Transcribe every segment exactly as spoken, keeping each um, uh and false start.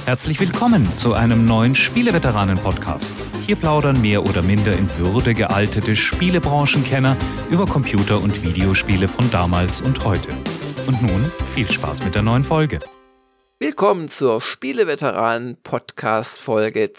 Herzlich willkommen zu einem neuen Spieleveteranen-Podcast. Hier plaudern mehr oder minder in Würde gealtete Spielebranchenkenner über Computer- und Videospiele von damals und heute. Und nun viel Spaß mit der neuen Folge. Willkommen zur Spieleveteranen-Podcast-Folge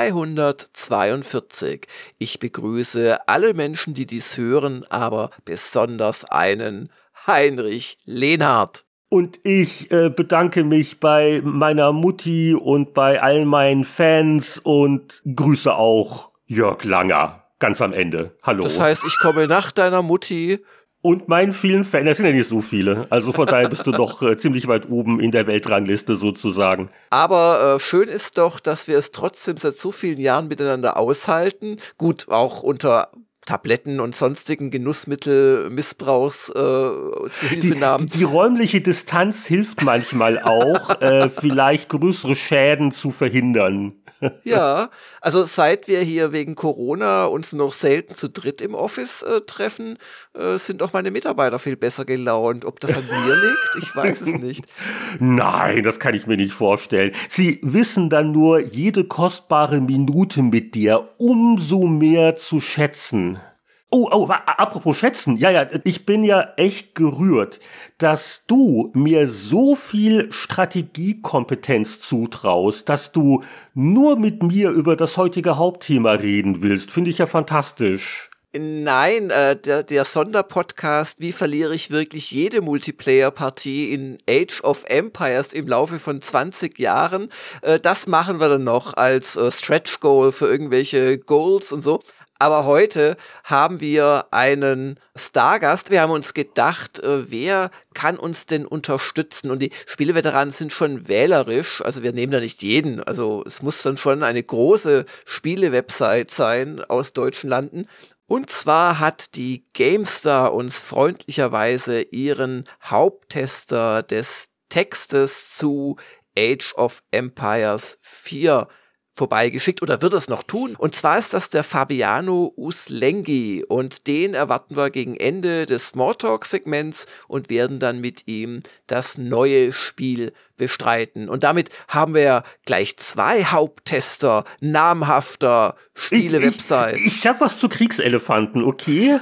zweihundertzweiundvierzig. Ich begrüße alle Menschen, die dies hören, aber besonders einen Heinrich Lenhardt. Und ich äh, bedanke mich bei meiner Mutti und bei all meinen Fans und grüße auch Jörg Langer ganz am Ende. Hallo. Das heißt, ich komme nach deiner Mutti. Und meinen vielen Fans, das sind ja nicht so viele, also von daher bist du doch äh, ziemlich weit oben in der Weltrangliste sozusagen. Aber äh, schön ist doch, dass wir es trotzdem seit so vielen Jahren miteinander aushalten. Gut, auch unter Tabletten und sonstigen Genussmittelmissbrauchs äh, zu Hilfenahmen. Die, die räumliche Distanz hilft manchmal auch, äh, vielleicht größere Schäden zu verhindern. Ja, also seit wir hier wegen Corona uns noch selten zu dritt im Office äh, treffen, äh, sind auch meine Mitarbeiter viel besser gelaunt. Ob das an mir liegt, ich weiß es nicht. Nein, das kann ich mir nicht vorstellen. Sie wissen dann nur jede kostbare Minute mit dir umso mehr zu schätzen. Oh, oh, apropos schätzen, ja, ja, ich bin ja echt gerührt, dass du mir so viel Strategiekompetenz zutraust, dass du nur mit mir über das heutige Hauptthema reden willst. Finde ich ja fantastisch. Nein, äh, der, der Sonderpodcast, wie verliere ich wirklich jede Multiplayer-Partie in Age of Empires im Laufe von zwanzig Jahren, äh, das machen wir dann noch als äh, Stretch-Goal für irgendwelche Goals und so. Aber heute haben wir einen Stargast. Wir haben uns gedacht, äh, wer kann uns denn unterstützen? Und die Spieleveteranen sind schon wählerisch. Also wir nehmen da nicht jeden. Also es muss dann schon eine große Spiele-Website sein aus deutschen Landen. Und zwar hat die GameStar uns freundlicherweise ihren Haupttester des Textes zu Age of Empires vier vorbeigeschickt oder wird es noch tun. Und zwar ist das der Fabiano Uslengi und den erwarten wir gegen Ende des Smalltalk-Segments und werden dann mit ihm das neue Spiel bestreiten. Und damit haben wir ja gleich zwei Haupttester namhafter Spiele-Website. Ich, ich, ich hab was zu Kriegselefanten, okay?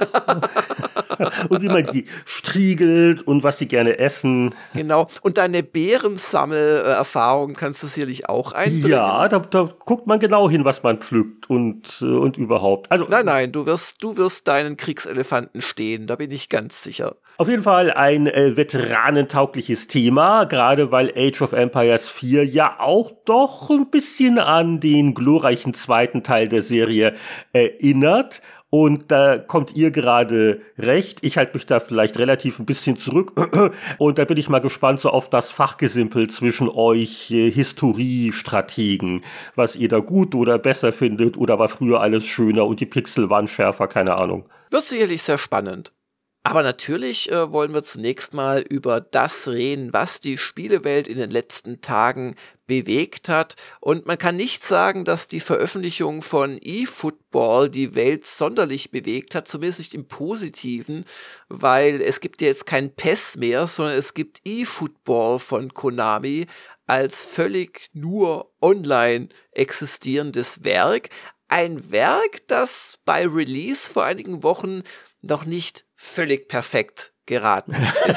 Und wie man die striegelt und was sie gerne essen. Genau. Und deine Beerensammel-Erfahrung kannst du sicherlich auch einbringen. Ja, da, da guckt man genau hin, was man pflückt und, und überhaupt. Also, nein, nein, du wirst, du wirst deinen Kriegselefanten stehen, da bin ich ganz sicher. Auf jeden Fall ein äh, veteranentaugliches Thema, gerade weil Age of Empires vier ja auch doch ein bisschen an den glorreichen zweiten Teil der Serie erinnert. Und da kommt ihr gerade recht. Ich halte mich da vielleicht relativ ein bisschen zurück. Und da bin ich mal gespannt so auf das Fachgesimpel zwischen euch äh, Historiestrategen, was ihr da gut oder besser findet oder war früher alles schöner und die Pixel waren schärfer, keine Ahnung. Wird sicherlich sehr spannend. Aber natürlich äh, wollen wir zunächst mal über das reden, was die Spielewelt in den letzten Tagen bewegt hat. Und man kann nicht sagen, dass die Veröffentlichung von eFootball die Welt sonderlich bewegt hat, zumindest nicht im Positiven, weil es gibt ja jetzt kein P E S mehr, sondern es gibt eFootball von Konami als völlig nur online existierendes Werk. Ein Werk, das bei Release vor einigen Wochen noch nicht völlig perfekt geraten ist.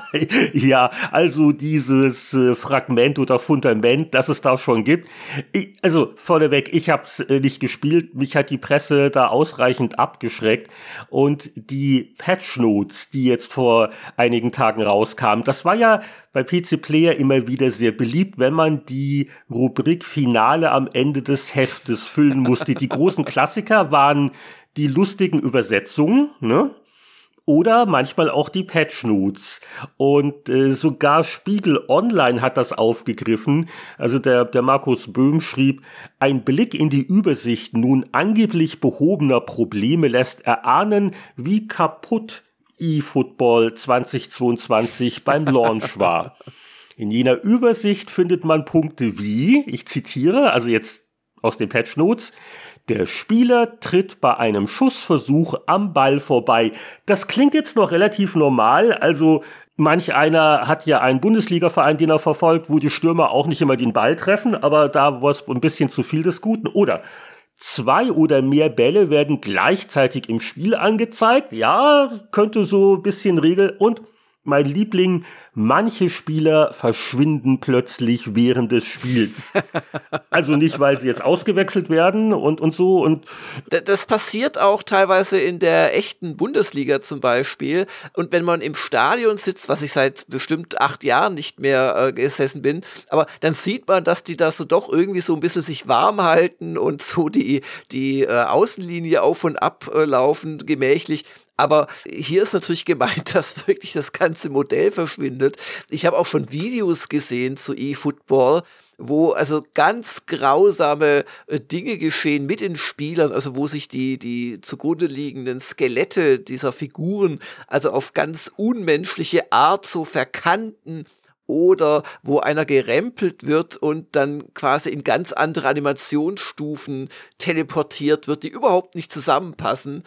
Ja, also dieses äh, Fragment oder Fundament, das es da schon gibt. Ich, also vorneweg, ich habe es äh, nicht gespielt, mich hat die Presse da ausreichend abgeschreckt und die Patch Notes, die jetzt vor einigen Tagen rauskamen, das war ja bei P C Player immer wieder sehr beliebt, wenn man die Rubrik Finale am Ende des Heftes füllen musste. Die großen Klassiker waren die lustigen Übersetzungen, ne? Oder manchmal auch die Patch Notes. Und äh, sogar Spiegel Online hat das aufgegriffen. Also der, der Markus Böhm schrieb, ein Blick in die Übersicht nun angeblich behobener Probleme lässt erahnen, wie kaputt eFootball zweitausendzweiundzwanzig beim Launch war. In jener Übersicht findet man Punkte wie, ich zitiere, also jetzt aus den Patch Notes, der Spieler tritt bei einem Schussversuch am Ball vorbei. Das klingt jetzt noch relativ normal, also Manch einer hat ja einen Bundesliga-Verein, den er verfolgt, wo die Stürmer auch nicht immer den Ball treffen, aber da war es ein bisschen zu viel des Guten. Oder zwei oder mehr Bälle werden gleichzeitig im Spiel angezeigt. Ja, könnte so ein bisschen Regel. Und mein Liebling, manche Spieler verschwinden plötzlich während des Spiels. Also nicht, weil sie jetzt ausgewechselt werden und, und so. Und das passiert auch teilweise in der echten Bundesliga zum Beispiel. Und wenn man im Stadion sitzt, was ich seit bestimmt acht Jahren nicht mehr äh, gesessen bin, aber dann sieht man, dass die da so doch irgendwie so ein bisschen sich warm halten und so die, die äh, Außenlinie auf und ab äh, laufen, gemächlich. Aber hier ist natürlich gemeint, dass wirklich das ganze Modell verschwindet. Ich habe auch schon Videos gesehen zu eFootball, wo also ganz grausame äh, Dinge geschehen mit den Spielern, also wo sich die, die zugrunde liegenden Skelette dieser Figuren also auf ganz unmenschliche Art so verkanten. Oder wo einer gerempelt wird und dann quasi in ganz andere Animationsstufen teleportiert wird, die überhaupt nicht zusammenpassen.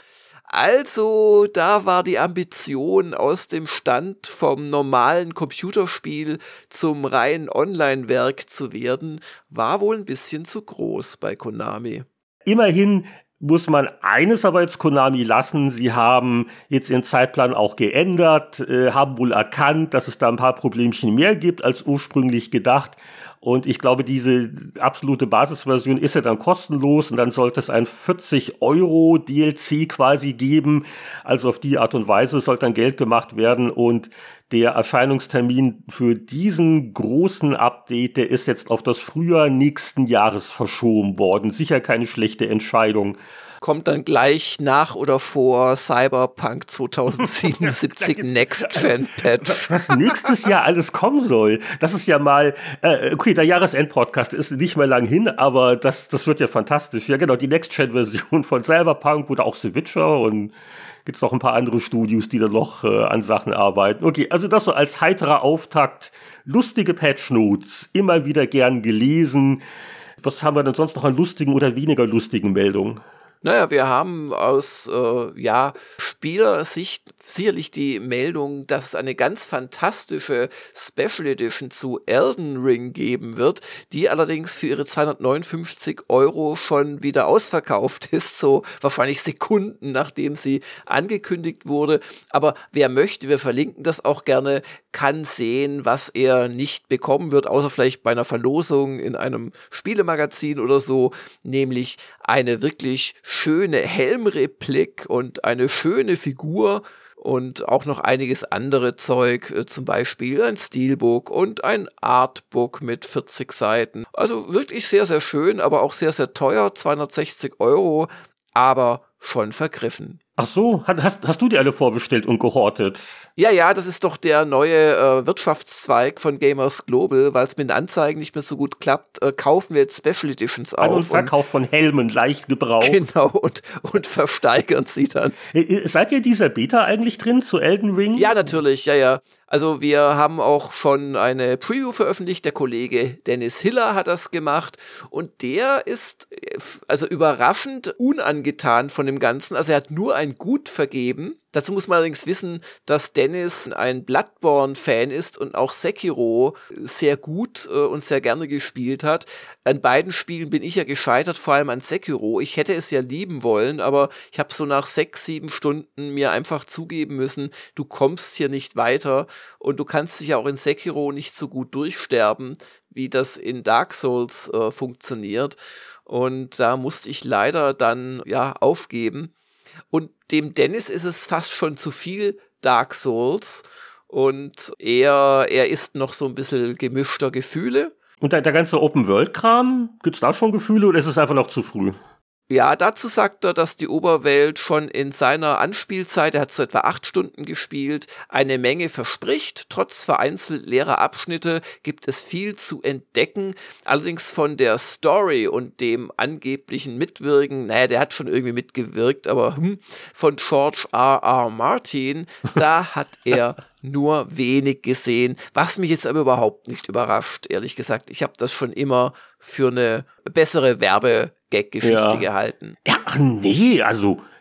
Also, da war die Ambition, aus dem Stand vom normalen Computerspiel zum reinen Online-Werk zu werden, war wohl ein bisschen zu groß bei Konami. Immerhin muss man eines aber jetzt Konami lassen, sie haben jetzt ihren Zeitplan auch geändert, äh, haben wohl erkannt, dass es da ein paar Problemchen mehr gibt als ursprünglich gedacht. Und ich glaube, diese absolute Basisversion ist ja dann kostenlos und dann sollte es ein vierzig Euro D L C quasi geben. Also auf die Art und Weise soll dann Geld gemacht werden und der Erscheinungstermin für diesen großen Update, der ist jetzt auf das Frühjahr nächsten Jahres verschoben worden. Sicher keine schlechte Entscheidung. Kommt dann gleich nach oder vor Cyberpunk zweitausendsiebenundsiebzig Next-Gen-Patch. Was nächstes Jahr alles kommen soll, das ist ja mal, äh, okay, der Jahresend-Podcast ist nicht mehr lang hin, aber das, das wird ja fantastisch. Ja genau, die Next-Gen-Version von Cyberpunk oder auch The Witcher und gibt's noch ein paar andere Studios, die da noch äh, an Sachen arbeiten. Okay, also das so als heiterer Auftakt. Lustige Patch-Notes, immer wieder gern gelesen. Was haben wir denn sonst noch an lustigen oder weniger lustigen Meldungen? Naja, wir haben aus äh, ja, Spielersicht sicherlich die Meldung, dass es eine ganz fantastische Special Edition zu Elden Ring geben wird, die allerdings für ihre zweihundertneunundfünfzig Euro schon wieder ausverkauft ist, so wahrscheinlich Sekunden nachdem sie angekündigt wurde. Aber wer möchte, wir verlinken das auch gerne, kann sehen, was er nicht bekommen wird, außer vielleicht bei einer Verlosung in einem Spielemagazin oder so, nämlich eine wirklich schöne Helmreplik und eine schöne Figur und auch noch einiges andere Zeug, zum Beispiel ein Steelbook und ein Artbook mit vierzig Seiten. Also wirklich sehr, sehr schön, aber auch sehr, sehr teuer, zweihundertsechzig Euro, aber schon vergriffen. Ach so, hast, hast du die alle vorbestellt und gehortet? Ja, ja, das ist doch der neue äh, Wirtschaftszweig von Gamers Global, weil es mit den Anzeigen nicht mehr so gut klappt, äh, kaufen wir jetzt Special Editions auf. An- und Verkauf von Helmen, leicht gebraucht. Genau, und, und versteigern sie dann. Äh, seid ihr dieser Beta eigentlich drin zu Elden Ring? Ja, natürlich, ja, ja. Also wir haben auch schon eine Preview veröffentlicht, der Kollege Dennis Hiller hat das gemacht und der ist also überraschend unangetan von dem Ganzen, also er hat nur ein Gut vergeben. Dazu muss man allerdings wissen, dass Dennis ein Bloodborne-Fan ist und auch Sekiro sehr gut äh, und sehr gerne gespielt hat. An beiden Spielen bin ich ja gescheitert, vor allem an Sekiro. Ich hätte es ja lieben wollen, aber ich habe so nach sechs, sieben Stunden mir einfach zugeben müssen, du kommst hier nicht weiter und du kannst dich ja auch in Sekiro nicht so gut durchsterben, wie das in Dark Souls äh, funktioniert. Und da musste ich leider dann ja aufgeben. Und dem Dennis ist es fast schon zu viel Dark Souls und er, er ist noch so ein bisschen gemischter Gefühle. Und der, der ganze Open-World-Kram, gibt's da schon Gefühle oder ist es einfach noch zu früh? Ja, dazu sagt er, dass die Oberwelt schon in seiner Anspielzeit, er hat so etwa acht Stunden gespielt, eine Menge verspricht. Trotz vereinzelt leerer Abschnitte gibt es viel zu entdecken. Allerdings von der Story und dem angeblichen Mitwirken, naja, der hat schon irgendwie mitgewirkt, aber hm, von George R R. Martin, da hat er nur wenig gesehen, was mich jetzt aber überhaupt nicht überrascht, ehrlich gesagt. Ich habe das schon immer für eine bessere Werbe Gag-Geschichte ja. gehalten. Ja, ach nee, also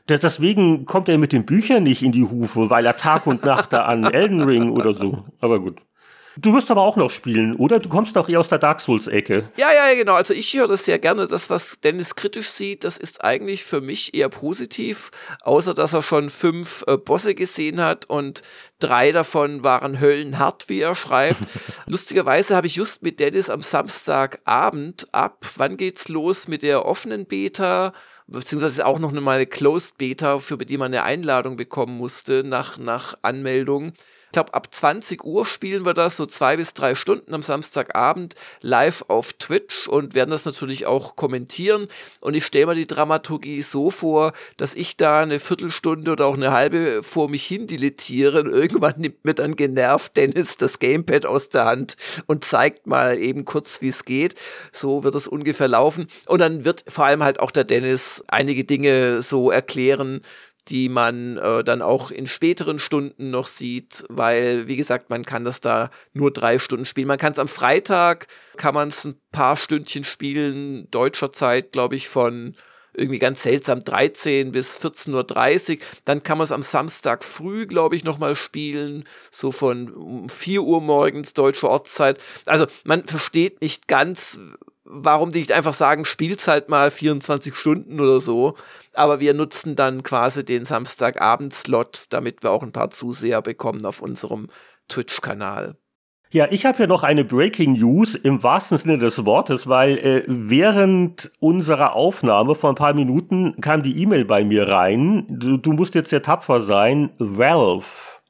Deswegen kommt er mit den Büchern nicht in die Hufe, weil er Tag und Nacht da an Elden Ring oder so. Aber gut. Du wirst aber auch noch spielen, oder? Du kommst doch eher aus der Dark Souls-Ecke. Ja, ja, genau. Also ich höre das sehr gerne. Das, was Dennis kritisch sieht, das ist eigentlich für mich eher positiv. Außer, dass er schon fünf äh, Bosse gesehen hat und drei davon waren höllenhart, wie er schreibt. Lustigerweise habe ich just mit Dennis am Samstagabend ab, wann geht's los mit der offenen Beta, beziehungsweise auch noch mal eine Closed Beta, für die man eine Einladung bekommen musste nach, nach Anmeldung. Ich glaube, ab zwanzig Uhr spielen wir das, so zwei bis drei Stunden am Samstagabend live auf Twitch und werden das natürlich auch kommentieren. Und ich stelle mir die Dramaturgie so vor, dass ich da eine Viertelstunde oder auch eine halbe vor mich hin dilettiere und irgendwann nimmt mir dann genervt Dennis das Gamepad aus der Hand und zeigt mal eben kurz, wie es geht. So wird es ungefähr laufen. Und dann wird vor allem halt auch der Dennis einige Dinge so erklären, die man äh, dann auch in späteren Stunden noch sieht, weil, wie gesagt, man kann das da nur drei Stunden spielen. Man kann es am Freitag, kann man es ein paar Stündchen spielen, deutscher Zeit, glaube ich, von irgendwie ganz seltsam dreizehn bis vierzehn Uhr dreißig. Dann kann man es am Samstag früh, glaube ich, nochmal spielen, so von vier Uhr morgens deutsche Ortszeit. Also man versteht nicht ganz, warum die nicht einfach sagen, spielt's halt mal vierundzwanzig Stunden oder so. Aber wir nutzen dann quasi den Samstagabend-Slot, damit wir auch ein paar Zuseher bekommen auf unserem Twitch-Kanal. Ja, ich habe ja noch eine Breaking News im wahrsten Sinne des Wortes, weil äh, während unserer Aufnahme vor ein paar Minuten kam die E-Mail bei mir rein. Du, du musst jetzt sehr tapfer sein. Valve.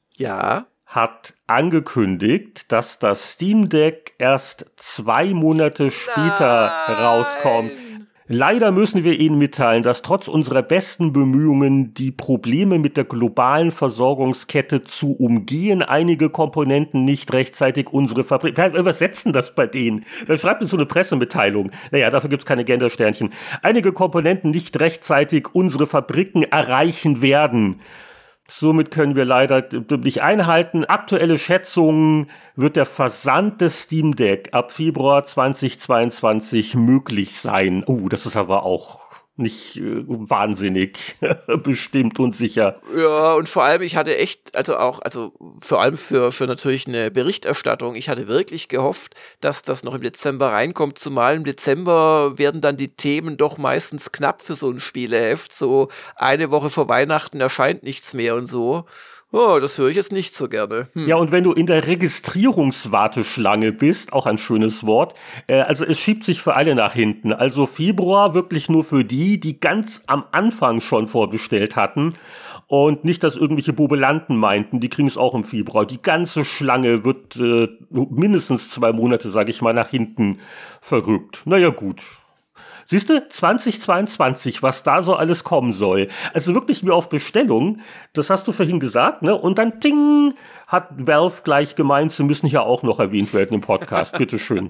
Ja. Hat angekündigt, dass das Steam Deck erst zwei Monate später Nein. rauskommt. Leider müssen wir Ihnen mitteilen, dass trotz unserer besten Bemühungen, die Probleme mit der globalen Versorgungskette zu umgehen, einige Komponenten nicht rechtzeitig unsere Fabrik... Was setzt denn das bei denen? Wer schreibt uns so eine Pressemitteilung? Naja, dafür gibt's keine Gendersternchen. Einige Komponenten nicht rechtzeitig unsere Fabriken erreichen werden. Somit können wir leider nicht einhalten. Aktuelle Schätzungen wird der Versand des Steam Deck ab Februar zweitausendzweiundzwanzig möglich sein. Oh, das ist aber auch nicht äh, wahnsinnig bestimmt und sicher. Ja, und vor allem, ich hatte echt, also auch, also vor allem für, für natürlich eine Berichterstattung, ich hatte wirklich gehofft, dass das noch im Dezember reinkommt, zumal im Dezember werden dann die Themen doch meistens knapp für so ein Spieleheft, so eine Woche vor Weihnachten erscheint nichts mehr und so. Oh, das höre ich jetzt nicht so gerne. Hm. Ja, und wenn du in der Registrierungswarteschlange bist, auch ein schönes Wort, äh, also es schiebt sich für alle nach hinten. Also Februar wirklich nur für die, die ganz am Anfang schon vorbestellt hatten. Und nicht, dass irgendwelche Bobelanten meinten, die kriegen es auch im Februar. Die ganze Schlange wird äh, mindestens zwei Monate, sage ich mal, nach hinten verrückt. Naja, gut. Siehst du, zweitausendzweiundzwanzig, was da so alles kommen soll. Also wirklich wie auf Bestellung, das hast du vorhin gesagt, ne? Und dann ting, hat Valve gleich gemeint, sie müssen hier auch noch erwähnt werden im Podcast. Bitteschön.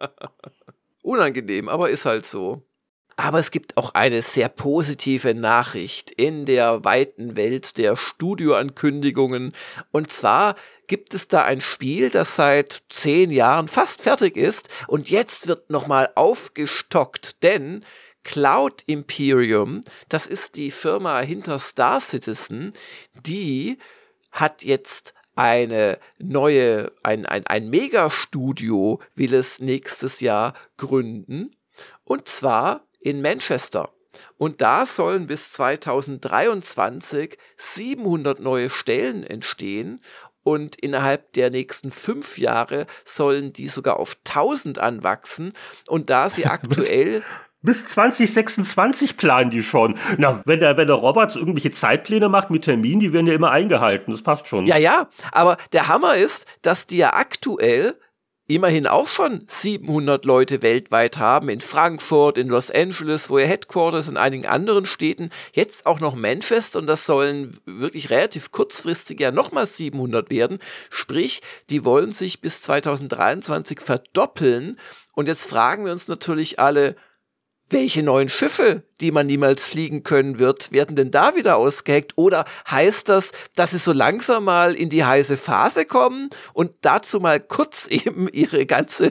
Unangenehm, aber ist halt so. Aber es gibt auch eine sehr positive Nachricht in der weiten Welt der Studioankündigungen. Und zwar gibt es da ein Spiel, das seit zehn Jahren fast fertig ist. Und jetzt wird nochmal aufgestockt, denn Cloud Imperium, das ist die Firma hinter Star Citizen, die hat jetzt eine neue, ein, ein, ein Megastudio will es nächstes Jahr gründen. Und zwar in Manchester. Und da sollen bis zweitausenddreiundzwanzig siebenhundert neue Stellen entstehen und innerhalb der nächsten fünf Jahre sollen die sogar auf tausend anwachsen. Und da sie aktuell... Bis zwanzig sechsundzwanzig planen die schon. Na, wenn der, wenn der Roberts irgendwelche Zeitpläne macht mit Terminen, die werden ja immer eingehalten. Das passt schon. Ja, ja, aber der Hammer ist, dass die ja aktuell immerhin auch schon siebenhundert Leute weltweit haben, in Frankfurt, in Los Angeles, wo ihr Headquarter ist, in einigen anderen Städten, jetzt auch noch Manchester und das sollen wirklich relativ kurzfristig ja nochmal siebenhundert werden, sprich, die wollen sich bis zweitausenddreiundzwanzig verdoppeln und jetzt fragen wir uns natürlich alle, welche neuen Schiffe, die man niemals fliegen können wird, werden denn da wieder ausgeheckt? Oder heißt das, dass sie so langsam mal in die heiße Phase kommen und dazu mal kurz eben ihre ganze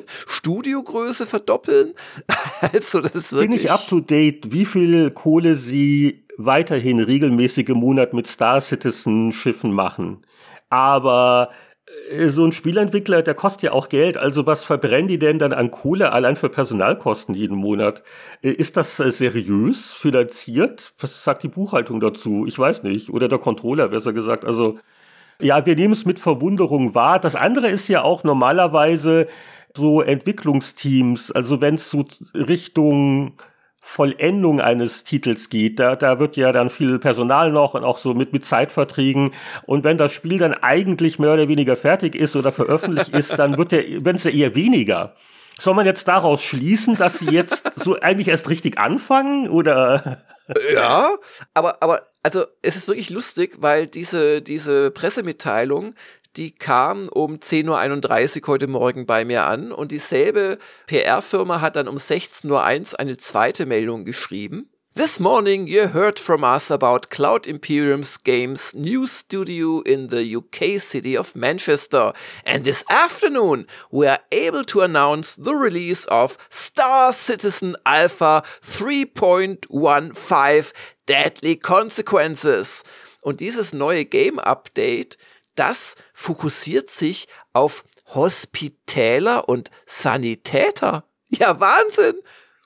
Studiogröße verdoppeln? Also das ist wirklich... Bin ich up to date, wie viel Kohle sie weiterhin regelmäßige Monat mit Star Citizen Schiffen machen. Aber so ein Spielentwickler, der kostet ja auch Geld, also was verbrennen die denn dann an Kohle allein für Personalkosten jeden Monat? Ist das seriös finanziert? Was sagt die Buchhaltung dazu? Ich weiß nicht. Oder der Controller, besser gesagt. Also, ja, wir nehmen es mit Verwunderung wahr. Das andere ist ja auch normalerweise so Entwicklungsteams, also wenn es so Richtung Vollendung eines Titels geht, da, da wird ja dann viel Personal noch und auch so mit, mit Zeitverträgen. Und wenn das Spiel dann eigentlich mehr oder weniger fertig ist oder veröffentlicht ist, dann wird der, wenn es ja eher weniger. Soll man jetzt daraus schließen, dass sie jetzt so eigentlich erst richtig anfangen, oder? Ja, aber, aber, also, es ist wirklich lustig, weil diese, diese Pressemitteilung, die kam um zehn Uhr einunddreißig heute Morgen bei mir an und dieselbe P R-Firma hat dann um sechzehn Uhr eins eine zweite Meldung geschrieben. This morning you heard from us about Cloud Imperium's Games new studio in the U K city of Manchester. And this afternoon we are able to announce the release of Star Citizen Alpha three point fifteen Deadly Consequences. Und dieses neue Game-Update, das fokussiert sich auf Hospitäler und Sanitäter. Ja, Wahnsinn!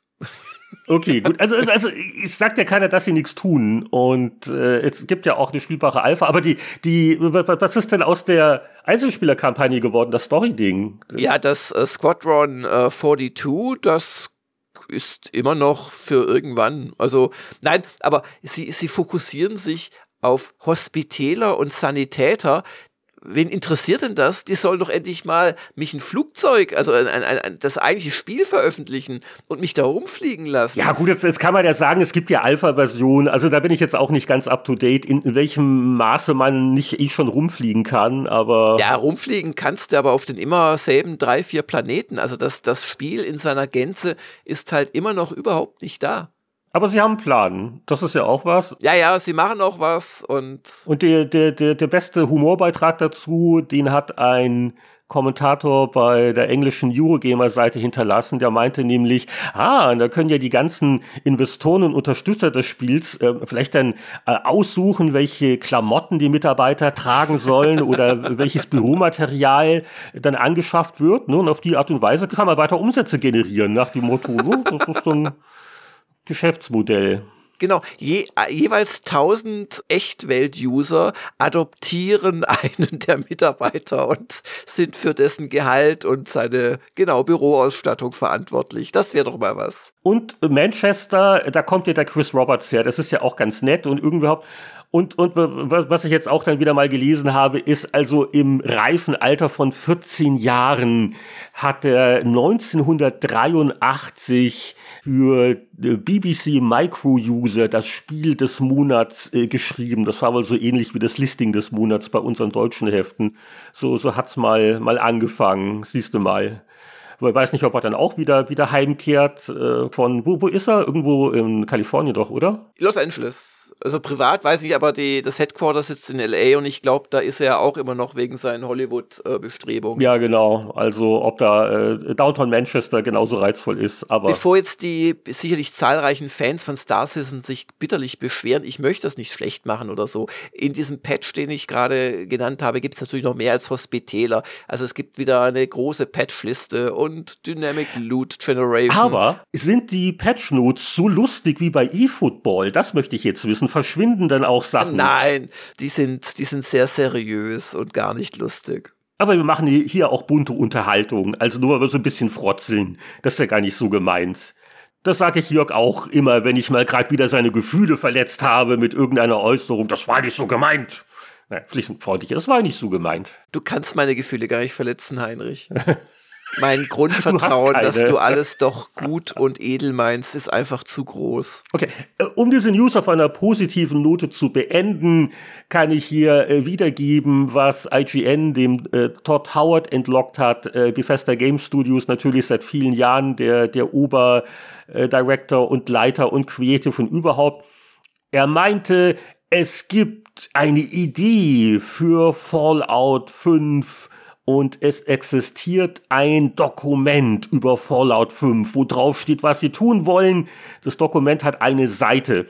Okay, gut. Also, also es sagt ja keiner, dass sie nichts tun. Und äh, es gibt ja auch eine spielbare Alpha. Aber die, die, was ist denn aus der Einzelspielerkampagne geworden, das Story-Ding? Ja, das äh, Squadron äh, zweiundvierzig, das ist immer noch für irgendwann. Also, nein, aber sie, sie fokussieren sich auf Hospitäler und Sanitäter. Wen interessiert denn das? Die sollen doch endlich mal mich ein Flugzeug, also ein, ein, ein, das eigentliche Spiel veröffentlichen und mich da rumfliegen lassen. Ja gut, jetzt, jetzt kann man ja sagen, es gibt ja Alpha-Versionen, also da bin ich jetzt auch nicht ganz up-to-date, in, in welchem Maße man nicht eh schon rumfliegen kann, aber... Ja, rumfliegen kannst du aber auf den immer selben drei, vier Planeten, also das, das Spiel in seiner Gänze ist halt immer noch überhaupt nicht da. Aber sie haben einen Plan. Das ist ja auch was. Ja, ja, sie machen auch was und... Und der, der, der, der beste Humorbeitrag dazu, den hat ein Kommentator bei der englischen Eurogamer-Seite hinterlassen. Der meinte nämlich, ah, da können ja die ganzen Investoren und Unterstützer des Spiels äh, vielleicht dann äh, aussuchen, welche Klamotten die Mitarbeiter tragen sollen oder welches Büromaterial dann angeschafft wird. Ne? Und auf die Art und Weise kann man weiter Umsätze generieren, nach dem Motto, ne? Das ist dann Geschäftsmodell. Genau, je, jeweils tausend Echtwelt-User adoptieren einen der Mitarbeiter und sind für dessen Gehalt und seine, genau, Büroausstattung verantwortlich. Das wäre doch mal was. Und Manchester, da kommt ja der Chris Roberts her, das ist ja auch ganz nett und überhaupt. Und, und was ich jetzt auch dann wieder mal gelesen habe, ist also im reifen Alter von vierzehn Jahren hat er neunzehnhundertdreiundachtzig für B B C Micro-User das Spiel des Monats äh, geschrieben. Das war wohl so ähnlich wie das Listing des Monats bei unseren deutschen Heften. So, so hat's mal, mal angefangen, siehst du mal. Aber ich weiß nicht, ob er dann auch wieder, wieder heimkehrt äh, von, wo, wo ist er? Irgendwo in Kalifornien doch, oder? Los Angeles. Also privat weiß ich, aber die, das Headquarter sitzt in L A und ich glaube, da ist er auch immer noch wegen seinen Hollywood-Bestrebungen. Ja, genau. Also ob da äh, Downtown Manchester genauso reizvoll ist, aber... Bevor jetzt die sicherlich zahlreichen Fans von Star Citizen sich bitterlich beschweren, ich möchte das nicht schlecht machen oder so. In diesem Patch, den ich gerade genannt habe, gibt es natürlich noch mehr als Hospitäler. Also es gibt wieder eine große Patchliste und Dynamic Loot Generation. Aber sind die Patchnotes so lustig wie bei eFootball? Das möchte ich jetzt wissen. Verschwinden dann auch Sachen? Nein, die sind, die sind sehr seriös und gar nicht lustig. Aber wir machen hier auch bunte Unterhaltung, also nur weil wir so ein bisschen frotzeln. Das ist ja gar nicht so gemeint. Das sage ich Jörg auch immer, wenn ich mal gerade wieder seine Gefühle verletzt habe mit irgendeiner Äußerung. Das war nicht so gemeint. Nein, pflichtfreundlich, das war nicht so gemeint. Du kannst meine Gefühle gar nicht verletzen, Heinrich. Mein Grundvertrauen, du dass du alles doch gut und edel meinst, ist einfach zu groß. Okay, um diese News auf einer positiven Note zu beenden, kann ich hier äh, wiedergeben, was I G N dem äh, Todd Howard entlockt hat. Äh, Bethesda Game Studios natürlich seit vielen Jahren der, der Oberdirector äh, und Leiter und Creative und überhaupt. Er meinte, es gibt eine Idee für Fallout fünf und es existiert ein Dokument über Fallout fünf, wo drauf steht, was sie tun wollen. Das Dokument hat eine Seite.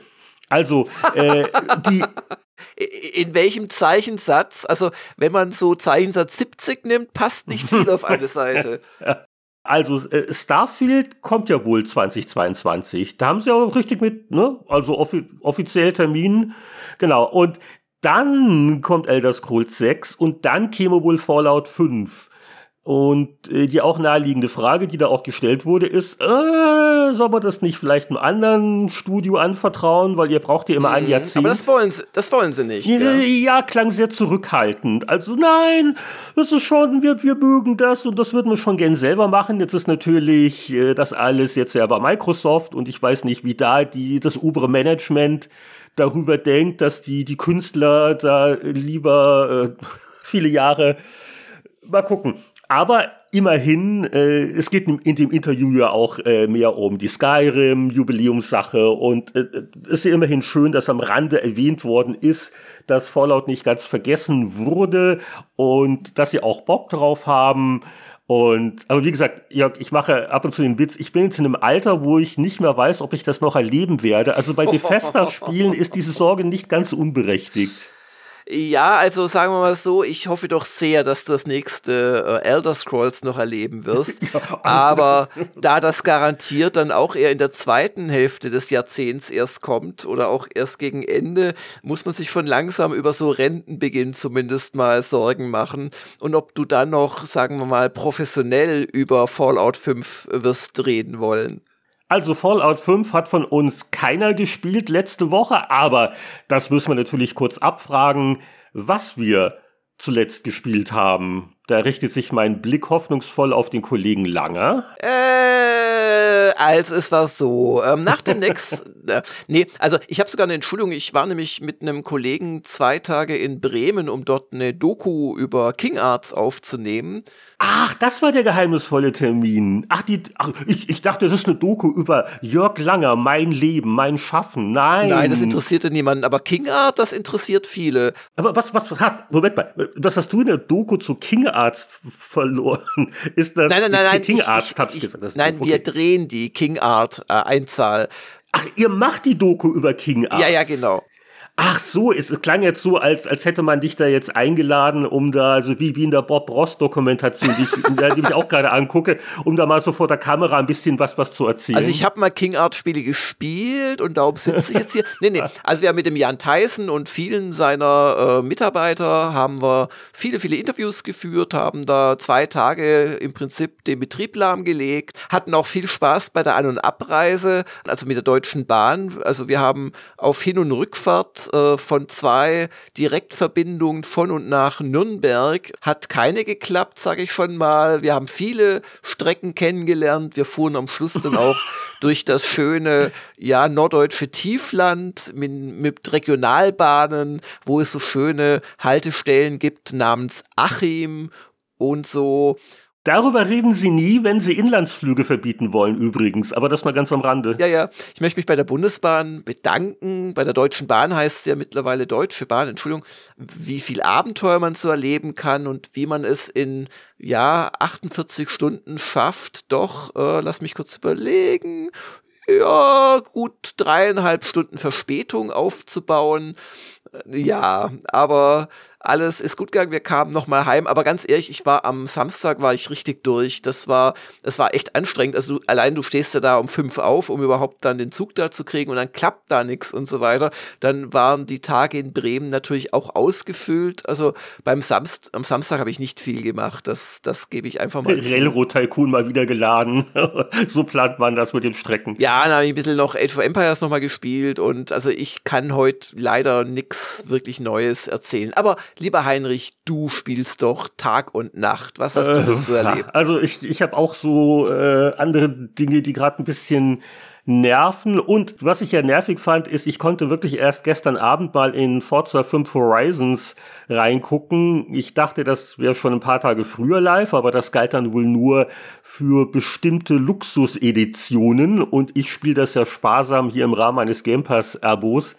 Also, äh, die... In welchem Zeichensatz? Also, wenn man so Zeichensatz siebzig nimmt, passt nicht viel auf eine Seite. Also, äh, Starfield kommt ja wohl zweitausendzweiundzwanzig. Da haben sie auch richtig mit, ne? Also offi- offiziell Termin. Genau. Und dann kommt Elder Scrolls sechs und dann käme wohl Fallout fünf. Und äh, die auch naheliegende Frage, die da auch gestellt wurde, ist, äh, soll man das nicht vielleicht einem anderen Studio anvertrauen, weil ihr braucht ja immer ein Jahrzehnt. Aber das wollen sie, das wollen sie nicht. Ja, ja. ja, klang sehr zurückhaltend. Also nein, das ist schon, wir, wir mögen das und das würden wir schon gern selber machen. Jetzt ist natürlich äh, das alles jetzt ja bei Microsoft und ich weiß nicht, wie da die das obere Management darüber denkt, dass die die Künstler da lieber äh, viele Jahre mal gucken. Aber immerhin, äh, es geht in dem Interview ja auch äh, mehr um die Skyrim-Jubiläumssache und es äh, ist ja immerhin schön, dass am Rande erwähnt worden ist, dass Fallout nicht ganz vergessen wurde und dass sie auch Bock drauf haben. Und, aber wie gesagt, Jörg, ich mache ab und zu den Witz, ich bin jetzt in einem Alter, wo ich nicht mehr weiß, ob ich das noch erleben werde. Also bei Bethesda-Spielen ist diese Sorge nicht ganz unberechtigt. Ja, also sagen wir mal so, ich hoffe doch sehr, dass du das nächste äh, Elder Scrolls noch erleben wirst. Ja, aber da das garantiert dann auch eher in der zweiten Hälfte des Jahrzehnts erst kommt oder auch erst gegen Ende, muss man sich schon langsam über so Rentenbeginn zumindest mal Sorgen machen. Und ob du dann noch, sagen wir mal, professionell über Fallout fünf wirst reden wollen. Also Fallout fünf hat von uns keiner gespielt letzte Woche, aber das müssen wir natürlich kurz abfragen, was wir zuletzt gespielt haben. Da richtet sich mein Blick hoffnungsvoll auf den Kollegen Langer. Äh, also es war so, ähm, nach dem nächsten, äh, nee, also ich habe sogar eine Entschuldigung, ich war nämlich mit einem Kollegen zwei Tage in Bremen, um dort eine Doku über King Arts aufzunehmen. Ach, das war der geheimnisvolle Termin. Ach, die, ach ich, ich dachte, das ist eine Doku über Jörg Langer, mein Leben, mein Schaffen. Nein. Nein, das interessierte niemanden, aber King Art, das interessiert viele. Aber was, was hat, Moment mal, was hast du in der Doku zu King Arts verloren? Ist das nein, nein, nein, nein, King ich, Arts, ich, hab ich ich, gesagt, das nein, okay. Wir drehen die King Art äh, Einzahl. Ach, ihr macht die Doku über King Arts? Ja, ja, genau. Ach so, es, es klang jetzt so, als, als hätte man dich da jetzt eingeladen, um da, also wie, wie in der Bob Ross-Dokumentation, die ich, die ich auch gerade angucke, um da mal so vor der Kamera ein bisschen was, was zu erzählen. Also ich habe mal King Art-Spiele gespielt und darum sitze ich jetzt hier. Nee, nee, also wir haben mit dem Jan Theissen und vielen seiner äh, Mitarbeiter haben wir viele, viele Interviews geführt, haben da zwei Tage im Prinzip den Betrieb lahmgelegt, hatten auch viel Spaß bei der An- und Abreise, also mit der Deutschen Bahn. Also wir haben auf Hin- und Rückfahrt von zwei Direktverbindungen von und nach Nürnberg. Hat keine geklappt, sage ich schon mal. Wir haben viele Strecken kennengelernt. Wir fuhren am Schluss dann auch durch das schöne, ja, norddeutsche Tiefland mit, mit Regionalbahnen, wo es so schöne Haltestellen gibt namens Achim und so. Darüber reden sie nie, wenn sie Inlandsflüge verbieten wollen übrigens, aber das mal ganz am Rande. Ja, ja, ich möchte mich bei der Bundesbahn bedanken, bei der Deutschen Bahn heißt es ja mittlerweile Deutsche Bahn, Entschuldigung, wie viel Abenteuer man so erleben kann und wie man es in, ja, achtundvierzig Stunden schafft, doch, äh, lass mich kurz überlegen, ja, gut dreieinhalb Stunden Verspätung aufzubauen. Ja, aber alles ist gut gegangen, wir kamen nochmal heim, aber ganz ehrlich, ich war am Samstag, war ich richtig durch, das war, das war echt anstrengend, also du, allein du stehst ja da um fünf auf, um überhaupt dann den Zug da zu kriegen und dann klappt da nichts und so weiter, dann waren die Tage in Bremen natürlich auch ausgefüllt, also beim Samst, am Samstag habe ich nicht viel gemacht, das, das gebe ich einfach mal zu. Railroad Tycoon mal wieder geladen, so plant man das mit den Strecken. Ja, dann habe ich ein bisschen noch Age of Empires nochmal gespielt und also ich kann heute leider nichts wirklich Neues erzählen, aber lieber Heinrich, du spielst doch Tag und Nacht. Was hast du dazu äh, erlebt? Also ich, ich habe auch so äh, andere Dinge, die gerade ein bisschen nerven. Und was ich ja nervig fand, ist, ich konnte wirklich erst gestern Abend mal in Forza fünf Horizons reingucken. Ich dachte, das wäre schon ein paar Tage früher live, aber das galt dann wohl nur für bestimmte Luxuseditionen. Und ich spiele das ja sparsam hier im Rahmen eines Game Pass-Abos.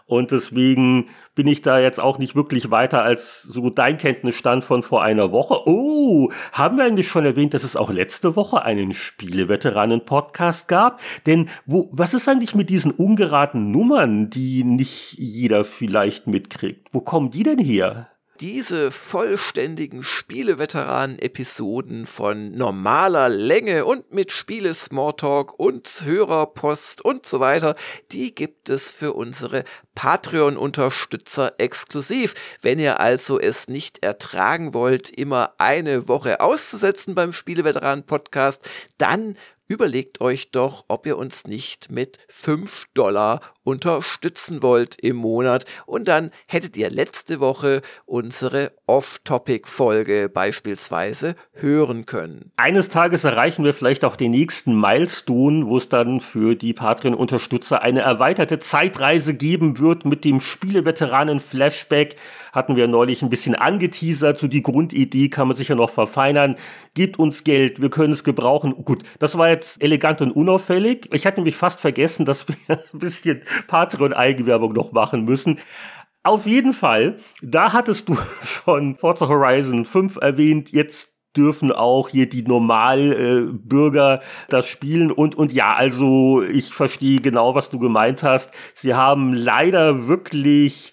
Und deswegen bin ich da jetzt auch nicht wirklich weiter als so dein Kenntnisstand von vor einer Woche. Oh, haben wir eigentlich schon erwähnt, dass es auch letzte Woche einen Spieleveteranen-Podcast gab? Denn wo, was ist eigentlich mit diesen ungeraden Nummern, die nicht jeder vielleicht mitkriegt? Wo kommen die denn her? Diese vollständigen Spieleveteranen-Episoden von normaler Länge und mit Spiele-Smalltalk und Hörerpost und so weiter, die gibt es für unsere Patreon-Unterstützer exklusiv. Wenn ihr also es nicht ertragen wollt, immer eine Woche auszusetzen beim Spieleveteranen-Podcast, dann überlegt euch doch, ob ihr uns nicht mit fünf Dollar unterstützen wollt im Monat, und dann hättet ihr letzte Woche unsere Off-Topic-Folge beispielsweise hören können. Eines Tages erreichen wir vielleicht auch den nächsten Milestone, wo es dann für die Patreon-Unterstützer eine erweiterte Zeitreise geben wird mit dem Spieleveteranen-Flashback. Hatten wir neulich ein bisschen angeteasert, so die Grundidee kann man sicher noch verfeinern. Gebt uns Geld, wir können es gebrauchen. Gut, das war jetzt elegant und unauffällig. Ich hatte nämlich fast vergessen, dass wir ein bisschen Patreon-Eigenwerbung noch machen müssen. Auf jeden Fall, da hattest du schon Forza Horizon fünf erwähnt, jetzt dürfen auch hier die Normalbürger äh, das spielen und und ja, also ich verstehe genau, was du gemeint hast. Sie haben leider wirklich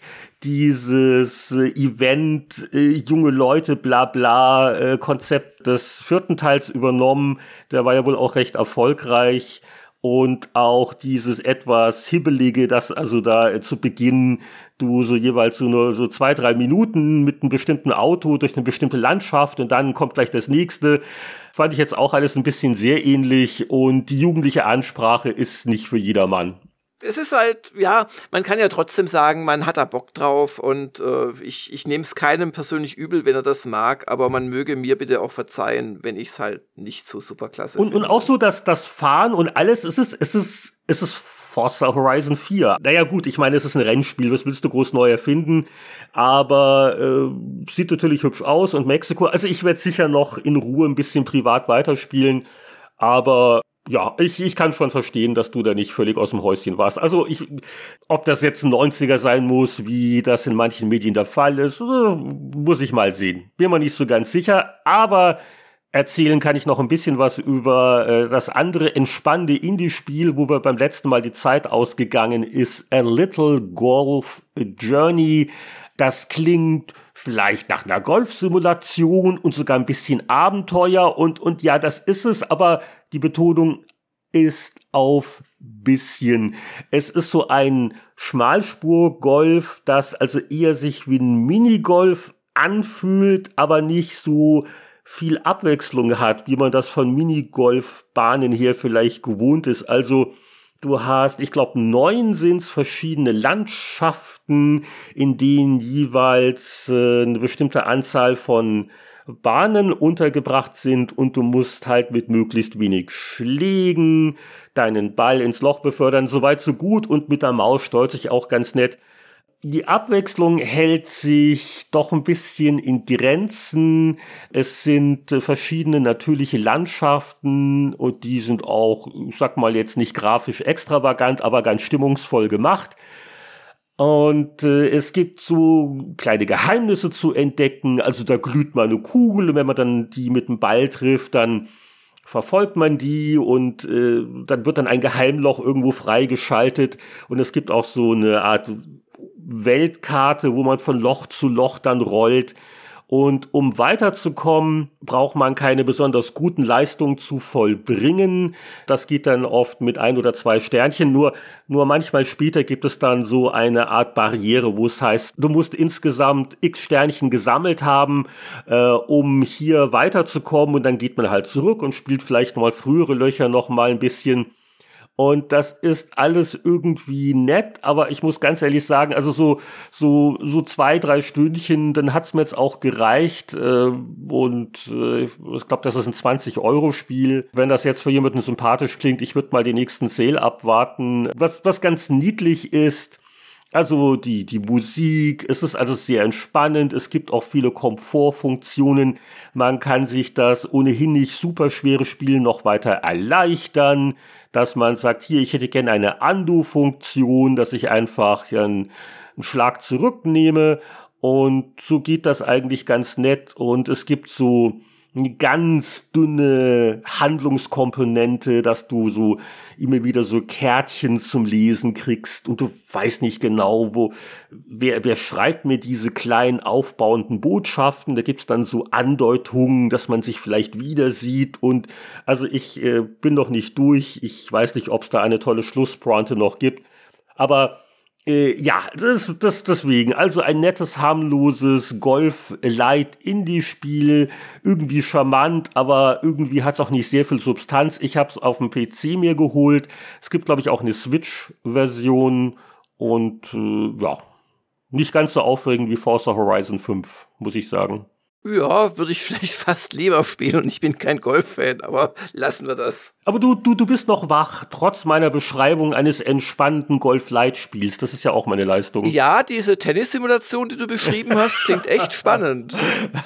dieses äh, Event, äh, junge Leute, bla bla, äh, Konzept des vierten Teils übernommen. Der war ja wohl auch recht erfolgreich. Und auch dieses etwas Hibbelige, dass also da äh, zu Beginn du so jeweils so nur so zwei, drei Minuten mit einem bestimmten Auto durch eine bestimmte Landschaft und dann kommt gleich das nächste, fand ich jetzt auch alles ein bisschen sehr ähnlich, und die jugendliche Ansprache ist nicht für jedermann. Es ist halt, ja, man kann ja trotzdem sagen, man hat da Bock drauf, und äh, ich, ich nehme es keinem persönlich übel, wenn er das mag, aber man möge mir bitte auch verzeihen, wenn ich es halt nicht so super klasse und, finde. Und auch so, dass das Fahren und alles, es ist, es ist, es ist Forza Horizon vier. Naja gut, ich meine, es ist ein Rennspiel, was willst du groß neu erfinden? Aber äh, sieht natürlich hübsch aus, und Mexiko, also ich werde sicher noch in Ruhe ein bisschen privat weiterspielen, aber ja, ich, ich kann schon verstehen, dass du da nicht völlig aus dem Häuschen warst. Also ich, ob das jetzt ein neunziger sein muss, wie das in manchen Medien der Fall ist, muss ich mal sehen. Bin mir nicht so ganz sicher, aber erzählen kann ich noch ein bisschen was über äh, das andere entspannende Indie-Spiel, wo wir beim letzten Mal die Zeit ausgegangen ist, A Little Golf Journey. Das klingt vielleicht nach einer Golfsimulation und sogar ein bisschen Abenteuer, und und ja, das ist es, aber die Betonung ist auf bisschen. Es ist so ein Schmalspur-Golf, das also eher sich wie ein Minigolf anfühlt, aber nicht so viel Abwechslung hat, wie man das von Minigolfbahnen her vielleicht gewohnt ist. Also du hast, ich glaube, neun sind's verschiedene Landschaften, in denen jeweils äh, eine bestimmte Anzahl von Bahnen untergebracht sind, und du musst halt mit möglichst wenig Schlägen deinen Ball ins Loch befördern. Soweit so gut, und mit der Maus steuert sich auch ganz nett. Die Abwechslung hält sich doch ein bisschen in Grenzen. Es sind äh, verschiedene natürliche Landschaften, und die sind auch, ich sag mal jetzt nicht grafisch extravagant, aber ganz stimmungsvoll gemacht. Und äh, es gibt so kleine Geheimnisse zu entdecken. Also da glüht mal eine Kugel, und wenn man dann die mit dem Ball trifft, dann verfolgt man die, und äh, dann wird dann ein Geheimloch irgendwo freigeschaltet. Und es gibt auch so eine Art Weltkarte, wo man von Loch zu Loch dann rollt. Und um weiterzukommen, braucht man keine besonders guten Leistungen zu vollbringen. Das geht dann oft mit ein oder zwei Sternchen. Nur, nur manchmal später gibt es dann so eine Art Barriere, wo es heißt, du musst insgesamt x Sternchen gesammelt haben, äh, um hier weiterzukommen. Und dann geht man halt zurück und spielt vielleicht mal frühere Löcher noch mal ein bisschen. Und das ist alles irgendwie nett, aber ich muss ganz ehrlich sagen, also so so so zwei, drei Stündchen, dann hat's mir jetzt auch gereicht. Äh, und äh, ich glaube, das ist ein zwanzig-Euro-Spiel. Wenn das jetzt für jemanden sympathisch klingt, ich würde mal den nächsten Sale abwarten. Was was ganz niedlich ist, Also die, die Musik, es ist also sehr entspannend, es gibt auch viele Komfortfunktionen, man kann sich das ohnehin nicht super schwere Spiel noch weiter erleichtern, dass man sagt, hier, ich hätte gerne eine Undo-Funktion, dass ich einfach ja, einen, einen Schlag zurücknehme, und so geht das eigentlich ganz nett, und es gibt so eine ganz dünne Handlungskomponente, dass du so immer wieder so Kärtchen zum Lesen kriegst und du weißt nicht genau, wo wer, wer schreibt mir diese kleinen aufbauenden Botschaften. Da gibt's dann so Andeutungen, dass man sich vielleicht wieder sieht, und also ich äh, bin noch nicht durch. Ich weiß nicht, ob es da eine tolle Schlusspointe noch gibt, aber Äh, ja, das, das, deswegen, also ein nettes, harmloses Golf-Light-Indie-Spiel, irgendwie charmant, aber irgendwie hat es auch nicht sehr viel Substanz. Ich habe es auf dem P C mir geholt. Es gibt, glaube ich, auch eine Switch-Version und äh, ja, nicht ganz so aufregend wie Forza Horizon fünf, muss ich sagen. Ja, würde ich vielleicht fast lieber spielen, und ich bin kein Golf-Fan, aber lassen wir das. Aber du, du, du bist noch wach, trotz meiner Beschreibung eines entspannten Golf-Light-Spiels. Das ist ja auch meine Leistung. Ja, diese Tennissimulation, die du beschrieben hast, klingt echt spannend.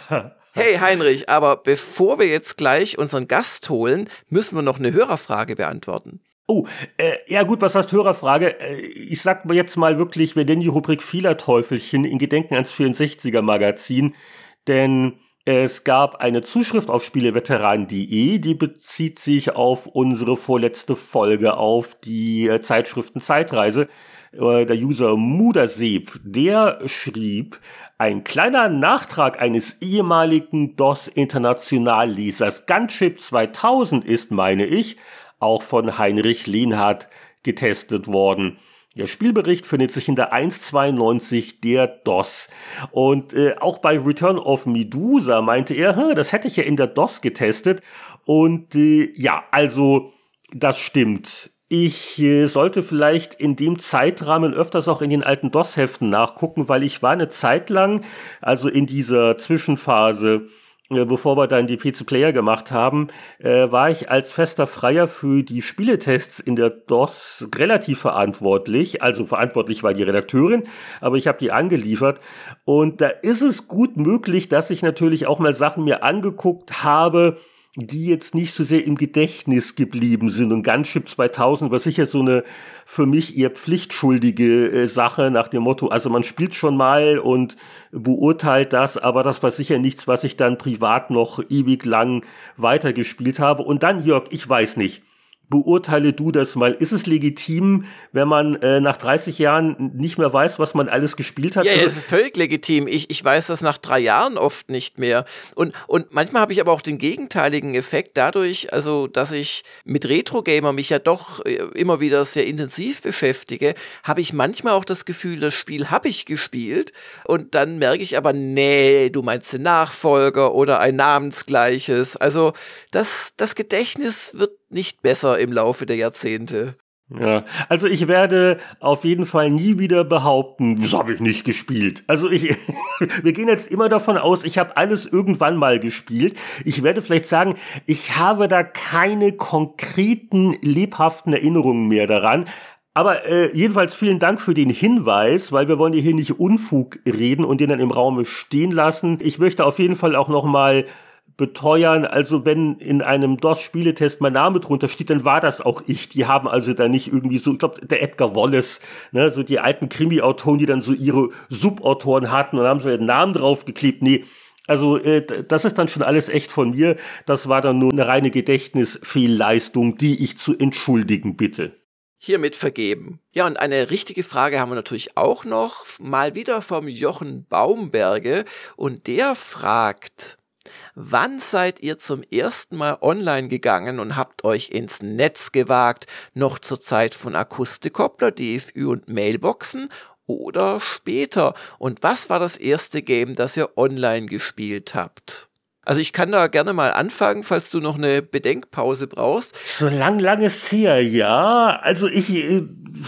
Hey Heinrich, aber bevor wir jetzt gleich unseren Gast holen, müssen wir noch eine Hörerfrage beantworten. Oh, äh, ja gut, was heißt Hörerfrage? Äh, ich sag mir jetzt mal wirklich, wir nennen die Rubrik Fehlerteufelchen in Gedenken ans vierundsechziger-Magazin. Denn es gab eine Zuschrift auf spieleveteranen punkt de, die bezieht sich auf unsere vorletzte Folge, auf die äh, Zeitschriften Zeitreise. Äh, der User Muderseb, der schrieb, ein kleiner Nachtrag eines ehemaligen DOS-International-Lesers. Gunship zweitausend ist, meine ich, auch von Heinrich Lehnhardt getestet worden. Der Spielbericht findet sich in der eins Punkt zweiundneunzig der DOS. Und äh, auch bei Return of Medusa meinte er, das hätte ich ja in der DOS getestet. Und äh, ja, also das stimmt. Ich äh, sollte vielleicht in dem Zeitrahmen öfters auch in den alten DOS-Heften nachgucken, weil ich war eine Zeit lang, also in dieser Zwischenphase, bevor wir dann die P C-Player gemacht haben, äh, war ich als fester Freier für die Spieletests in der DOS relativ verantwortlich. Also verantwortlich war die Redakteurin, aber ich habe die angeliefert. Und da ist es gut möglich, dass ich natürlich auch mal Sachen mir angeguckt habe, die jetzt nicht so sehr im Gedächtnis geblieben sind. Und Gunship zweitausend war sicher so eine für mich eher pflichtschuldige äh, Sache nach dem Motto, also man spielt schon mal und beurteilt das, aber das war sicher nichts, was ich dann privat noch ewig lang weitergespielt habe. Und dann, Jörg, ich weiß nicht, beurteile du das mal. Ist es legitim, wenn man äh, nach dreißig Jahren nicht mehr weiß, was man alles gespielt hat? Ja, also, ja, das ist völlig legitim. Ich, ich weiß das nach drei Jahren oft nicht mehr. Und, und manchmal habe ich aber auch den gegenteiligen Effekt dadurch, also dass ich mit Retro-Gamer mich ja doch immer wieder sehr intensiv beschäftige, habe ich manchmal auch das Gefühl, das Spiel habe ich gespielt, und dann merke ich aber, nee, du meinst den Nachfolger oder ein namensgleiches. Also das, das Gedächtnis wird nicht besser im Laufe der Jahrzehnte. Ja, also ich werde auf jeden Fall nie wieder behaupten, das habe ich nicht gespielt. Also ich, wir gehen jetzt immer davon aus, ich habe alles irgendwann mal gespielt. Ich werde vielleicht sagen, ich habe da keine konkreten, lebhaften Erinnerungen mehr daran. Aber äh, jedenfalls vielen Dank für den Hinweis, weil wir wollen hier nicht Unfug reden und den dann im Raum stehen lassen. Ich möchte auf jeden Fall auch noch mal beteuern, also wenn in einem DOS-Spieletest mein Name drunter steht, dann war das auch ich. Die haben also da nicht irgendwie so, ich glaube, der Edgar Wallace, ne, so die alten Krimi-Autoren, die dann so ihre Subautoren hatten und haben so ihren Namen draufgeklebt. Nee, also äh, das ist dann schon alles echt von mir. Das war dann nur eine reine Gedächtnisfehlleistung, die ich zu entschuldigen bitte. Hiermit vergeben. Ja, und eine richtige Frage haben wir natürlich auch noch, mal wieder vom Jochen Baumberge, und der fragt: Wann seid ihr zum ersten Mal online gegangen und habt euch ins Netz gewagt? Noch zur Zeit von Akustikkoppler, D F Ü und Mailboxen oder später? Und was war das erste Game, das ihr online gespielt habt? Also ich kann da gerne mal anfangen, falls du noch eine Bedenkpause brauchst. So lang, lang ist her, ja. Also ich... Äh,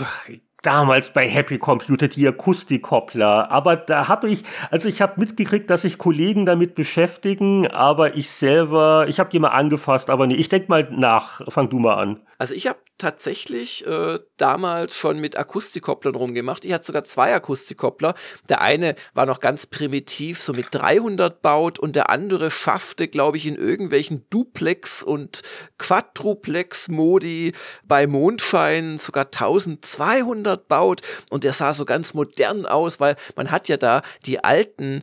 damals bei Happy Computer, die Akustikkoppler, aber da habe ich, also ich habe mitgekriegt, dass sich Kollegen damit beschäftigen, aber ich selber, ich habe die mal angefasst, aber nee, ich denk mal nach, fang du mal an. Also ich habe tatsächlich äh, damals schon mit Akustikkopplern rumgemacht. Ich hatte sogar zwei Akustikkoppler. Der eine war noch ganz primitiv, so mit dreihundert Baud, und der andere schaffte, glaube ich, in irgendwelchen Duplex- und Quadruplex-Modi bei Mondschein sogar eintausendzweihundert Baud, und der sah so ganz modern aus, weil man hat ja da die alten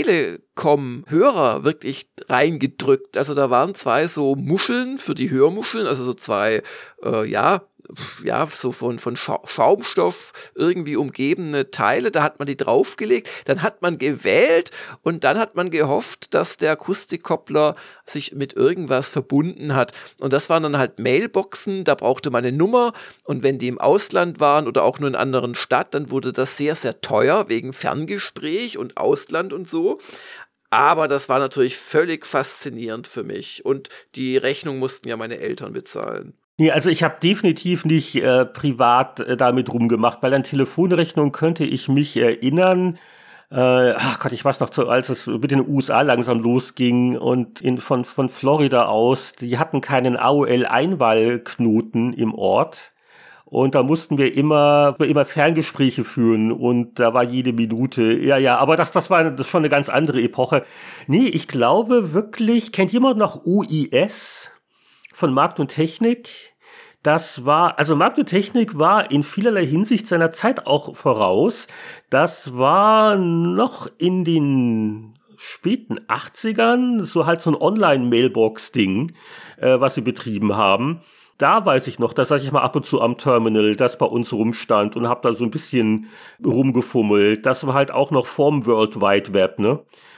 Telekom-Hörer wirklich reingedrückt. Also da waren zwei so Muscheln für die Hörmuscheln, also so zwei, äh, ja, ja, so von, von Scha- Schaumstoff irgendwie umgebene Teile, da hat man die draufgelegt, dann hat man gewählt und dann hat man gehofft, dass der Akustikkoppler sich mit irgendwas verbunden hat. Und das waren dann halt Mailboxen, da brauchte man eine Nummer, und wenn die im Ausland waren oder auch nur in einer anderen Stadt, dann wurde das sehr, sehr teuer wegen Ferngespräch und Ausland und so. Aber das war natürlich völlig faszinierend für mich, und die Rechnung mussten ja meine Eltern bezahlen. Nee, also ich habe definitiv nicht äh, privat äh, damit rumgemacht. Weil an Telefonrechnung könnte ich mich erinnern. Äh, ach Gott, ich weiß noch, so, als es mit den U S A langsam losging und in, von, von Florida aus, die hatten keinen A O L-Einwahlknoten im Ort. Und da mussten wir immer, immer Ferngespräche führen, und da war jede Minute, ja, ja, aber das, das war das schon eine ganz andere Epoche. Nee, ich glaube wirklich, kennt jemand noch U I S von Markt und Technik? Das war, also Markt und Technik war in vielerlei Hinsicht seiner Zeit auch voraus. Das war noch in den späten achtzigern, so halt so ein Online-Mailbox-Ding, äh, was sie betrieben haben. Da weiß ich noch, da saß ich mal ab und zu am Terminal, das bei uns rumstand, und hab da so ein bisschen rumgefummelt. Das war halt auch noch vorm World Wide Web, ne?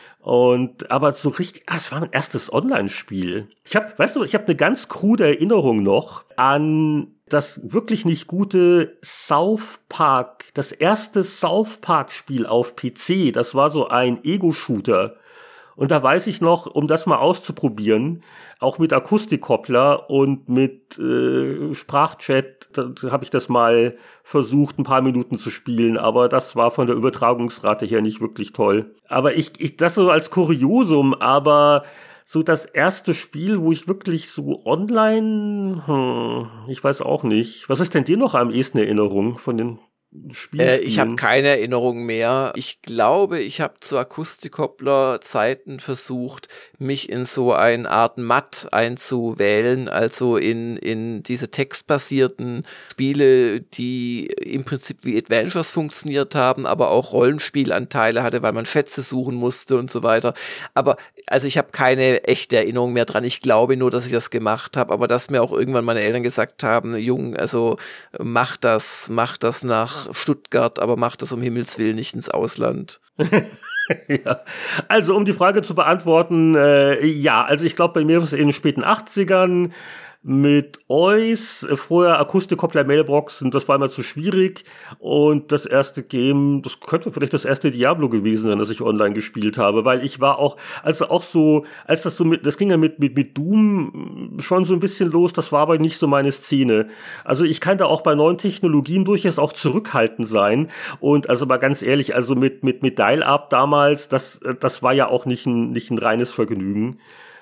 Und aber so richtig, ah, es war mein erstes Online-Spiel. Ich habe, weißt du, ich habe eine ganz krude Erinnerung noch an das wirklich nicht gute South Park, das erste South Park-Spiel auf P C. Das war so ein Ego-Shooter. Und da weiß ich noch, um das mal auszuprobieren, auch mit Akustikkoppler und mit äh, Sprachchat, da, da habe ich das mal versucht, ein paar Minuten zu spielen, aber das war von der Übertragungsrate her nicht wirklich toll. Aber ich, ich das so als Kuriosum, aber so das erste Spiel, wo ich wirklich so online, hm, ich weiß auch nicht. Was ist denn dir noch am ehesten in Erinnerung von den Äh, ich habe keine Erinnerung mehr. Ich glaube, ich habe zu Akustikkoppler-Zeiten versucht, mich in so eine Art M A T einzuwählen, also in, in diese textbasierten Spiele, die im Prinzip wie Adventures funktioniert haben, aber auch Rollenspielanteile hatte, weil man Schätze suchen musste und so weiter. Aber also ich habe keine echte Erinnerung mehr dran. Ich glaube nur, dass ich das gemacht habe, aber dass mir auch irgendwann meine Eltern gesagt haben, Jung, also mach das, mach das nach Stuttgart, aber mach das um Himmels Willen nicht ins Ausland. Ja. Also um die Frage zu beantworten, äh, ja, also ich glaube, bei mir war es in den späten achtzigern mit Eus, vorher Akustikkoppler Mailboxen, das war immer zu schwierig, und das erste Game, das könnte vielleicht das erste Diablo gewesen sein, das ich online gespielt habe, weil ich war auch, also auch so, als das so mit, das ging ja mit, mit, mit Doom schon so ein bisschen los, das war aber nicht so meine Szene. Also ich kann da auch bei neuen Technologien durchaus auch zurückhaltend sein, und also mal ganz ehrlich, also mit, mit, mit Dial-Up damals, das, das war ja auch nicht ein, nicht ein reines Vergnügen.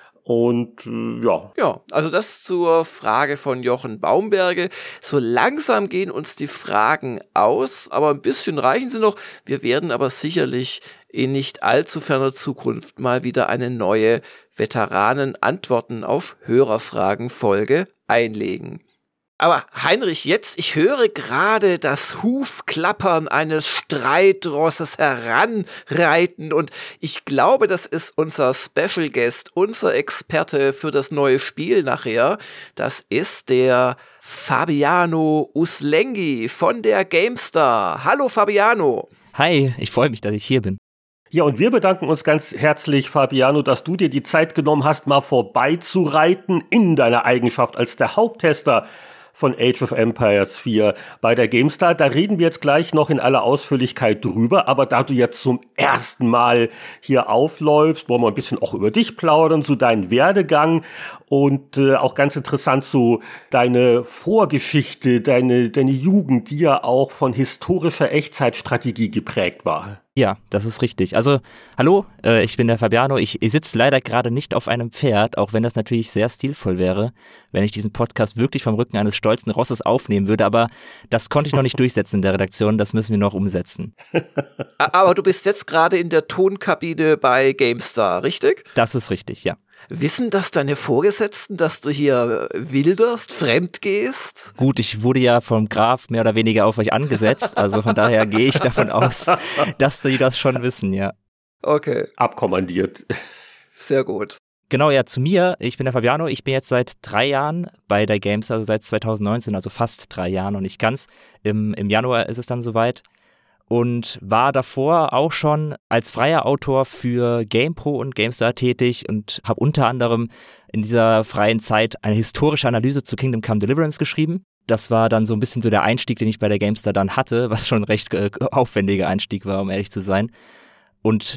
Und äh, ja. Ja, also das zur Frage von Jochen Baumberge. So langsam gehen uns die Fragen aus, aber ein bisschen reichen sie noch. Wir werden aber sicherlich in nicht allzu ferner Zukunft mal wieder eine neue Veteranen-Antworten auf Hörerfragen-Folge einlegen. Aber Heinrich, jetzt, ich höre gerade das Hufklappern eines Streitrosses heranreiten, und ich glaube, das ist unser Special Guest, unser Experte für das neue Spiel nachher. Das ist der Fabiano Uslengi von der GameStar. Hallo Fabiano. Hi, ich freue mich, dass ich hier bin. Ja, und wir bedanken uns ganz herzlich, Fabiano, dass du dir die Zeit genommen hast, mal vorbeizureiten in deiner Eigenschaft als der Haupttester von Age of Empires vier bei der GameStar. Da reden wir jetzt gleich noch in aller Ausführlichkeit drüber, aber da du jetzt zum ersten Mal hier aufläufst, wollen wir ein bisschen auch über dich plaudern, so deinen Werdegang und äh, auch ganz interessant so deine Vorgeschichte, deine, deine Jugend, die ja auch von historischer Echtzeitstrategie geprägt war. Ja, das ist richtig. Also, hallo, äh, ich bin der Fabiano. Ich, ich sitze leider gerade nicht auf einem Pferd, auch wenn das natürlich sehr stilvoll wäre, wenn ich diesen Podcast wirklich vom Rücken eines stolzen Rosses aufnehmen würde. Aber das konnte ich noch nicht durchsetzen in der Redaktion. Das müssen wir noch umsetzen. Aber du bist jetzt gerade in der Tonkabine bei GameStar, richtig? Das ist richtig, ja. Wissen das deine Vorgesetzten, dass du hier wilderst, fremd gehst? Gut, ich wurde ja vom Graf mehr oder weniger auf euch angesetzt, also von daher gehe ich davon aus, dass die das schon wissen, ja. Okay. Abkommandiert. Sehr gut. Genau, ja, zu mir, ich bin der Fabiano, ich bin jetzt seit drei Jahren bei der GameStar, also seit zwanzig neunzehn, also fast drei Jahren und nicht ganz. Im, im Januar ist es dann soweit. Und war davor auch schon als freier Autor für GamePro und GameStar tätig und habe unter anderem in dieser freien Zeit eine historische Analyse zu Kingdom Come Deliverance geschrieben. Das war dann so ein bisschen so der Einstieg, den ich bei der GameStar dann hatte, was schon ein recht äh, aufwendiger Einstieg war, um ehrlich zu sein. Und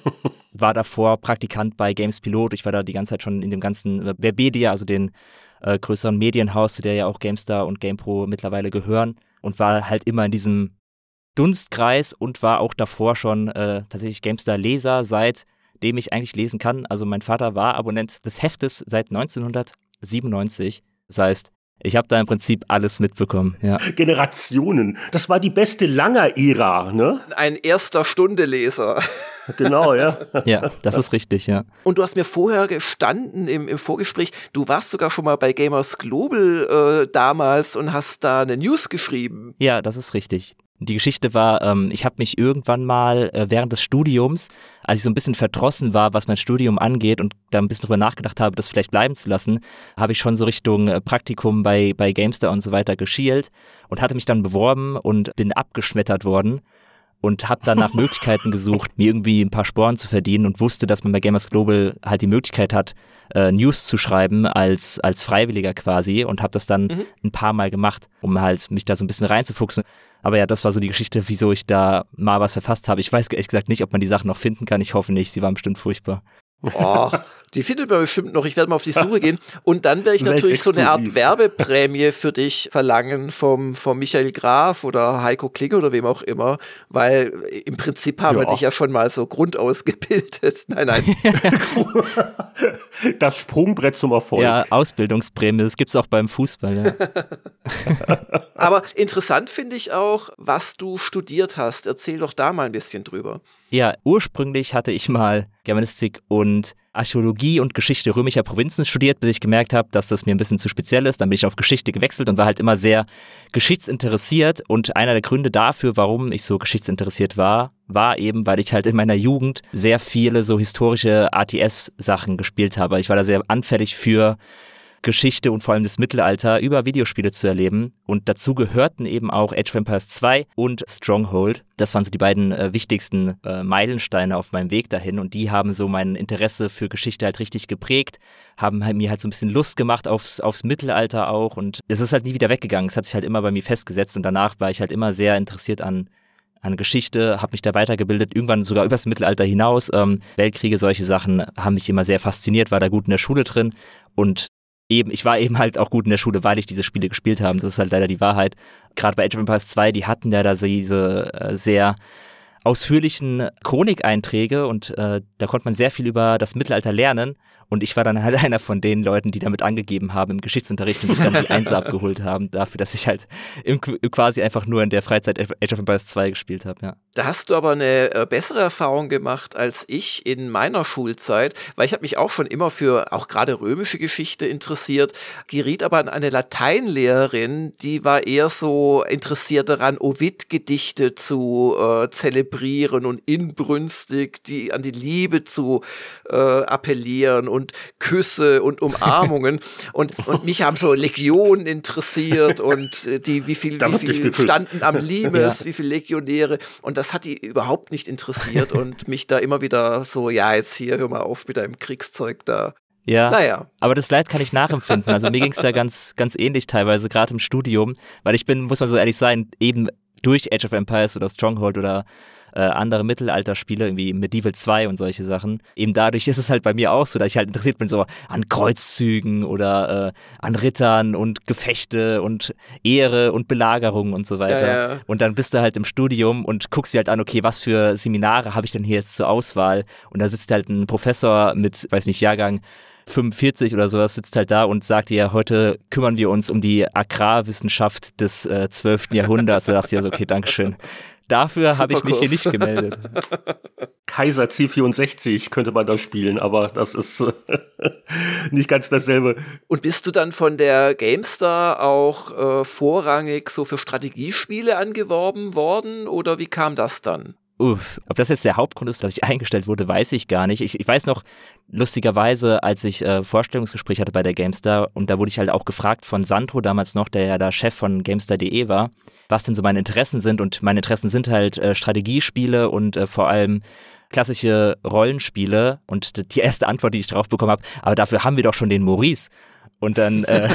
war davor Praktikant bei Games Pilot. Ich war da die ganze Zeit schon in dem ganzen Webedia, also den äh, größeren Medienhaus, zu der ja auch GameStar und GamePro mittlerweile gehören. Und war halt immer in diesem Dunstkreis und war auch davor schon äh, tatsächlich GameStar-Leser, seitdem ich eigentlich lesen kann. Also mein Vater war Abonnent des Heftes seit neunzehnhundertsiebenundneunzig. Das heißt, ich habe da im Prinzip alles mitbekommen. Ja. Generationen. Das war die beste Langer-Ära, ne? Ein erster Stunde-Leser. Genau, ja. Ja, das ist richtig, ja. Und du hast mir vorher gestanden im, im Vorgespräch, du warst sogar schon mal bei Gamers Global äh, damals und hast da eine News geschrieben. Ja, das ist richtig. Die Geschichte war, ähm, ich habe mich irgendwann mal äh, während des Studiums, als ich so ein bisschen verdrossen war, was mein Studium angeht und da ein bisschen drüber nachgedacht habe, das vielleicht bleiben zu lassen, habe ich schon so Richtung äh, Praktikum bei, bei GameStar und so weiter geschielt und hatte mich dann beworben und bin abgeschmettert worden und habe dann nach Möglichkeiten gesucht, mir irgendwie ein paar Sporen zu verdienen und wusste, dass man bei Gamers Global halt die Möglichkeit hat, äh, News zu schreiben als, als Freiwilliger quasi und habe das dann mhm. ein paar Mal gemacht, um halt mich da so ein bisschen reinzufuchsen. Aber ja, das war so die Geschichte, wieso ich da mal was verfasst habe. Ich weiß ehrlich gesagt nicht, ob man die Sachen noch finden kann. Ich hoffe nicht, sie waren bestimmt furchtbar. Oh, die findet man bestimmt noch. Ich werde mal auf die Suche gehen. Und dann werde ich natürlich so eine Art Werbeprämie für dich verlangen vom, vom Michael Graf oder Heiko Klinge oder wem auch immer. Weil im Prinzip haben ja. wir dich ja schon mal so grundausgebildet. Nein, nein. Das Sprungbrett zum Erfolg. Ja, Ausbildungsprämie. Das gibt's auch beim Fußball. Ja. Aber interessant finde ich auch, was du studiert hast. Erzähl doch da mal ein bisschen drüber. Ja, ursprünglich hatte ich mal Germanistik und Archäologie und Geschichte römischer Provinzen studiert, bis ich gemerkt habe, dass das mir ein bisschen zu speziell ist. Dann bin ich auf Geschichte gewechselt und war halt immer sehr geschichtsinteressiert. Und einer der Gründe dafür, warum ich so geschichtsinteressiert war, war eben, weil ich halt in meiner Jugend sehr viele so historische A T S-Sachen gespielt habe. Ich war da sehr anfällig für Geschichte und vor allem das Mittelalter über Videospiele zu erleben. Und dazu gehörten eben auch Age of Empires zwei und Stronghold. Das waren so die beiden äh, wichtigsten äh, Meilensteine auf meinem Weg dahin. Und die haben so mein Interesse für Geschichte halt richtig geprägt, haben halt mir halt so ein bisschen Lust gemacht aufs, aufs Mittelalter auch. Und es ist halt nie wieder weggegangen. Es hat sich halt immer bei mir festgesetzt. Und danach war ich halt immer sehr interessiert an an Geschichte, habe mich da weitergebildet, irgendwann sogar übers Mittelalter hinaus. Ähm, Weltkriege, solche Sachen haben mich immer sehr fasziniert, war da gut in der Schule drin. Und Eben, ich war eben halt auch gut in der Schule, weil ich diese Spiele gespielt habe. Das ist halt leider die Wahrheit. Gerade bei Age of Empires zwei, die hatten ja da diese äh, sehr ausführlichen Chronineinträge und äh, da konnte man sehr viel über das Mittelalter lernen. Und ich war dann halt einer von den Leuten, die damit angegeben haben im Geschichtsunterricht und sich dann die Einser abgeholt haben, dafür, dass ich halt im, quasi einfach nur in der Freizeit Age of Empires zwei gespielt habe, ja. Da hast du aber eine äh, bessere Erfahrung gemacht als ich in meiner Schulzeit, weil ich habe mich auch schon immer für auch gerade römische Geschichte interessiert, geriet aber an eine Lateinlehrerin, die war eher so interessiert daran, Ovid-Gedichte zu äh, zelebrieren und inbrünstig die an die Liebe zu äh, appellieren und und Küsse und Umarmungen und, und mich haben so Legionen interessiert und die, wie viel, wie viel standen am Limes, ja. wie viele Legionäre und das hat die überhaupt nicht interessiert und mich da immer wieder so, ja jetzt hier, hör mal auf mit deinem Kriegszeug da. Ja, naja. Aber das Leid kann ich nachempfinden, also mir ging es da ganz, ganz ähnlich teilweise, gerade im Studium, weil ich bin, muss man so ehrlich sein, eben durch Age of Empires oder Stronghold oder äh, andere Mittelalterspiele, irgendwie Medieval zwei und solche Sachen. Eben dadurch ist es halt bei mir auch so, dass ich halt interessiert bin so an Kreuzzügen oder äh, an Rittern und Gefechte und Ehre und Belagerung und so weiter. Ja, ja. Und dann bist du halt im Studium und guckst dir halt an, okay, was für Seminare habe ich denn hier jetzt zur Auswahl? Und da sitzt halt ein Professor mit, weiß nicht, Jahrgang fünfundvierzig oder sowas, sitzt halt da und sagt dir, heute kümmern wir uns um die Agrarwissenschaft des äh, zwölften Jahrhunderts. Da dachte ich also, okay, Dankeschön. Dafür habe ich mich hier nicht gemeldet. Kaiser C vierundsechzig könnte man da spielen, aber das ist äh, nicht ganz dasselbe. Und bist du dann von der GameStar auch äh, vorrangig so für Strategiespiele angeworben worden oder wie kam das dann? Uff, ob das jetzt der Hauptgrund ist, dass ich eingestellt wurde, weiß ich gar nicht. Ich, ich weiß noch, lustigerweise, als ich äh, Vorstellungsgespräch hatte bei der GameStar und da wurde ich halt auch gefragt von Sandro damals noch, der ja da Chef von GameStar punkt de war, was denn so meine Interessen sind und meine Interessen sind halt äh, Strategiespiele und äh, vor allem klassische Rollenspiele und die erste Antwort, die ich drauf bekommen habe, aber dafür haben wir doch schon den Maurice. Und dann äh,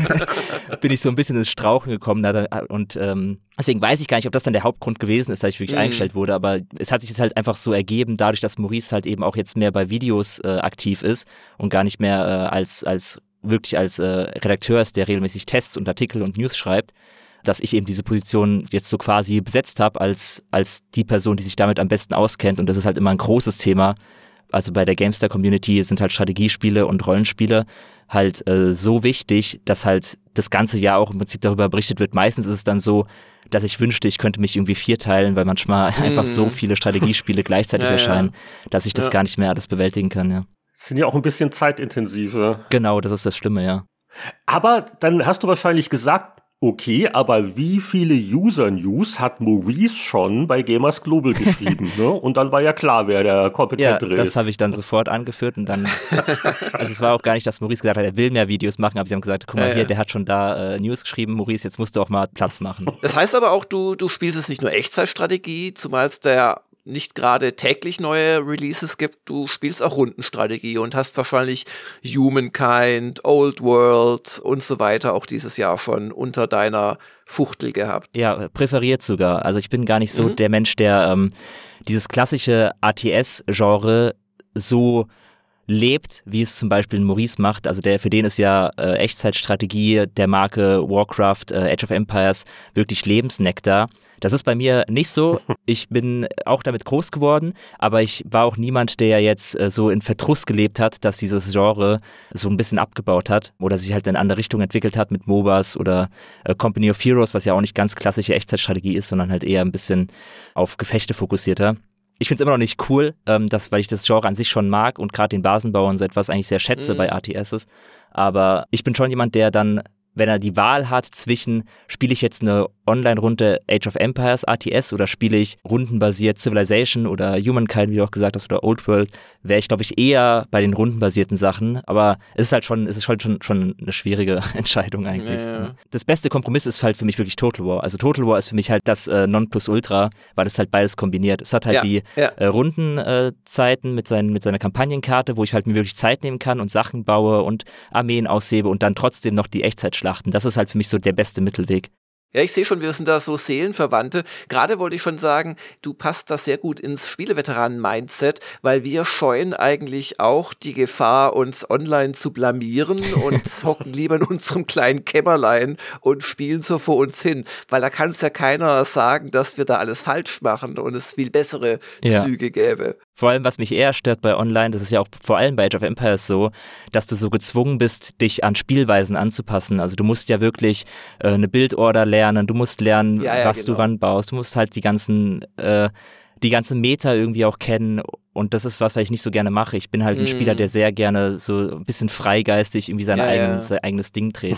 bin ich so ein bisschen ins Strauchen gekommen und ähm, deswegen weiß ich gar nicht, ob das dann der Hauptgrund gewesen ist, dass ich wirklich mm. eingestellt wurde, aber es hat sich jetzt halt einfach so ergeben, dadurch, dass Maurice halt eben auch jetzt mehr bei Videos äh, aktiv ist und gar nicht mehr äh, als, als wirklich als äh, Redakteur ist, der regelmäßig Tests und Artikel und News schreibt, dass ich eben diese Position jetzt so quasi besetzt habe als, als die Person, die sich damit am besten auskennt und das ist halt immer ein großes Thema. Also bei der GameStar-Community sind halt Strategiespiele und Rollenspiele halt äh, so wichtig, dass halt das ganze Jahr auch im Prinzip darüber berichtet wird. Meistens ist es dann so, dass ich wünschte, ich könnte mich irgendwie vierteilen, weil manchmal mm. einfach so viele Strategiespiele gleichzeitig ja, erscheinen, ja. dass ich das ja. gar nicht mehr alles bewältigen kann, ja. Sind ja auch ein bisschen zeitintensive. Genau, das ist das Schlimme, ja. Aber dann hast du wahrscheinlich gesagt, okay, aber wie viele User-News hat Maurice schon bei Gamers Global geschrieben? Ne? Und dann war ja klar, wer der Kompetentere ja, ist. Das habe ich dann sofort angeführt und dann, also es war auch gar nicht, dass Maurice gesagt hat, er will mehr Videos machen, aber sie haben gesagt, guck mal ja, hier, ja. der hat schon da äh, News geschrieben, Maurice, jetzt musst du auch mal Platz machen. Das heißt aber auch, du, du spielst es nicht nur Echtzeitstrategie, zumal es der nicht gerade täglich neue Releases gibt, du spielst auch Rundenstrategie und hast wahrscheinlich Humankind, Old World und so weiter auch dieses Jahr schon unter deiner Fuchtel gehabt. Ja, präferiert sogar. Also ich bin gar nicht so mhm. der Mensch, der ähm, dieses klassische A T S-Genre so lebt, wie es zum Beispiel Maurice macht. Also der, für den ist ja äh, Echtzeitstrategie der Marke Warcraft, äh, Age of Empires wirklich Lebensnektar. Das ist bei mir nicht so. Ich bin auch damit groß geworden, aber ich war auch niemand, der jetzt äh, so in Verdruss gelebt hat, dass dieses Genre so ein bisschen abgebaut hat oder sich halt in eine andere Richtung entwickelt hat mit MOBAs oder äh, Company of Heroes, was ja auch nicht ganz klassische Echtzeitstrategie ist, sondern halt eher ein bisschen auf Gefechte fokussierter. Ich finde es immer noch nicht cool, ähm, dass, weil ich das Genre an sich schon mag und gerade den Basenbau und so etwas eigentlich sehr schätze mhm. bei A T Ss. Aber ich bin schon jemand, der dann, wenn er die Wahl hat zwischen, spiele ich jetzt eine Online-Runde Age of Empires A T S oder spiele ich rundenbasiert Civilization oder Humankind, wie du auch gesagt hast, oder Old World, wäre ich, glaube ich, eher bei den rundenbasierten Sachen. Aber es ist halt schon, es ist halt schon, schon eine schwierige Entscheidung eigentlich. Ja, ja. Das beste Kompromiss ist halt für mich wirklich Total War. Also Total War ist für mich halt das äh, Nonplusultra, weil es halt beides kombiniert. Es hat halt ja, die ja. Äh, Rundenzeiten äh, mit, seinen, mit seiner Kampagnenkarte, wo ich halt mir wirklich Zeit nehmen kann und Sachen baue und Armeen aushebe und dann trotzdem noch die Echtzeitschlachten. Das ist halt für mich so der beste Mittelweg. Ja, ich sehe schon, wir sind da so Seelenverwandte. Gerade wollte ich schon sagen, du passt da sehr gut ins Spieleveteranen-Mindset, weil wir scheuen eigentlich auch die Gefahr, uns online zu blamieren und hocken lieber in unserem kleinen Kämmerlein und spielen so vor uns hin. Weil da kann es ja keiner sagen, dass wir da alles falsch machen und es viel bessere ja. Züge gäbe. Vor allem, was mich eher stört bei Online, das ist ja auch vor allem bei Age of Empires so, dass du so gezwungen bist, dich an Spielweisen anzupassen. Also du musst ja wirklich äh, eine Bildorder lernen, du musst lernen, ja, ja, was genau. du wann baust, du musst halt die ganzen, äh, die ganze Meta irgendwie auch kennen und das ist was, was ich nicht so gerne mache. Ich bin halt ein mm. Spieler, der sehr gerne so ein bisschen freigeistig irgendwie sein, ja, eigenen, ja. sein eigenes Ding dreht.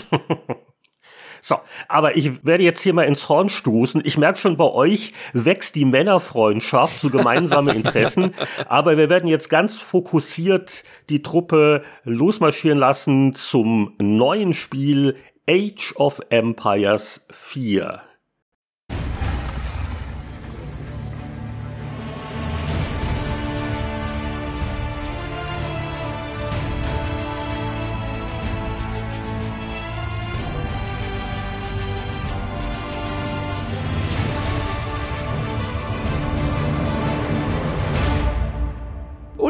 So, aber ich werde jetzt hier mal ins Horn stoßen. Ich merke schon, bei euch wächst die Männerfreundschaft zu gemeinsame Interessen. Aber wir werden jetzt ganz fokussiert die Truppe losmarschieren lassen zum neuen Spiel Age of Empires vier.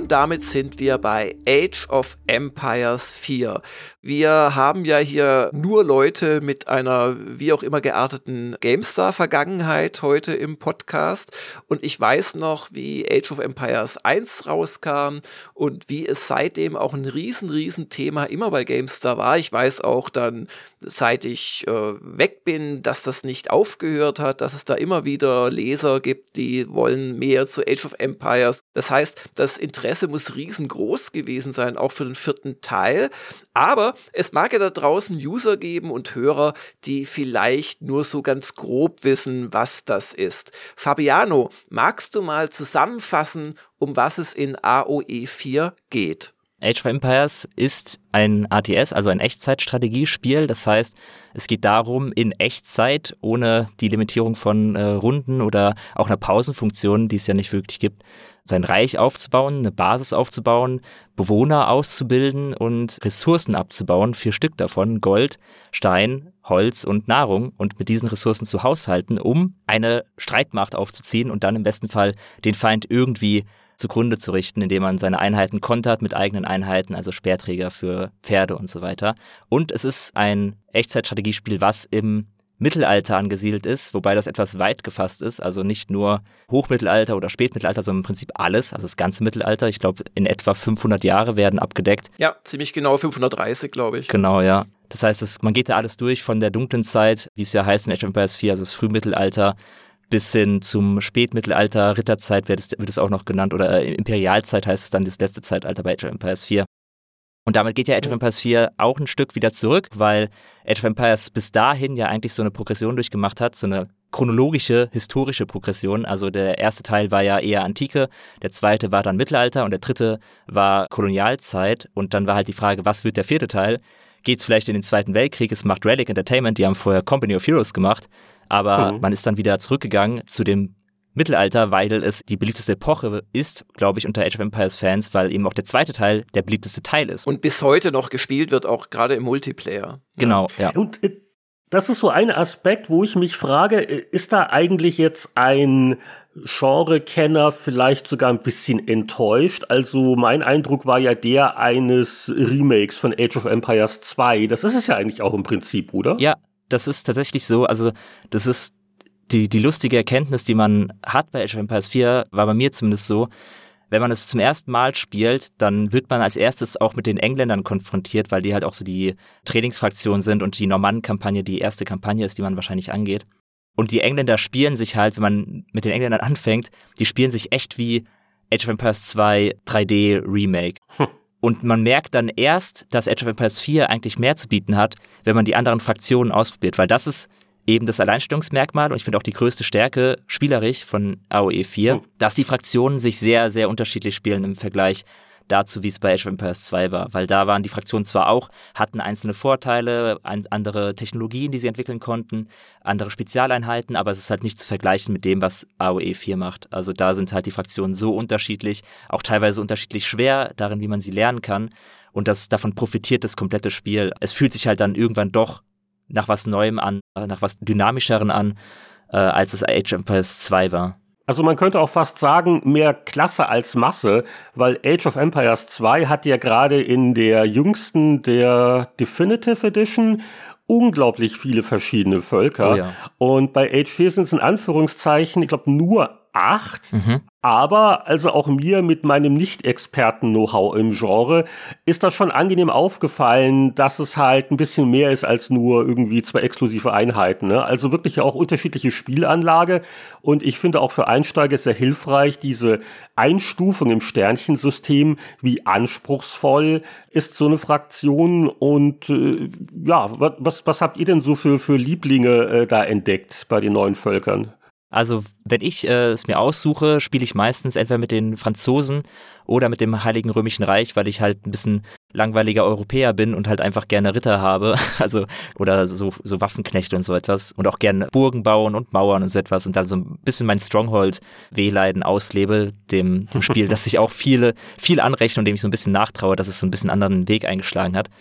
Und damit sind wir bei Age of Empires vier. Wir haben ja hier nur Leute mit einer wie auch immer gearteten GameStar-Vergangenheit heute im Podcast. Und ich weiß noch, wie Age of Empires eins rauskam und wie es seitdem auch ein riesen, riesen Thema immer bei GameStar war. Ich weiß auch dann, seit ich äh, weg bin, dass das nicht aufgehört hat, dass es da immer wieder Leser gibt, die wollen mehr zu Age of Empires. Das heißt, das Interesse muss riesengroß gewesen sein, auch für den vierten Teil. Aber es mag ja da draußen User geben und Hörer, die vielleicht nur so ganz grob wissen, was das ist. Fabiano, magst du mal zusammenfassen, um was es in A O E vier geht? Age of Empires ist ein A T S, also ein Echtzeitstrategiespiel. Das heißt, es geht darum, in Echtzeit, ohne die Limitierung von äh, Runden oder auch einer Pausenfunktion, die es ja nicht wirklich gibt, sein Reich aufzubauen, eine Basis aufzubauen, Bewohner auszubilden und Ressourcen abzubauen, vier Stück davon, Gold, Stein, Holz und Nahrung, und mit diesen Ressourcen zu haushalten, um eine Streitmacht aufzuziehen und dann im besten Fall den Feind irgendwie zugrunde zu richten, indem man seine Einheiten kontert mit eigenen Einheiten, also Speerträger für Pferde und so weiter. Und es ist ein Echtzeitstrategiespiel, was im Mittelalter angesiedelt ist, wobei das etwas weit gefasst ist, also nicht nur Hochmittelalter oder Spätmittelalter, sondern im Prinzip alles, also das ganze Mittelalter. Ich glaube, in etwa fünfhundert Jahre werden abgedeckt. Ja, ziemlich genau fünfhundertdreißig, glaube ich. Genau, ja. Das heißt, es, man geht da alles durch, von der dunklen Zeit, wie es ja heißt in Age of Empires vier, also das Frühmittelalter, bis hin zum Spätmittelalter, Ritterzeit wird es, wird es auch noch genannt, oder Imperialzeit heißt es dann, das letzte Zeitalter bei Age of Empires vier. Und damit geht ja Age of Empires vier auch ein Stück wieder zurück, weil Age of Empires bis dahin ja eigentlich so eine Progression durchgemacht hat, so eine chronologische, historische Progression. Also der erste Teil war ja eher Antike, der zweite war dann Mittelalter und der dritte war Kolonialzeit. Und dann war halt die Frage, was wird der vierte Teil? Geht's vielleicht in den Zweiten Weltkrieg? Es macht Relic Entertainment, die haben vorher Company of Heroes gemacht, aber mhm. man ist dann wieder zurückgegangen zu dem Mittelalter, weil es die beliebteste Epoche ist, glaube ich, unter Age of Empires Fans, weil eben auch der zweite Teil der beliebteste Teil ist. Und bis heute noch gespielt wird, auch gerade im Multiplayer. Genau, ja. ja. Und äh, das ist so ein Aspekt, wo ich mich frage, ist da eigentlich jetzt ein Genre-Kenner vielleicht sogar ein bisschen enttäuscht? Also mein Eindruck war ja der eines Remakes von Age of Empires zwei. Das ist es ja eigentlich auch im Prinzip, oder? Ja, das ist tatsächlich so. Also das ist Die, die lustige Erkenntnis, die man hat bei Age of Empires vier, war bei mir zumindest so, wenn man es zum ersten Mal spielt, dann wird man als erstes auch mit den Engländern konfrontiert, weil die halt auch so die Trainingsfraktion sind und die Normannen-Kampagne die erste Kampagne ist, die man wahrscheinlich angeht. Und die Engländer spielen sich halt, wenn man mit den Engländern anfängt, die spielen sich echt wie Age of Empires zwei drei D Remake. Hm. Und man merkt dann erst, dass Age of Empires vier eigentlich mehr zu bieten hat, wenn man die anderen Fraktionen ausprobiert, weil das ist eben das Alleinstellungsmerkmal und ich finde auch die größte Stärke spielerisch von A O E vier, oh. dass die Fraktionen sich sehr, sehr unterschiedlich spielen im Vergleich dazu, wie es bei Age of Empires zwei war. Weil da waren die Fraktionen zwar auch, hatten einzelne Vorteile, ein, andere Technologien, die sie entwickeln konnten, andere Spezialeinheiten, aber es ist halt nicht zu vergleichen mit dem, was A O E vier macht. Also da sind halt die Fraktionen so unterschiedlich, auch teilweise unterschiedlich schwer darin, wie man sie lernen kann. Und das, davon profitiert das komplette Spiel. Es fühlt sich halt dann irgendwann doch nach was Neuem an, nach was Dynamischeren an, äh, als es Age of Empires zwei war. Also man könnte auch fast sagen, mehr Klasse als Masse, weil Age of Empires zwei hat ja gerade in der jüngsten, der Definitive Edition, unglaublich viele verschiedene Völker. Oh ja. Und bei Age vier sind es in Anführungszeichen, ich glaube, nur acht. Mhm. Aber also auch mir mit meinem Nicht-Experten-Know-how im Genre ist das schon angenehm aufgefallen, dass es halt ein bisschen mehr ist als nur irgendwie zwei exklusive Einheiten. Ne? Also wirklich auch unterschiedliche Spielanlage. Und ich finde auch für Einsteiger sehr hilfreich, diese Einstufung im Sternchensystem, wie anspruchsvoll ist so eine Fraktion. Und äh, ja, was, was habt ihr denn so für, für Lieblinge äh, da entdeckt bei den neuen Völkern? Also wenn ich äh, es mir aussuche, spiele ich meistens entweder mit den Franzosen oder mit dem Heiligen Römischen Reich, weil ich halt ein bisschen langweiliger Europäer bin und halt einfach gerne Ritter habe, also oder so, so Waffenknechte und so etwas und auch gerne Burgen bauen und Mauern und so etwas und dann so ein bisschen mein Stronghold-Wehleiden auslebe, dem, dem Spiel, das ich auch viele, viel anrechne und dem ich so ein bisschen nachtraue, dass es so ein bisschen anderen Weg eingeschlagen hat.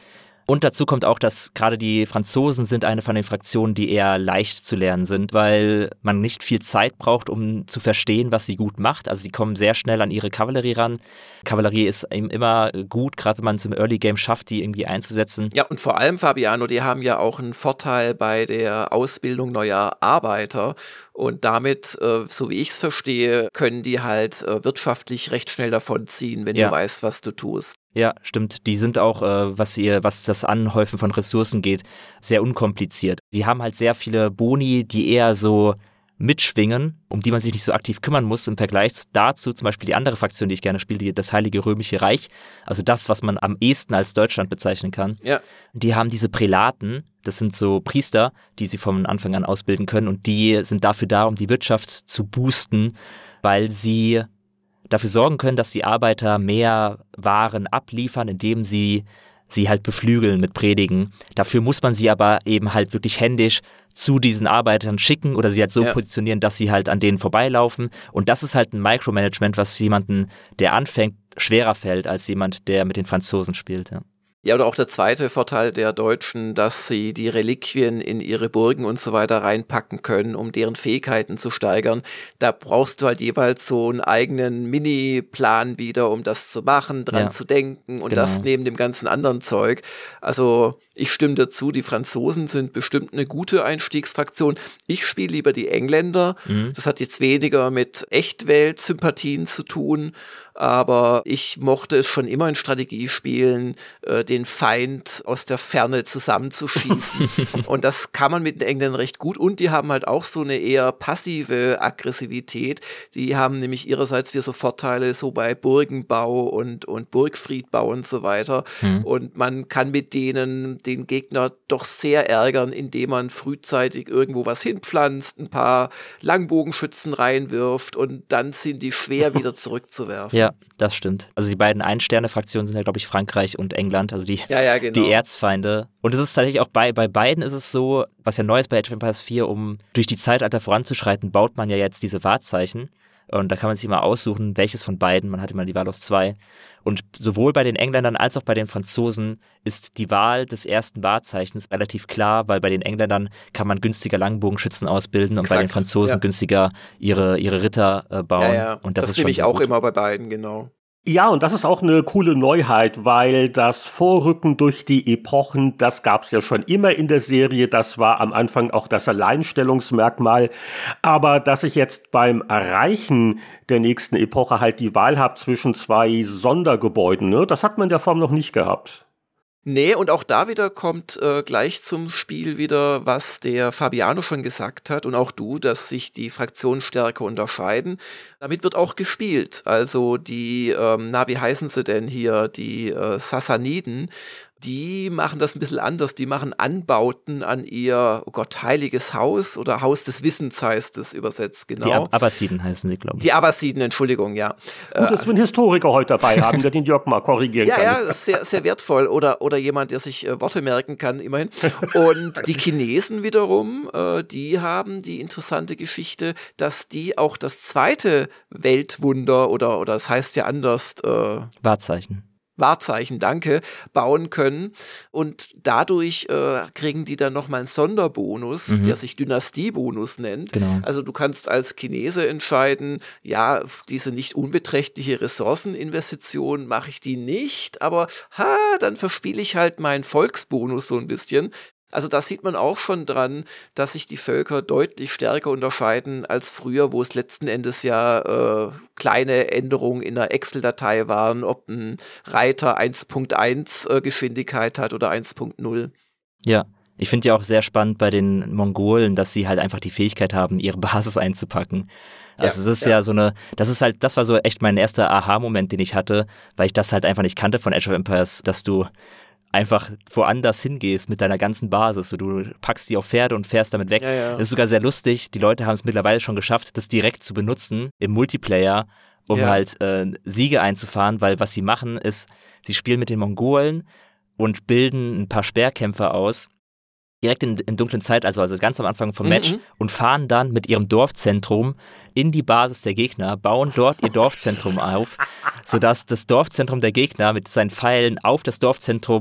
Und dazu kommt auch, dass gerade die Franzosen sind eine von den Fraktionen, die eher leicht zu lernen sind, weil man nicht viel Zeit braucht, um zu verstehen, was sie gut macht. Also sie kommen sehr schnell an ihre Kavallerie ran. Kavallerie ist eben immer gut, gerade wenn man es im Early Game schafft, die irgendwie einzusetzen. Ja, und vor allem, Fabiano, die haben ja auch einen Vorteil bei der Ausbildung neuer Arbeiter. Und damit, äh, so wie ich es verstehe, können die halt äh, wirtschaftlich recht schnell davonziehen, wenn ja. du weißt, was du tust. Ja, stimmt. Die sind auch, äh, was ihr, was das Anhäufen von Ressourcen geht, sehr unkompliziert. Sie haben halt sehr viele Boni, die eher so mitschwingen, um die man sich nicht so aktiv kümmern muss, im Vergleich dazu zum Beispiel die andere Fraktion, die ich gerne spiele, die, das Heilige Römische Reich, also das, was man am ehesten als Deutschland bezeichnen kann. Ja. Die haben diese Prälaten, das sind so Priester, die sie von Anfang an ausbilden können und die sind dafür da, um die Wirtschaft zu boosten, weil sie dafür sorgen können, dass die Arbeiter mehr Waren abliefern, indem sie sie halt beflügeln mit Predigen. Dafür muss man sie aber eben halt wirklich händisch zu diesen Arbeitern schicken oder sie halt so ja. positionieren, dass sie halt an denen vorbeilaufen. Und das ist halt ein Micromanagement, was jemanden, der anfängt, schwerer fällt als jemand, der mit den Franzosen spielt. Ja. Ja, oder auch der zweite Vorteil der Deutschen, dass sie die Reliquien in ihre Burgen und so weiter reinpacken können, um deren Fähigkeiten zu steigern. Da brauchst du halt jeweils so einen eigenen Mini-Plan wieder, um das zu machen, dran ja. zu denken und genau. das neben dem ganzen anderen Zeug. Also ich stimme dazu, die Franzosen sind bestimmt eine gute Einstiegsfraktion. Ich spiele lieber die Engländer. Mhm. Das hat jetzt weniger mit Echtwelt-Sympathien zu tun, aber ich mochte es schon immer in Strategiespielen, äh, den Feind aus der Ferne zusammenzuschießen. Und das kann man mit den Engländern recht gut. Und die haben halt auch so eine eher passive Aggressivität. Die haben nämlich ihrerseits wieder so Vorteile so bei Burgenbau und, und Burgfriedbau und so weiter. Mhm. Und man kann mit denen den Gegner doch sehr ärgern, indem man frühzeitig irgendwo was hinpflanzt, ein paar Langbogenschützen reinwirft und dann sind die schwer wieder zurückzuwerfen. Ja, das stimmt. Also die beiden Ein-Sterne-Fraktionen sind ja, glaube ich, Frankreich und England, also die, ja, ja, genau. die Erzfeinde. Und es ist tatsächlich auch bei, bei beiden ist es so, was ja neu ist bei Age of Empires vier, um durch die Zeitalter voranzuschreiten, baut man ja jetzt diese Wahrzeichen. Und da kann man sich immer aussuchen, welches von beiden. Man hat immer die Wahl aus zwei. Und sowohl bei den Engländern als auch bei den Franzosen ist die Wahl des ersten Wahrzeichens relativ klar, weil bei den Engländern kann man günstiger Langbogenschützen ausbilden und Exakt, bei den Franzosen ja. günstiger ihre, ihre Ritter äh, bauen. Ja, ja. Und das, das ist nehme ich auch gut. immer bei beiden, genau. Ja, und das ist auch eine coole Neuheit, weil das Vorrücken durch die Epochen, das gab's ja schon immer in der Serie, das war am Anfang auch das Alleinstellungsmerkmal, aber dass ich jetzt beim Erreichen der nächsten Epoche halt die Wahl habe zwischen zwei Sondergebäuden, ne, das hat man in der Form noch nicht gehabt. Nee, und auch da wieder kommt äh, gleich zum Spiel wieder, was der Fabiano schon gesagt hat und auch du, dass sich die Fraktionen stärker unterscheiden. Damit wird auch gespielt. Also die, ähm, na, wie heißen sie denn hier, die äh, Sassaniden, die machen das ein bisschen anders. Die machen Anbauten an ihr, oh Gott, heiliges Haus oder Haus des Wissens heißt es übersetzt, genau. Die Ab- Abbasiden heißen sie, glaube ich. Die Abbasiden, Entschuldigung, ja. Gut, dass wir einen Historiker heute dabei haben, der den Jörg mal korrigieren ja, kann. Ja, ja, sehr, sehr wertvoll. Oder, oder jemand, der sich äh, Worte merken kann, immerhin. Und die Chinesen wiederum, äh, die haben die interessante Geschichte, dass die auch das zweite Weltwunder oder, oder es heißt ja anders. Äh, Wahrzeichen. Wahrzeichen, danke, bauen können und dadurch äh, kriegen die dann nochmal einen Sonderbonus, mhm. der sich Dynastiebonus nennt. Genau. Also du kannst als Chinese entscheiden, ja, diese nicht unbeträchtliche Ressourceninvestition mache ich die nicht, aber ha, dann verspiele ich halt meinen Volksbonus so ein bisschen. Also da sieht man auch schon dran, dass sich die Völker deutlich stärker unterscheiden als früher, wo es letzten Endes ja äh, kleine Änderungen in einer Excel-Datei waren, ob ein Reiter eins Punkt eins äh, Geschwindigkeit hat oder eins Punkt null. Ja, ich finde ja auch sehr spannend bei den Mongolen, dass sie halt einfach die Fähigkeit haben, ihre Basis einzupacken. Also ja, das ist ja. ja so eine, das ist halt, das war so echt mein erster Aha-Moment, den ich hatte, weil ich das halt einfach nicht kannte von Age of Empires, dass du einfach woanders hingehst mit deiner ganzen Basis. So, du packst die auf Pferde und fährst damit weg. Ja, ja. Das ist sogar sehr lustig. Die Leute haben es mittlerweile schon geschafft, das direkt zu benutzen im Multiplayer, um ja. halt äh, Siege einzufahren, weil was sie machen ist, sie spielen mit den Mongolen und bilden ein paar Speerkämpfer aus, direkt in, im dunklen Zeitalter, also ganz am Anfang vom Match, mhm. und fahren dann mit ihrem Dorfzentrum in die Basis der Gegner, bauen dort ihr Dorfzentrum auf, sodass das Dorfzentrum der Gegner mit seinen Pfeilen auf das Dorfzentrum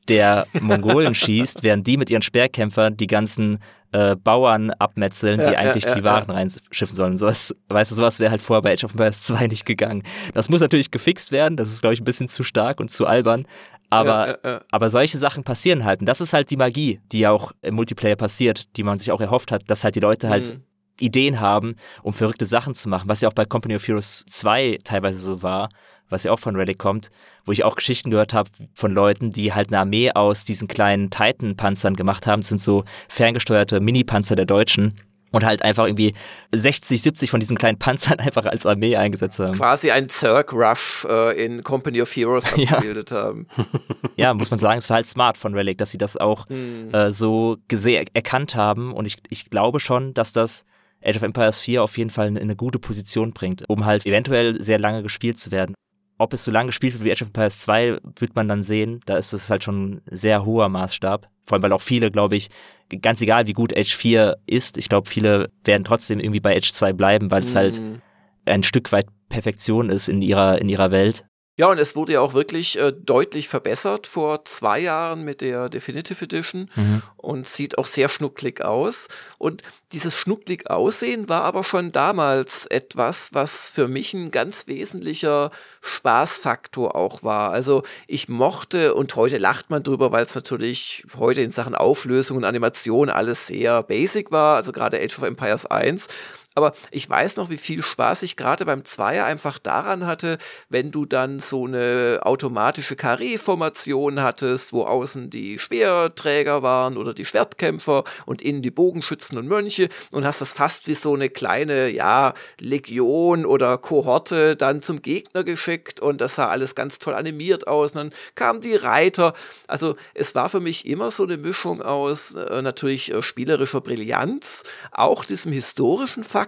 der Mongolen schießt, während die mit ihren Speerkämpfern die ganzen äh, Bauern abmetzeln, die ja, eigentlich ja, die ja, Waren ja. reinschiffen sollen. Sowas, weißt du, sowas wäre halt vorher bei Age of Empires zwei nicht gegangen. Das muss natürlich gefixt werden, das ist, glaube ich, ein bisschen zu stark und zu albern. Aber, ja, ja, ja. aber solche Sachen passieren halt. Und das ist halt die Magie, die ja auch im Multiplayer passiert, die man sich auch erhofft hat, dass halt die Leute halt Mhm. Ideen haben, um verrückte Sachen zu machen, was ja auch bei Company of Heroes zwei teilweise so war, was ja auch von Relic kommt, wo ich auch Geschichten gehört habe von Leuten, die halt eine Armee aus diesen kleinen Titan-Panzern gemacht haben. Das sind so ferngesteuerte Mini-Panzer der Deutschen und halt einfach irgendwie sechzig, siebzig von diesen kleinen Panzern einfach als Armee eingesetzt haben. Quasi ein Zerg-Rush äh, in Company of Heroes Ja. abgebildet haben. Ja, muss man sagen, es war halt smart von Relic, dass sie das auch Mhm. äh, so gese- erkannt haben und ich, ich glaube schon, dass das Age of Empires vier auf jeden Fall in eine gute Position bringt, um halt eventuell sehr lange gespielt zu werden. Ob es so lange gespielt wird wie Age of Empires zwei, wird man dann sehen. Da ist es halt schon ein sehr hoher Maßstab. Vor allem, weil auch viele, glaube ich, ganz egal wie gut Age vier ist, ich glaube, viele werden trotzdem irgendwie bei Age zwei bleiben, weil es halt Mhm. ein Stück weit Perfektion ist in ihrer, in ihrer Welt. Ja, und es wurde ja auch wirklich äh, deutlich verbessert vor zwei Jahren mit der Definitive Edition Mhm. und sieht auch sehr schnucklig aus. Und dieses schnucklig Aussehen war aber schon damals etwas, was für mich ein ganz wesentlicher Spaßfaktor auch war. Also ich mochte, und heute lacht man drüber, weil es natürlich heute in Sachen Auflösung und Animation alles sehr basic war, also gerade Age of Empires eins. Aber ich weiß noch, wie viel Spaß ich gerade beim Zweier einfach daran hatte, wenn du dann so eine automatische Karree-Formation hattest, wo außen die Speerträger waren oder die Schwertkämpfer und innen die Bogenschützen und Mönche und hast das fast wie so eine kleine, ja, Legion oder Kohorte dann zum Gegner geschickt und das sah alles ganz toll animiert aus und dann kamen die Reiter. Also es war für mich immer so eine Mischung aus äh, natürlich äh, spielerischer Brillanz, auch diesem historischen Faktor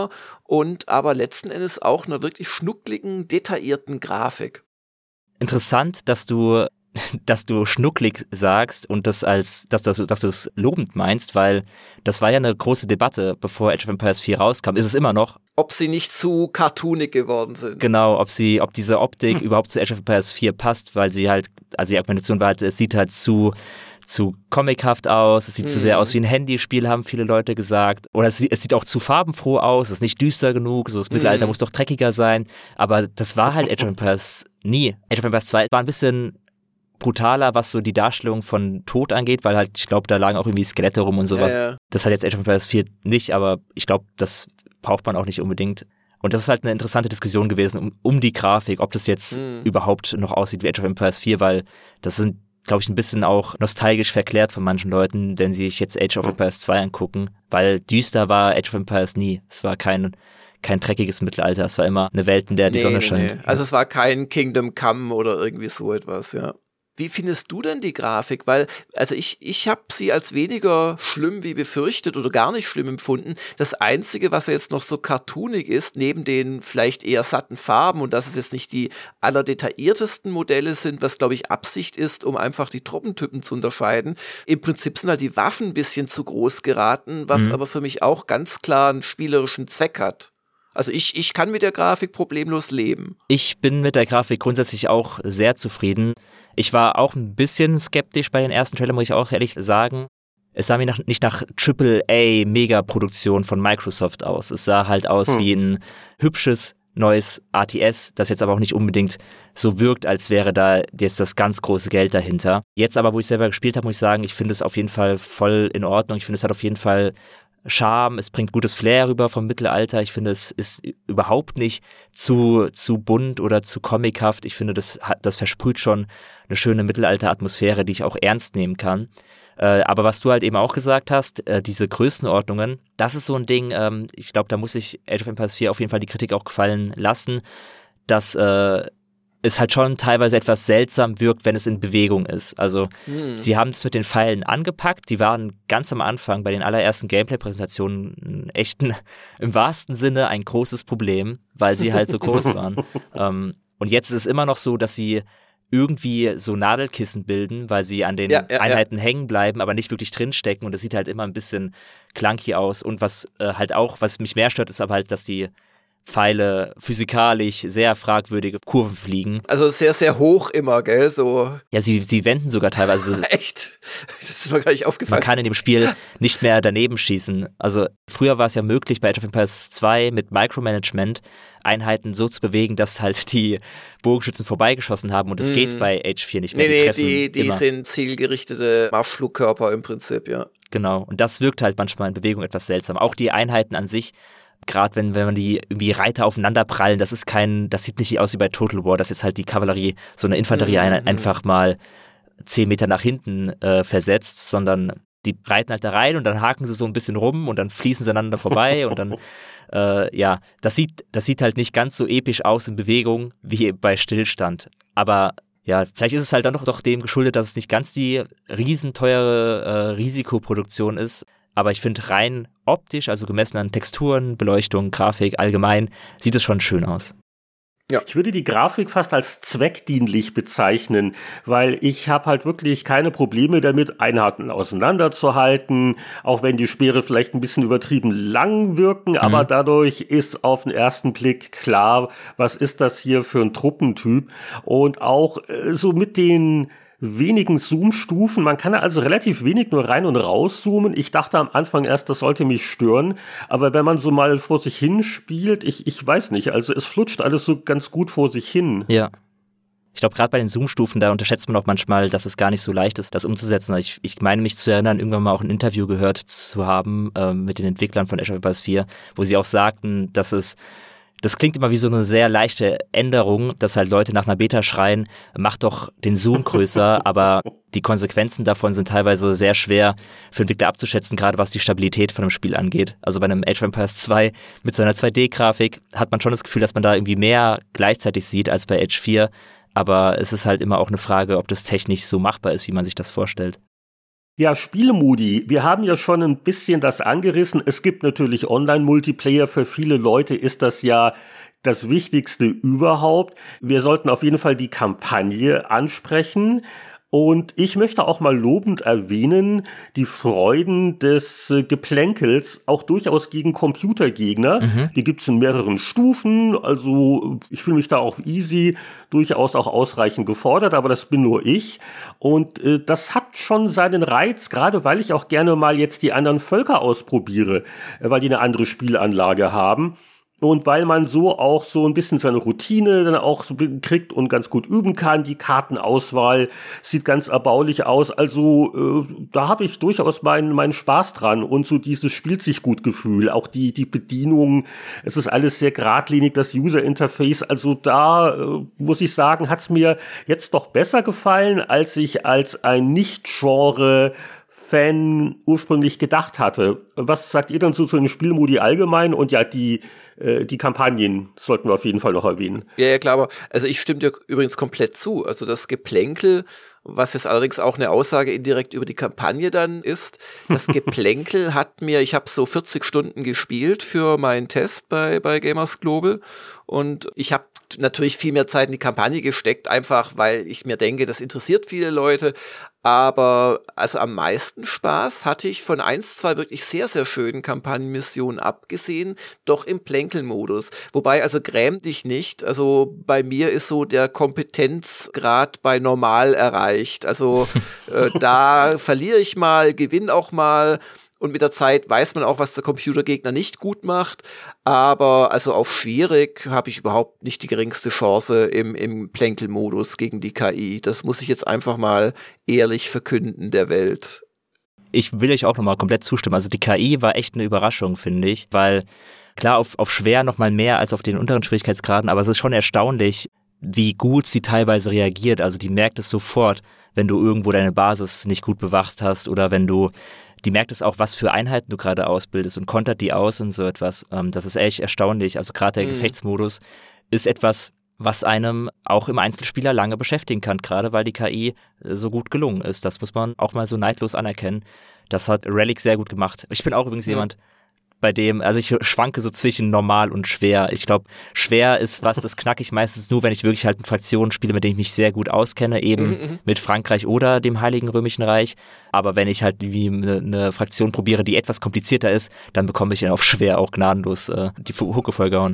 und aber letzten Endes auch einer wirklich schnuckligen, detaillierten Grafik. Interessant, dass du, dass du schnucklig sagst und das als, dass, dass, dass du es lobend meinst, weil das war ja eine große Debatte, bevor Age of Empires vier rauskam. Ist es immer noch? Ob sie nicht zu cartoonig geworden sind. Genau, ob sie, ob diese Optik hm. überhaupt zu Age of Empires vier passt, weil sie halt, also die Argumentation war halt, es sieht halt zu zu comichaft aus, es sieht mhm. zu sehr aus wie ein Handyspiel, haben viele Leute gesagt. Oder es, es sieht auch zu farbenfroh aus, es ist nicht düster genug, so das Mittelalter mhm. muss doch dreckiger sein. Aber das war halt Age of Empires nie. Age of Empires zwei war ein bisschen brutaler, was so die Darstellung von Tod angeht, weil halt, ich glaube, da lagen auch irgendwie Skelette rum und sowas. Ja, ja. Das hat jetzt Age of Empires vier nicht, aber ich glaube, das braucht man auch nicht unbedingt. Und das ist halt eine interessante Diskussion gewesen um, um die Grafik, ob das jetzt mhm. überhaupt noch aussieht wie Age of Empires vier, weil das sind, glaube ich, ein bisschen auch nostalgisch verklärt von manchen Leuten, wenn sie sich jetzt Age of Empires zwei angucken, weil düster war Age of Empires nie. Es war kein, kein dreckiges Mittelalter, es war immer eine Welt, in der die nee, Sonne nee, scheint. Nee. Also es war kein Kingdom Come oder irgendwie so etwas, ja. Wie findest du denn die Grafik? Weil, also ich, ich habe sie als weniger schlimm wie befürchtet oder gar nicht schlimm empfunden. Das Einzige, was jetzt noch so cartoonig ist, neben den vielleicht eher satten Farben und dass es jetzt nicht die allerdetailliertesten Modelle sind, was, glaube ich, Absicht ist, um einfach die Truppentypen zu unterscheiden. Im Prinzip sind halt die Waffen ein bisschen zu groß geraten, was mhm. aber für mich auch ganz klar einen spielerischen Zweck hat. Also ich, ich kann mit der Grafik problemlos leben. Ich bin mit der Grafik grundsätzlich auch sehr zufrieden. Ich war auch ein bisschen skeptisch bei den ersten Trailern, muss ich auch ehrlich sagen. Es sah mir nach, nicht nach Triple A Mega-Produktion von Microsoft aus. Es sah halt aus hm. wie ein hübsches neues R T S, das jetzt aber auch nicht unbedingt so wirkt, als wäre da jetzt das ganz große Geld dahinter. Jetzt aber, wo ich selber gespielt habe, muss ich sagen, ich finde es auf jeden Fall voll in Ordnung. Ich finde, es hat auf jeden Fall Charme, es bringt gutes Flair rüber vom Mittelalter. Ich finde, es ist überhaupt nicht zu, zu bunt oder zu comichaft. Ich finde, das, hat, das versprüht schon eine schöne Mittelalter-Atmosphäre, die ich auch ernst nehmen kann. Äh, aber was du halt eben auch gesagt hast, äh, diese Größenordnungen, das ist so ein Ding, ähm, ich glaube, da muss ich Age of Empires vier auf jeden Fall die Kritik auch gefallen lassen, dass äh, es halt schon teilweise etwas seltsam wirkt, wenn es in Bewegung ist. Also hm. sie haben es mit den Pfeilen angepackt, die waren ganz am Anfang bei den allerersten Gameplay-Präsentationen echt ein, im wahrsten Sinne ein großes Problem, weil sie halt so groß waren. ähm, und jetzt ist es immer noch so, dass sie irgendwie so Nadelkissen bilden, weil sie an den ja, ja, Einheiten ja. hängen bleiben, aber nicht wirklich drinstecken und das sieht halt immer ein bisschen clunky aus und was äh, halt auch, was mich mehr stört, ist aber halt, dass die Pfeile physikalisch sehr fragwürdige Kurven fliegen. Also sehr, sehr hoch immer, gell? So. Ja, sie, sie wenden sogar teilweise. Echt? Das ist mir gar nicht aufgefallen. Man kann in dem Spiel nicht mehr daneben schießen. Also früher war es ja möglich bei Age of Empires zwei mit Micromanagement Einheiten so zu bewegen, dass halt die Bogenschützen vorbeigeschossen haben und es mm. geht bei Age vier nicht mehr. Nee, die nee, treffen die, die immer. sind zielgerichtete Marschflugkörper im Prinzip, ja. Genau, und das wirkt halt manchmal in Bewegung etwas seltsam. Auch die Einheiten an sich, gerade wenn, wenn man die irgendwie Reiter aufeinander prallen, das ist kein, das sieht nicht aus wie bei Total War, dass jetzt halt die Kavallerie so eine Infanterieeinheit mm. einfach mal zehn Meter nach hinten äh, versetzt, sondern die reiten halt da rein und dann haken sie so ein bisschen rum und dann fließen sie einander vorbei und dann Äh, ja, das sieht, das sieht halt nicht ganz so episch aus in Bewegung wie bei Stillstand. Aber ja, vielleicht ist es halt dann doch, doch dem geschuldet, dass es nicht ganz die riesenteure äh, Risikoproduktion ist. Aber ich finde rein optisch, also gemessen an Texturen, Beleuchtung, Grafik allgemein, sieht es schon schön aus. Ja. Ich würde die Grafik fast als zweckdienlich bezeichnen, weil ich habe halt wirklich keine Probleme damit, Einheiten auseinanderzuhalten, auch wenn die Speere vielleicht ein bisschen übertrieben lang wirken, mhm. aber dadurch ist auf den ersten Blick klar, was ist das hier für ein Truppentyp und auch äh, so mit den wenigen Zoom-Stufen. Man kann also relativ wenig nur rein und raus zoomen. Ich dachte am Anfang erst, das sollte mich stören. Aber wenn man so mal vor sich hin spielt, ich, ich weiß nicht, also es flutscht alles so ganz gut vor sich hin. Ja. Ich glaube, gerade bei den Zoom-Stufen, da unterschätzt man auch manchmal, dass es gar nicht so leicht ist, das umzusetzen. Ich, ich meine mich zu erinnern, irgendwann mal auch ein Interview gehört zu haben äh, mit den Entwicklern von Age of Empires vier, wo sie auch sagten, dass es Das klingt immer wie so eine sehr leichte Änderung, dass halt Leute nach einer Beta schreien, mach doch den Zoom größer, aber die Konsequenzen davon sind teilweise sehr schwer für Entwickler abzuschätzen, gerade was die Stabilität von einem Spiel angeht. Also bei einem Age of Empires zwei mit so einer zwei D-Grafik hat man schon das Gefühl, dass man da irgendwie mehr gleichzeitig sieht als bei Age vier, aber es ist halt immer auch eine Frage, ob das technisch so machbar ist, wie man sich das vorstellt. Ja, Spielemodi. Wir haben ja schon ein bisschen das angerissen. Es gibt natürlich Online-Multiplayer. Für viele Leute ist das ja das Wichtigste überhaupt. Wir sollten auf jeden Fall die Kampagne ansprechen. Und ich möchte auch mal lobend erwähnen, die Freuden des äh, Geplänkels auch durchaus gegen Computergegner. Mhm. Die gibt's in mehreren Stufen, also ich fühle mich da auch easy, durchaus auch ausreichend gefordert, aber das bin nur ich. Und äh, das hat schon seinen Reiz, gerade weil ich auch gerne mal jetzt die anderen Völker ausprobiere, äh, weil die eine andere Spielanlage haben. Und weil man so auch so ein bisschen seine Routine dann auch so kriegt und ganz gut üben kann. Die Kartenauswahl sieht ganz erbaulich aus. Also äh, da habe ich durchaus meinen meinen Spaß dran. Und so dieses spielt sich gut Gefühl. Auch die die Bedienung, es ist alles sehr geradlinig, das User-Interface. Also da äh, muss ich sagen, hat's mir jetzt doch besser gefallen, als ich als ein Nicht-Genre Fan ursprünglich gedacht hatte. Was sagt ihr dann so zu den Spielmodi allgemein? Und ja, die äh, die Kampagnen sollten wir auf jeden Fall noch erwähnen. Ja, ja, klar, aber also ich stimme dir übrigens komplett zu. Also das Geplänkel, was jetzt allerdings auch eine Aussage indirekt über die Kampagne dann ist, das Geplänkel hat mir, ich habe so vierzig Stunden gespielt für meinen Test bei bei Gamers Global und ich habe natürlich viel mehr Zeit in die Kampagne gesteckt, einfach weil ich mir denke, das interessiert viele Leute. Aber also am meisten Spaß hatte ich von eins, zwei wirklich sehr, sehr schönen Kampagnenmissionen abgesehen, doch im Plänkelmodus. Wobei, also gräm dich nicht, also bei mir ist so der Kompetenzgrad bei normal erreicht. Also äh, da verliere ich mal, gewinne auch mal. Und mit der Zeit weiß man auch, was der Computergegner nicht gut macht. Aber also auf schwierig habe ich überhaupt nicht die geringste Chance im, im Plänkelmodus gegen die K I. Das muss ich jetzt einfach mal ehrlich verkünden der Welt. Ich will euch auch nochmal komplett zustimmen. Also die K I war echt eine Überraschung, finde ich. Weil klar, auf, auf schwer nochmal mehr als auf den unteren Schwierigkeitsgraden. Aber es ist schon erstaunlich, wie gut sie teilweise reagiert. Also die merkt es sofort, wenn du irgendwo deine Basis nicht gut bewacht hast oder wenn du die merkt es auch, was für Einheiten du gerade ausbildest und kontert die aus und so etwas. Ähm, das ist echt erstaunlich. Also gerade der mhm. Gefechtsmodus ist etwas, was einem auch im Einzelspieler lange beschäftigen kann, gerade weil die K I so gut gelungen ist. Das muss man auch mal so neidlos anerkennen. Das hat Relic sehr gut gemacht. Ich bin auch übrigens ja. jemand, bei dem, also ich schwanke so zwischen normal und schwer. Ich glaube, schwer ist was, das knacke ich meistens nur, wenn ich wirklich halt mit Fraktionen spiele, mit denen ich mich sehr gut auskenne, eben mhm. mit Frankreich oder dem Heiligen Römischen Reich. Aber wenn ich halt wie eine, eine Fraktion probiere, die etwas komplizierter ist, dann bekomme ich auf schwer auch gnadenlos äh, die Hucke vollgehauen.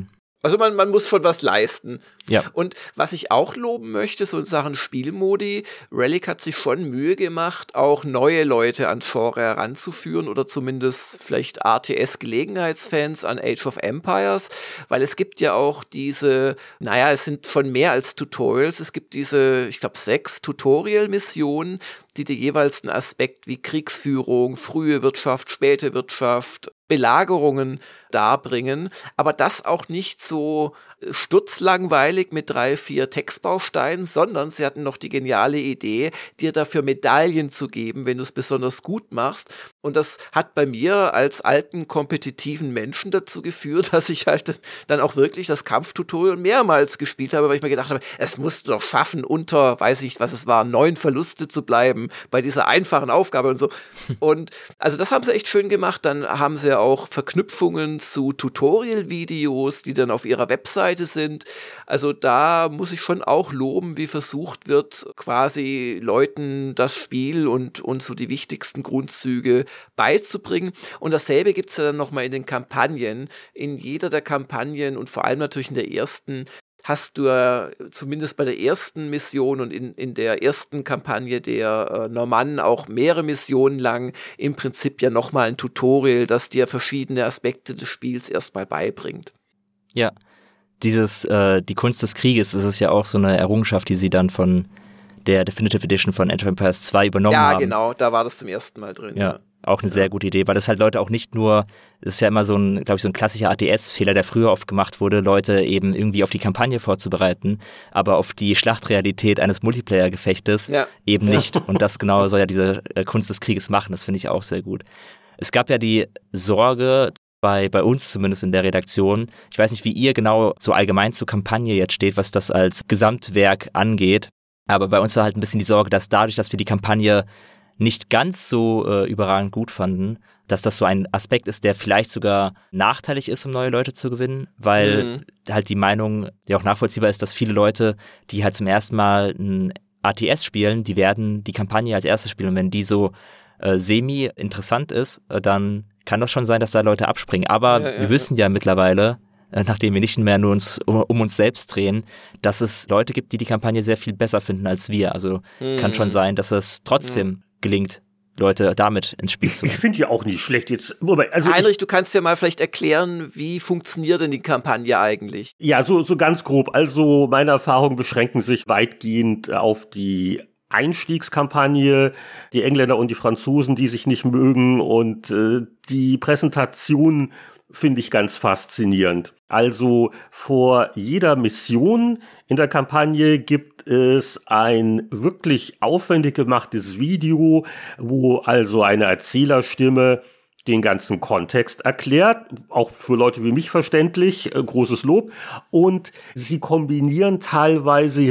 Also man, man muss schon was leisten. Ja. Und was ich auch loben möchte, so in Sachen Spielmodi, Relic hat sich schon Mühe gemacht, auch neue Leute ans Genre heranzuführen oder zumindest vielleicht R T S-Gelegenheitsfans an Age of Empires, weil es gibt ja auch diese, naja, es sind schon mehr als Tutorials, es gibt diese, ich glaube, sechs Tutorial-Missionen, die dir jeweils einen Aspekt wie Kriegsführung, frühe Wirtschaft, späte Wirtschaft, Belagerungen darbringen, aber das auch nicht so sturzlangweilig mit drei, vier Textbausteinen, sondern sie hatten noch die geniale Idee, dir dafür Medaillen zu geben, wenn du es besonders gut machst. Und das hat bei mir als alten, kompetitiven Menschen dazu geführt, dass ich halt dann auch wirklich das Kampftutorial mehrmals gespielt habe, weil ich mir gedacht habe, es musst du doch schaffen, unter, weiß ich, was es war, neun Verluste zu bleiben bei dieser einfachen Aufgabe und so. Und also das haben sie echt schön gemacht. Dann haben sie auch Verknüpfungen zu Tutorial-Videos, die dann auf ihrer Webseite sind. Also da muss ich schon auch loben, wie versucht wird, quasi Leuten das Spiel und, und so die wichtigsten Grundzüge beizubringen. Und dasselbe gibt es ja dann nochmal in den Kampagnen. In jeder der Kampagnen und vor allem natürlich in der ersten hast du ja zumindest bei der ersten Mission und in, in der ersten Kampagne der äh, Normannen auch mehrere Missionen lang im Prinzip ja nochmal ein Tutorial, das dir verschiedene Aspekte des Spiels erstmal beibringt. Ja, dieses, äh, die Kunst des Krieges, das ist ja auch so eine Errungenschaft, die sie dann von der Definitive Edition von Age of Empires zwei übernommen ja, haben. Ja, genau, da war das zum ersten Mal drin. Ja. Ja. Auch eine sehr gute Idee, weil das halt Leute auch nicht nur, das ist ja immer so ein, glaube ich, so ein klassischer A T S-Fehler, der früher oft gemacht wurde, Leute eben irgendwie auf die Kampagne vorzubereiten, aber auf die Schlachtrealität eines Multiplayer-Gefechtes ja. eben ja. nicht. Und das genau soll ja diese Kunst des Krieges machen, das finde ich auch sehr gut. Es gab ja die Sorge, bei, bei uns zumindest in der Redaktion, ich weiß nicht, wie ihr genau so allgemein zur Kampagne jetzt steht, was das als Gesamtwerk angeht, aber bei uns war halt ein bisschen die Sorge, dass dadurch, dass wir die Kampagne nicht ganz so äh, überragend gut fanden, dass das so ein Aspekt ist, der vielleicht sogar nachteilig ist, um neue Leute zu gewinnen, weil mhm. halt die Meinung, die auch nachvollziehbar ist, dass viele Leute, die halt zum ersten Mal ein A T S spielen, die werden die Kampagne als erstes spielen und wenn die so äh, semi-interessant ist, äh, dann kann das schon sein, dass da Leute abspringen. Aber ja, ja, wir wissen ja, ja mittlerweile, nachdem wir nicht mehr nur uns um, um uns selbst drehen, dass es Leute gibt, die die Kampagne sehr viel besser finden als wir. Also mhm. kann schon sein, dass es trotzdem mhm. gelingt, Leute damit ins Spiel zu bringen. Ich finde ja auch nicht schlecht jetzt. Also Heinrich, du kannst ja mal vielleicht erklären, wie funktioniert denn die Kampagne eigentlich? Ja, so, so ganz grob. Also meine Erfahrungen beschränken sich weitgehend auf die Einstiegskampagne, die Engländer und die Franzosen, die sich nicht mögen und äh, die Präsentation finde ich ganz faszinierend. Also vor jeder Mission in der Kampagne gibt es ein wirklich aufwendig gemachtes Video, wo also eine Erzählerstimme den ganzen Kontext erklärt, auch für Leute wie mich verständlich, äh, großes Lob. Und sie kombinieren teilweise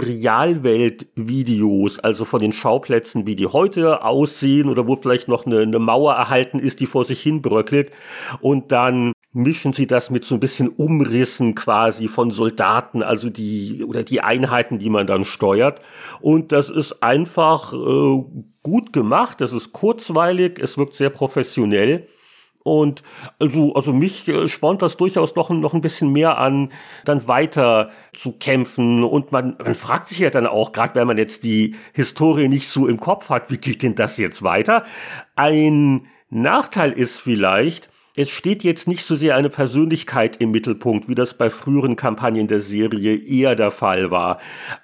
Realweltvideos, also von den Schauplätzen, wie die heute aussehen oder wo vielleicht noch eine, eine Mauer erhalten ist, die vor sich hin bröckelt. Und dann mischen sie das mit so ein bisschen Umrissen quasi von Soldaten, also die oder die Einheiten, die man dann steuert. Und das ist einfach äh, gut gemacht, das ist kurzweilig, es wirkt sehr professionell. Und also, also mich äh, spornt das durchaus noch, noch ein bisschen mehr an, dann weiter zu kämpfen. Und man, man fragt sich ja dann auch, gerade wenn man jetzt die Historie nicht so im Kopf hat, wie geht denn das jetzt weiter? Ein Nachteil ist vielleicht, es steht jetzt nicht so sehr eine Persönlichkeit im Mittelpunkt, wie das bei früheren Kampagnen der Serie eher der Fall war.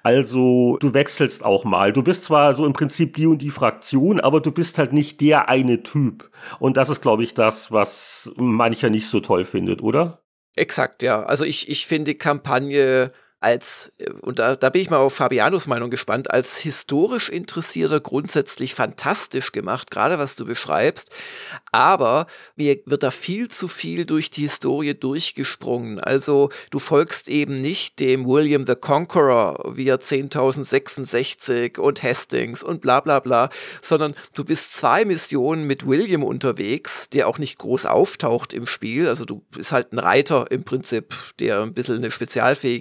Also du wechselst auch mal. Du bist zwar so im Prinzip die und die Fraktion, aber du bist halt nicht der eine Typ. Und das ist, glaube ich, das, was mancher nicht so toll findet, oder? Exakt, ja. Also ich, ich finde die Kampagne als, und da, da bin ich mal auf Fabianos Meinung gespannt, als historisch Interessierter grundsätzlich fantastisch gemacht, gerade was du beschreibst, aber mir wird da viel zu viel durch die Historie durchgesprungen. Also du folgst eben nicht dem William the Conqueror via zehntausendsechsundsechzig und Hastings und bla bla bla, sondern du bist zwei Missionen mit William unterwegs, der auch nicht groß auftaucht im Spiel, also du bist halt ein Reiter im Prinzip, der ein bisschen eine Spezialfähigkeit hat.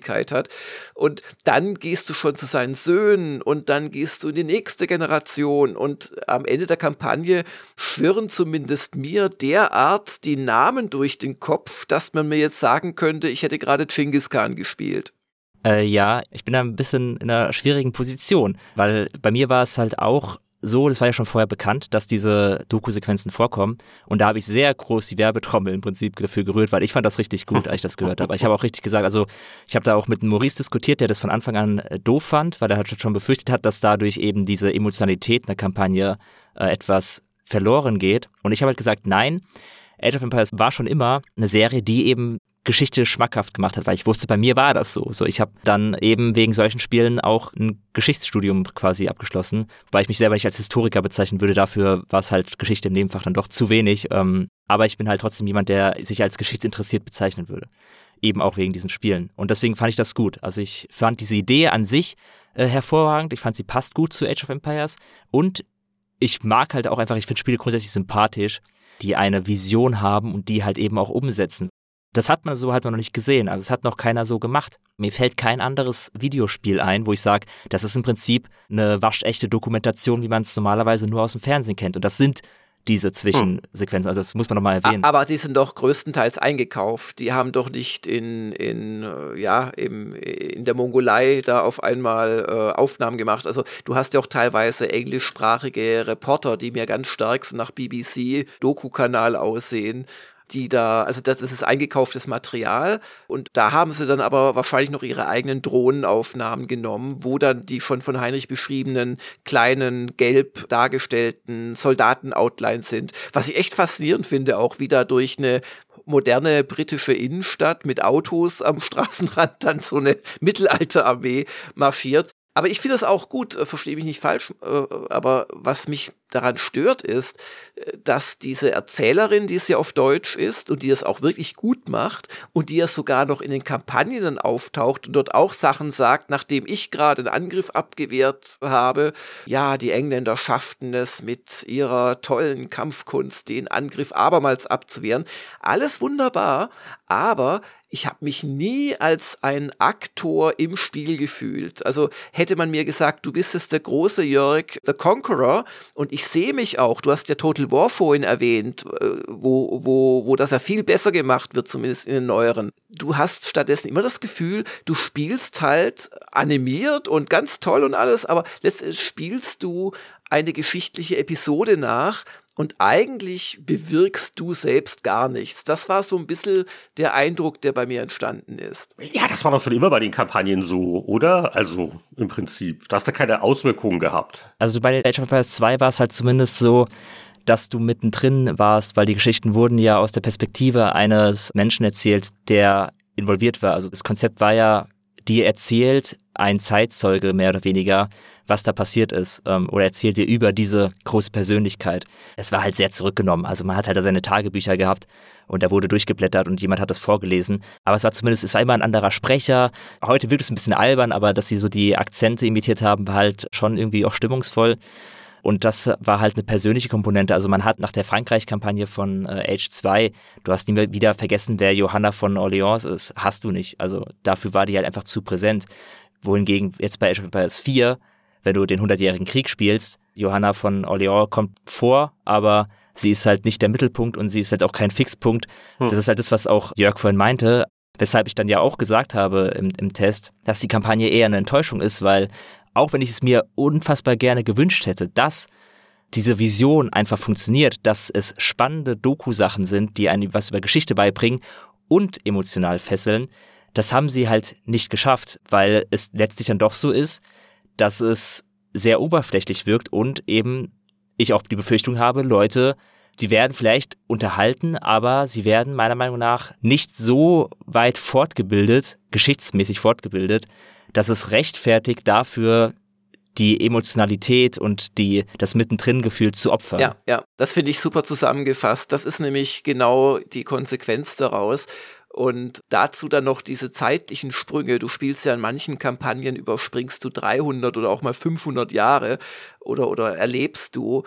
wird. Und dann gehst du schon zu seinen Söhnen und dann gehst du in die nächste Generation und am Ende der Kampagne schwirren zumindest mir derart die Namen durch den Kopf, dass man mir jetzt sagen könnte, ich hätte gerade Genghis Khan gespielt. Äh, ja, ich bin da ein bisschen in einer schwierigen Position, weil bei mir war es halt auch so, das war ja schon vorher bekannt, dass diese Doku-Sequenzen vorkommen und da habe ich sehr groß die Werbetrommel im Prinzip dafür gerührt, weil ich fand das richtig gut, als ich das gehört habe. Ich habe auch richtig gesagt, also ich habe da auch mit Maurice diskutiert, der das von Anfang an äh, doof fand, weil er halt schon befürchtet hat, dass dadurch eben diese Emotionalität in der Kampagne äh, etwas verloren geht. Und ich habe halt gesagt, nein, Age of Empires war schon immer eine Serie, die eben Geschichte schmackhaft gemacht hat, weil ich wusste, bei mir war das so. So, ich habe dann eben wegen solchen Spielen auch ein Geschichtsstudium quasi abgeschlossen, wobei ich mich selber nicht als Historiker bezeichnen würde, dafür war es halt Geschichte im Nebenfach dann doch zu wenig. Ähm, aber ich bin halt trotzdem jemand, der sich als geschichtsinteressiert bezeichnen würde. Eben auch wegen diesen Spielen. Und deswegen fand ich das gut. Also ich fand diese Idee an sich äh, hervorragend. Ich fand, sie passt gut zu Age of Empires. Und ich mag halt auch einfach, ich finde Spiele grundsätzlich sympathisch, die eine Vision haben und die halt eben auch umsetzen. Das hat man so halt noch nicht gesehen, also es hat noch keiner so gemacht. Mir fällt kein anderes Videospiel ein, wo ich sage, das ist im Prinzip eine waschechte Dokumentation, wie man es normalerweise nur aus dem Fernsehen kennt. Und das sind diese Zwischensequenzen, also das muss man nochmal erwähnen. Aber die sind doch größtenteils eingekauft. Die haben doch nicht in, in, ja, im, in der Mongolei da auf einmal äh, Aufnahmen gemacht. Also du hast ja auch teilweise englischsprachige Reporter, die mir ganz stark so nach B B C-Doku-Kanal aussehen, die da, also das ist eingekauftes Material und da haben sie dann aber wahrscheinlich noch ihre eigenen Drohnenaufnahmen genommen, wo dann die schon von Heinrich beschriebenen kleinen, gelb dargestellten Soldaten-Outlines sind. Was ich echt faszinierend finde, auch wie da durch eine moderne britische Innenstadt mit Autos am Straßenrand dann so eine Mittelalterarmee marschiert. Aber ich finde das auch gut, äh, verstehe mich nicht falsch, äh, aber was mich daran stört ist, äh, dass diese Erzählerin, die es ja auf Deutsch ist und die es auch wirklich gut macht und die ja sogar noch in den Kampagnen dann auftaucht und dort auch Sachen sagt, nachdem ich gerade einen Angriff abgewehrt habe, ja, die Engländer schafften es mit ihrer tollen Kampfkunst, den Angriff abermals abzuwehren. Alles wunderbar, aber ich habe mich nie als ein Aktor im Spiel gefühlt. Also hätte man mir gesagt, du bist jetzt der große Jörg the Conqueror und ich sehe mich auch, du hast ja Total War vorhin erwähnt, wo, wo, wo das ja viel besser gemacht wird, zumindest in den neueren. Du hast stattdessen immer das Gefühl, du spielst halt animiert und ganz toll und alles, aber letztendlich spielst du eine geschichtliche Episode nach, und eigentlich bewirkst du selbst gar nichts. Das war so ein bisschen der Eindruck, der bei mir entstanden ist. Ja, das war doch schon immer bei den Kampagnen so, oder? Also im Prinzip. Da hast du keine Auswirkungen gehabt. Also bei Age of Empires zwei war es halt zumindest so, dass du mittendrin warst, weil die Geschichten wurden ja aus der Perspektive eines Menschen erzählt, der involviert war. Also das Konzept war ja, dir erzählt ein Zeitzeuge mehr oder weniger, was da passiert ist, ähm, oder erzählt dir über diese große Persönlichkeit. Es war halt sehr zurückgenommen, also man hat halt da seine Tagebücher gehabt und da wurde durchgeblättert und jemand hat das vorgelesen, aber es war zumindest, es war immer ein anderer Sprecher. Heute wirkt es ein bisschen albern, aber dass sie so die Akzente imitiert haben, war halt schon irgendwie auch stimmungsvoll. Und das war halt eine persönliche Komponente. Also man hat nach der Frankreich-Kampagne von äh, Age zwei, du hast nie mehr wieder vergessen, wer Johanna von Orleans ist. Hast du nicht. Also dafür war die halt einfach zu präsent. Wohingegen jetzt bei Age of Empires vier, wenn du den hundertjährigen Krieg spielst, Johanna von Orleans kommt vor, aber sie ist halt nicht der Mittelpunkt und sie ist halt auch kein Fixpunkt. Hm. Das ist halt das, was auch Jörg vorhin meinte, weshalb ich dann ja auch gesagt habe im, im Test, dass die Kampagne eher eine Enttäuschung ist, weil auch wenn ich es mir unfassbar gerne gewünscht hätte, dass diese Vision einfach funktioniert, dass es spannende Doku-Sachen sind, die einem was über Geschichte beibringen und emotional fesseln, das haben sie halt nicht geschafft, weil es letztlich dann doch so ist, dass es sehr oberflächlich wirkt und eben ich auch die Befürchtung habe, Leute, die werden vielleicht unterhalten, aber sie werden meiner Meinung nach nicht so weit fortgebildet, geschichtsmäßig fortgebildet, dass es rechtfertigt dafür, die Emotionalität und die, das Mittendrin-Gefühl zu opfern. Ja, ja, das finde ich super zusammengefasst. Das ist nämlich genau die Konsequenz daraus. Und dazu dann noch diese zeitlichen Sprünge. Du spielst ja in manchen Kampagnen, überspringst du dreihundert oder auch mal fünfhundert Jahre oder, oder erlebst du.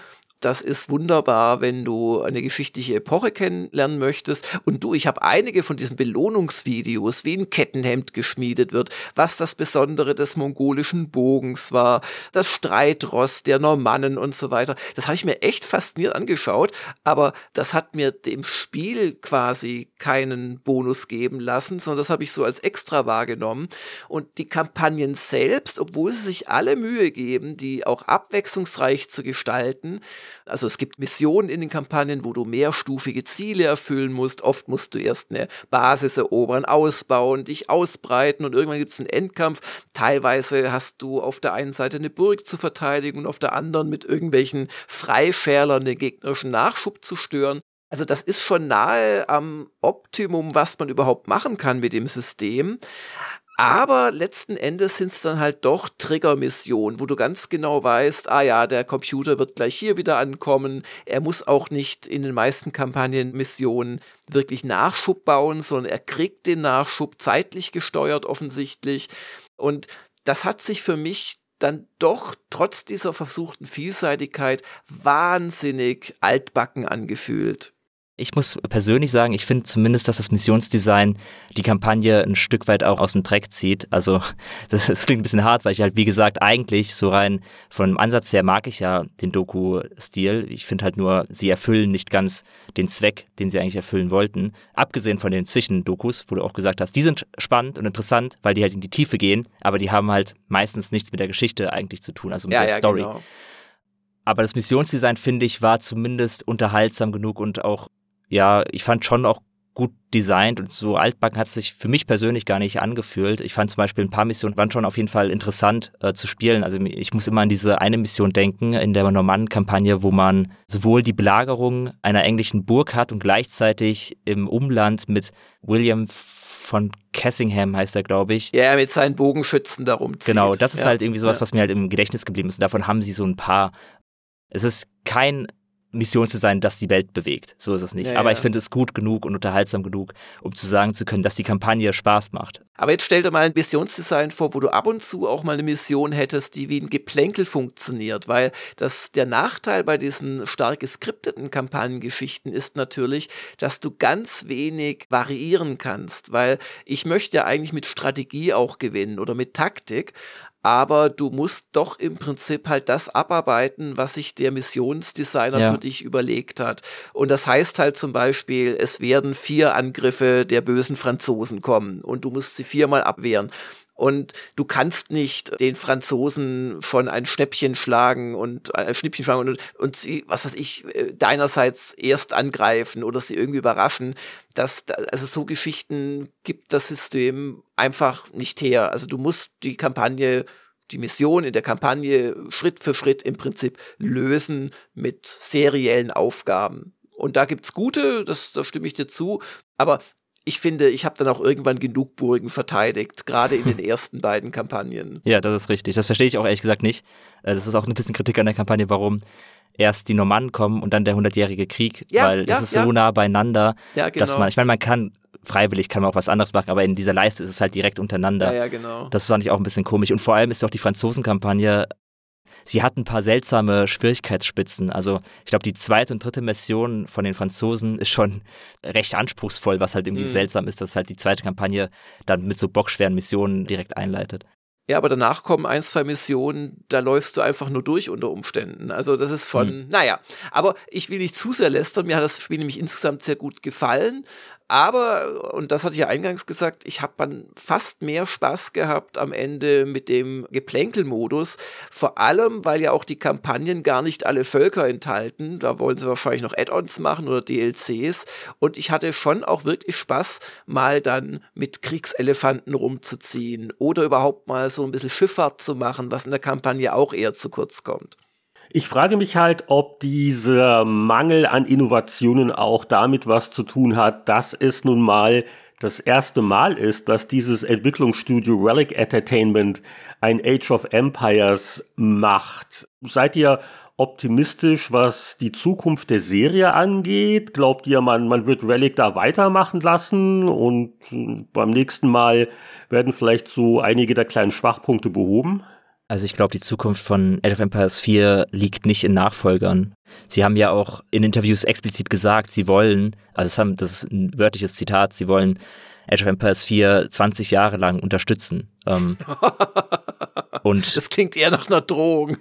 Das ist wunderbar, wenn du eine geschichtliche Epoche kennenlernen möchtest. Und du, ich habe einige von diesen Belohnungsvideos, wie ein Kettenhemd geschmiedet wird, was das Besondere des mongolischen Bogens war, das Streitross der Normannen und so weiter. Das habe ich mir echt fasziniert angeschaut, aber das hat mir dem Spiel quasi keinen Bonus geben lassen, sondern das habe ich so als extra wahrgenommen. Und die Kampagnen selbst, obwohl sie sich alle Mühe geben, die auch abwechslungsreich zu gestalten, also es gibt Missionen in den Kampagnen, wo du mehrstufige Ziele erfüllen musst. Oft musst du erst eine Basis erobern, ausbauen, dich ausbreiten und irgendwann gibt es einen Endkampf. Teilweise hast du auf der einen Seite eine Burg zu verteidigen und auf der anderen mit irgendwelchen Freischärlern den gegnerischen Nachschub zu stören. Also das ist schon nahe am Optimum, was man überhaupt machen kann mit dem System. Aber letzten Endes sind es dann halt doch Trigger-Missionen, wo du ganz genau weißt, ah ja, der Computer wird gleich hier wieder ankommen. Er muss auch nicht in den meisten Kampagnenmissionen wirklich Nachschub bauen, sondern er kriegt den Nachschub zeitlich gesteuert offensichtlich. Und das hat sich für mich dann doch trotz dieser versuchten Vielseitigkeit wahnsinnig altbacken angefühlt. Ich muss persönlich sagen, ich finde zumindest, dass das Missionsdesign die Kampagne ein Stück weit auch aus dem Dreck zieht. Also das, das klingt ein bisschen hart, weil ich halt, wie gesagt, eigentlich so rein von dem Ansatz her mag ich ja den Doku-Stil. Ich finde halt nur, sie erfüllen nicht ganz den Zweck, den sie eigentlich erfüllen wollten. Abgesehen von den Zwischendokus, wo du auch gesagt hast, die sind spannend und interessant, weil die halt in die Tiefe gehen, aber die haben halt meistens nichts mit der Geschichte eigentlich zu tun, also mit ja, der ja, Story. Genau. Aber das Missionsdesign, finde ich, war zumindest unterhaltsam genug und auch ja, ich fand schon auch gut designt und so altbacken hat es sich für mich persönlich gar nicht angefühlt. Ich fand zum Beispiel ein paar Missionen waren schon auf jeden Fall interessant äh, zu spielen. Also ich muss immer an diese eine Mission denken in der Normannen-Kampagne, wo man sowohl die Belagerung einer englischen Burg hat und gleichzeitig im Umland mit William von Cassingham heißt er, glaube ich. Ja, mit seinen Bogenschützen darum zieht. Genau, das ist ja. halt irgendwie sowas, ja. was mir halt im Gedächtnis geblieben ist. Und davon haben sie so ein paar. Es ist kein Missionsdesign, das die Welt bewegt. So ist es nicht. Ja, Aber ja. ich finde es gut genug und unterhaltsam genug, um zu sagen zu können, dass die Kampagne Spaß macht. Aber jetzt stell dir mal ein Missionsdesign vor, wo du ab und zu auch mal eine Mission hättest, die wie ein Geplänkel funktioniert, weil das der Nachteil bei diesen stark geskripteten Kampagnengeschichten ist natürlich, dass du ganz wenig variieren kannst, weil ich möchte ja eigentlich mit Strategie auch gewinnen oder mit Taktik, aber du musst doch im Prinzip halt das abarbeiten, was sich der Missionsdesigner ja. für dich überlegt hat. Und das heißt halt zum Beispiel, es werden vier Angriffe der bösen Franzosen kommen und du musst sie viermal abwehren. Und du kannst nicht den Franzosen schon ein Schnäppchen schlagen und ein Schnippchen schlagen und, und sie, was weiß ich, deinerseits erst angreifen oder sie irgendwie überraschen. Das, also so Geschichten gibt das System einfach nicht her. Also du musst die Kampagne, die Mission in der Kampagne Schritt für Schritt im Prinzip lösen mit seriellen Aufgaben. Und da gibt's gute, das, da stimme ich dir zu, aber ich finde, ich habe dann auch irgendwann genug Burgen verteidigt, gerade in den ersten beiden Kampagnen. Ja, das ist richtig. Das verstehe ich auch ehrlich gesagt nicht. Das ist auch ein bisschen Kritik an der Kampagne, warum erst die Normannen kommen und dann der hundertjährige Krieg, ja, weil ja, das ist ja. so nah beieinander, ja, genau. dass man, ich meine, man kann freiwillig, kann man auch was anderes machen, aber in dieser Leiste ist es halt direkt untereinander. Ja, ja, genau. Das fand ich auch ein bisschen komisch. Und vor allem ist auch die Franzosen-Kampagne, sie hat ein paar seltsame Schwierigkeitsspitzen. Also ich glaube, die zweite und dritte Mission von den Franzosen ist schon recht anspruchsvoll, was halt irgendwie mhm. seltsam ist, dass halt die zweite Kampagne dann mit so bockschweren Missionen direkt einleitet. Ja, aber danach kommen ein, zwei Missionen, da läufst du einfach nur durch unter Umständen. Also das ist schon, mhm. naja, aber ich will nicht zu sehr lästern, mir hat das Spiel nämlich insgesamt sehr gut gefallen. Aber, und das hatte ich ja eingangs gesagt, ich habe dann fast mehr Spaß gehabt am Ende mit dem Geplänkelmodus. Vor allem, weil ja auch die Kampagnen gar nicht alle Völker enthalten. Da wollen sie wahrscheinlich noch Add-ons machen oder D L Cs. Und ich hatte schon auch wirklich Spaß, mal dann mit Kriegselefanten rumzuziehen oder überhaupt mal so ein bisschen Schifffahrt zu machen, was in der Kampagne auch eher zu kurz kommt. Ich frage mich halt, ob dieser Mangel an Innovationen auch damit was zu tun hat, dass es nun mal das erste Mal ist, dass dieses Entwicklungsstudio Relic Entertainment ein Age of Empires macht. Seid ihr optimistisch, was die Zukunft der Serie angeht? Glaubt ihr, man, man wird Relic da weitermachen lassen und beim nächsten Mal werden vielleicht so einige der kleinen Schwachpunkte behoben? Also ich glaube, die Zukunft von Age of Empires vier liegt nicht in Nachfolgern. Sie haben ja auch in Interviews explizit gesagt, sie wollen, also das, haben, das ist ein wörtliches Zitat, sie wollen Age of Empires vier zwanzig Jahre lang unterstützen. Ähm, und das klingt eher nach einer Drohung.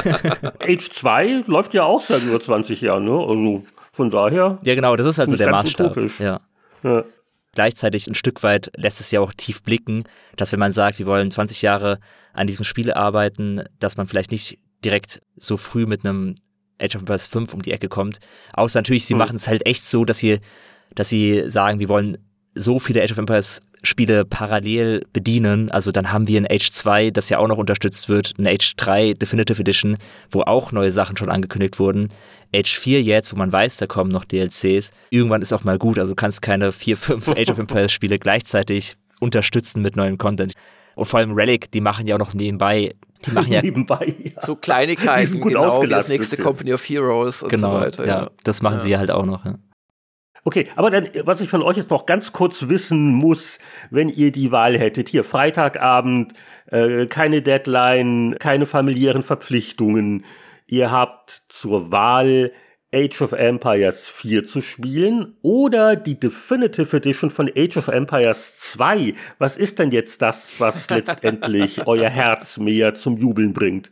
Age zwei läuft ja auch seit nur zwanzig Jahren, ne? Also von daher. Ja, genau, das ist also der Maßstab. Ja. Ja. Gleichzeitig ein Stück weit lässt es ja auch tief blicken, dass wenn man sagt, wir wollen zwanzig Jahre an diesem Spiel arbeiten, dass man vielleicht nicht direkt so früh mit einem Age of Empires fünf um die Ecke kommt. Außer natürlich, sie mhm. machen es halt echt so, dass sie, dass sie sagen, wir wollen so viele Age of Empires Spiele parallel bedienen. Also dann haben wir ein Age zwei, das ja auch noch unterstützt wird, ein Age drei Definitive Edition, wo auch neue Sachen schon angekündigt wurden. Age vier jetzt, wo man weiß, da kommen noch D L Cs. Irgendwann ist auch mal gut, also du kannst keine vier, fünf Age of Empires Spiele gleichzeitig unterstützen mit neuem Content. Und vor allem Relic, die machen ja auch noch nebenbei, die machen ja nebenbei, ja. so Kleinigkeiten, gut genau, wie das nächste Company of Heroes und genau, so weiter. Ja, ja. Das machen ja. sie halt auch noch, ja. Okay, aber dann, was ich von euch jetzt noch ganz kurz wissen muss, wenn ihr die Wahl hättet, hier Freitagabend, äh, keine Deadline, keine familiären Verpflichtungen, ihr habt zur Wahl Age of Empires vier zu spielen oder die Definitive Edition von Age of Empires zwei. Was ist denn jetzt das, was letztendlich euer Herz mehr zum Jubeln bringt?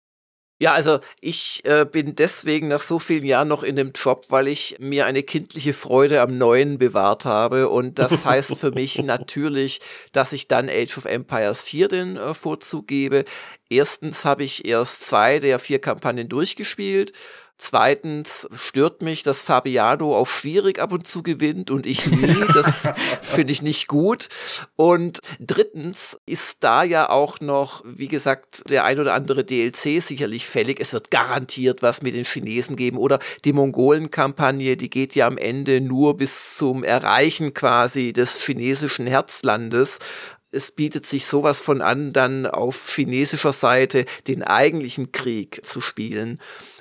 Ja, also ich äh, bin deswegen nach so vielen Jahren noch in dem Job, weil ich mir eine kindliche Freude am Neuen bewahrt habe und das heißt für mich natürlich, dass ich dann Age of Empires vier den äh, Vorzug gebe. Erstens habe ich erst zwei der vier Kampagnen durchgespielt. Zweitens stört mich, dass Fabiano auf schwierig ab und zu gewinnt und ich nie. Das finde ich nicht gut. Und drittens ist da ja auch noch, wie gesagt, der ein oder andere D L C sicherlich fällig. Es wird garantiert was mit den Chinesen geben oder die Mongolen-Kampagne, die geht ja am Ende nur bis zum Erreichen quasi des chinesischen Herzlandes. Es bietet sich sowas von an, dann auf chinesischer Seite den eigentlichen Krieg zu spielen.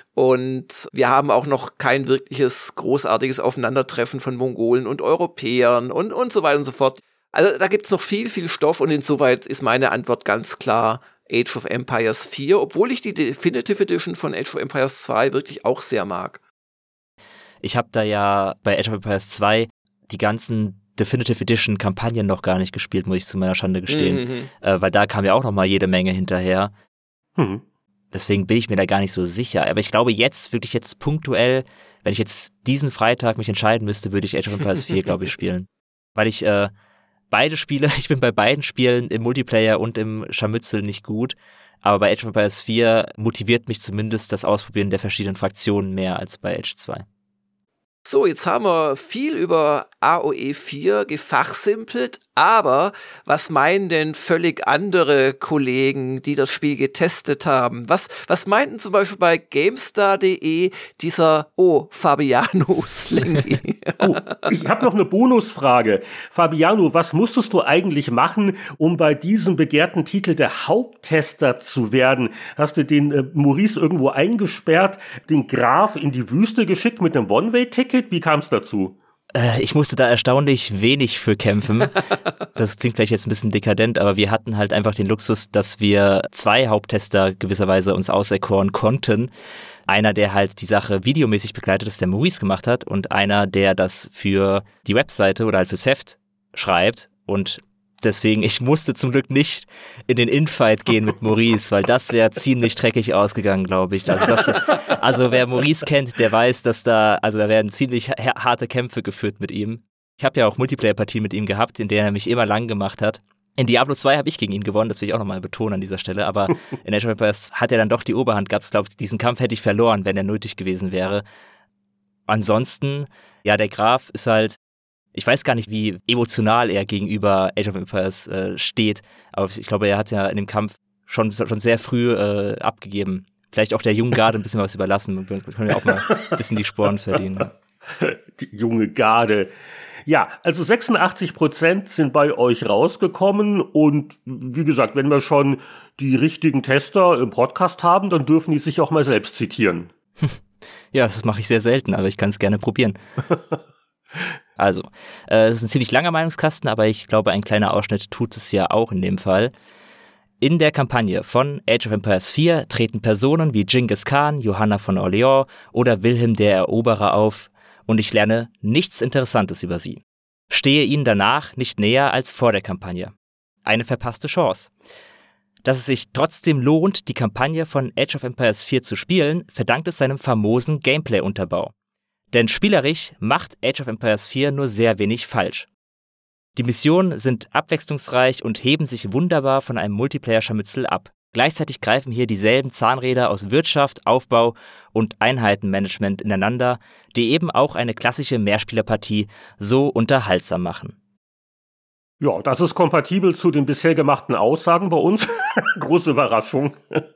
Und wir haben auch noch kein wirkliches großartiges Aufeinandertreffen von Mongolen und Europäern und, und so weiter und so fort. Also da gibt's noch viel, viel Stoff und insoweit ist meine Antwort ganz klar Age of Empires vier, obwohl ich die Definitive Edition von Age of Empires zwei wirklich auch sehr mag. Ich habe da ja bei Age of Empires zwei die ganzen Definitive Edition Kampagnen noch gar nicht gespielt, muss ich zu meiner Schande gestehen. Mhm. Äh, weil da kam ja auch noch mal jede Menge hinterher. Mhm. Deswegen bin ich mir da gar nicht so sicher. Aber ich glaube jetzt, wirklich jetzt punktuell, wenn ich jetzt diesen Freitag mich entscheiden müsste, würde ich Age of Empires vier, glaube ich, spielen. Weil ich äh, beide Spiele, ich bin bei beiden Spielen im Multiplayer und im Scharmützel nicht gut. Aber bei Age of Empires vier motiviert mich zumindest das Ausprobieren der verschiedenen Fraktionen mehr als bei Age zwei. So, jetzt haben wir viel über A O E vier gefachsimpelt, aber was meinen denn völlig andere Kollegen, die das Spiel getestet haben? Was, was meinten zum Beispiel bei GameStar punkt de dieser, oh, Fabiano Slingy? Oh, ich habe noch eine Bonusfrage. Fabiano, was musstest du eigentlich machen, um bei diesem begehrten Titel der Haupttester zu werden? Hast du den äh, Maurice irgendwo eingesperrt, den Graf in die Wüste geschickt mit einem One-Way-Ticket? Wie kam es dazu? Äh, ich musste da erstaunlich wenig für kämpfen. Das klingt vielleicht jetzt ein bisschen dekadent, aber wir hatten halt einfach den Luxus, dass wir zwei Haupttester gewisserweise uns auserkoren konnten. Einer, der halt die Sache videomäßig begleitet, das der Maurice gemacht hat, und einer, der das für die Webseite oder halt fürs Heft schreibt. Und deswegen, ich musste zum Glück nicht in den Infight gehen mit Maurice, weil das wäre ziemlich dreckig ausgegangen, glaube ich. Also, das, also wer Maurice kennt, der weiß, dass da, also da werden ziemlich harte Kämpfe geführt mit ihm. Ich habe ja auch Multiplayer-Partien mit ihm gehabt, in denen er mich immer lang gemacht hat. In Diablo zwei habe ich gegen ihn gewonnen, das will ich auch nochmal betonen an dieser Stelle, aber in Age of Empires hat er dann doch die Oberhand gehabt. Ich glaube, diesen Kampf hätte ich verloren, wenn er nötig gewesen wäre. Ansonsten, ja, der Graf ist halt, ich weiß gar nicht, wie emotional er gegenüber Age of Empires äh, steht, aber ich glaube, er hat ja in dem Kampf schon, schon sehr früh äh, abgegeben. Vielleicht auch der jungen Garde ein bisschen was überlassen. Wir können ja auch mal ein bisschen die Sporen verdienen. Die junge Garde. Ja, also sechsundachtzig Prozent sind bei euch rausgekommen und wie gesagt, wenn wir schon die richtigen Tester im Podcast haben, dann dürfen die sich auch mal selbst zitieren. Ja, das mache ich sehr selten, aber ich kann es gerne probieren. Also, äh, es ist ein ziemlich langer Meinungskasten, aber ich glaube, ein kleiner Ausschnitt tut es ja auch in dem Fall. In der Kampagne von Age of Empires vier treten Personen wie Genghis Khan, Johanna von Orleans oder Wilhelm der Eroberer auf und ich lerne nichts Interessantes über sie. Stehe ihnen danach nicht näher als vor der Kampagne. Eine verpasste Chance. Dass es sich trotzdem lohnt, die Kampagne von Age of Empires vier zu spielen, verdankt es seinem famosen Gameplay-Unterbau. Denn spielerisch macht Age of Empires vier nur sehr wenig falsch. Die Missionen sind abwechslungsreich und heben sich wunderbar von einem Multiplayer-Scharmützel ab. Gleichzeitig greifen hier dieselben Zahnräder aus Wirtschaft, Aufbau und Einheitenmanagement ineinander, die eben auch eine klassische Mehrspielerpartie so unterhaltsam machen. Ja, das ist kompatibel zu den bisher gemachten Aussagen bei uns. Große Überraschung.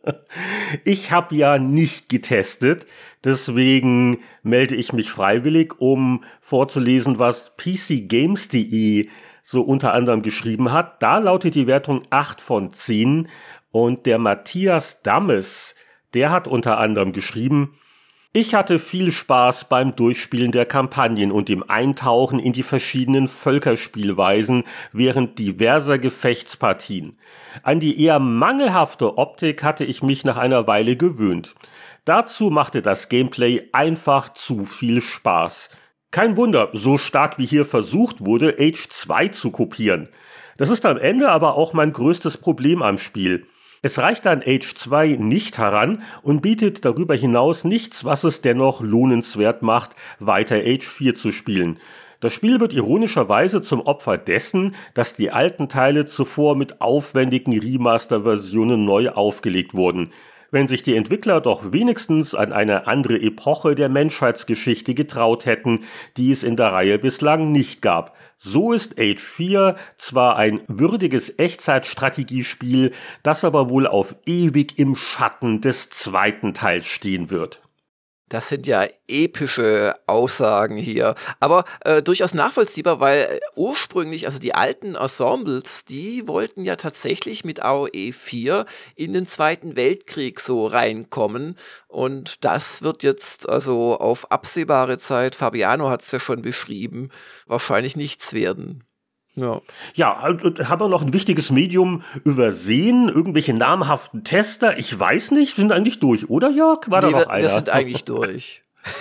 Ich habe ja nicht getestet, deswegen melde ich mich freiwillig, um vorzulesen, was P C Games punkt de so unter anderem geschrieben hat. Da lautet die Wertung acht von zehn und der Matthias Dammes, der hat unter anderem geschrieben: Ich hatte viel Spaß beim Durchspielen der Kampagnen und dem Eintauchen in die verschiedenen Völkerspielweisen während diverser Gefechtspartien. An die eher mangelhafte Optik hatte ich mich nach einer Weile gewöhnt. Dazu machte das Gameplay einfach zu viel Spaß. Kein Wunder, so stark wie hier versucht wurde, Age zwei zu kopieren. Das ist am Ende aber auch mein größtes Problem am Spiel. Es reicht an Age zwei nicht heran und bietet darüber hinaus nichts, was es dennoch lohnenswert macht, weiter Age vier zu spielen. Das Spiel wird ironischerweise zum Opfer dessen, dass die alten Teile zuvor mit aufwendigen Remaster-Versionen neu aufgelegt wurden. Wenn sich die Entwickler doch wenigstens an eine andere Epoche der Menschheitsgeschichte getraut hätten, die es in der Reihe bislang nicht gab. So ist Age vier zwar ein würdiges Echtzeitstrategiespiel, das aber wohl auf ewig im Schatten des zweiten Teils stehen wird. Das sind ja epische Aussagen hier, aber äh, durchaus nachvollziehbar, weil äh, ursprünglich, also die alten Ensembles, die wollten ja tatsächlich mit A O E vier in den Zweiten Weltkrieg so reinkommen und das wird jetzt also auf absehbare Zeit, Fabiano hat es ja schon beschrieben, wahrscheinlich nichts werden. Ja, ja, haben wir noch ein wichtiges Medium übersehen? Irgendwelche namhaften Tester? Ich weiß nicht, sind eigentlich durch, oder Jörg? War nee, da noch wir, einer? Wir sind eigentlich durch.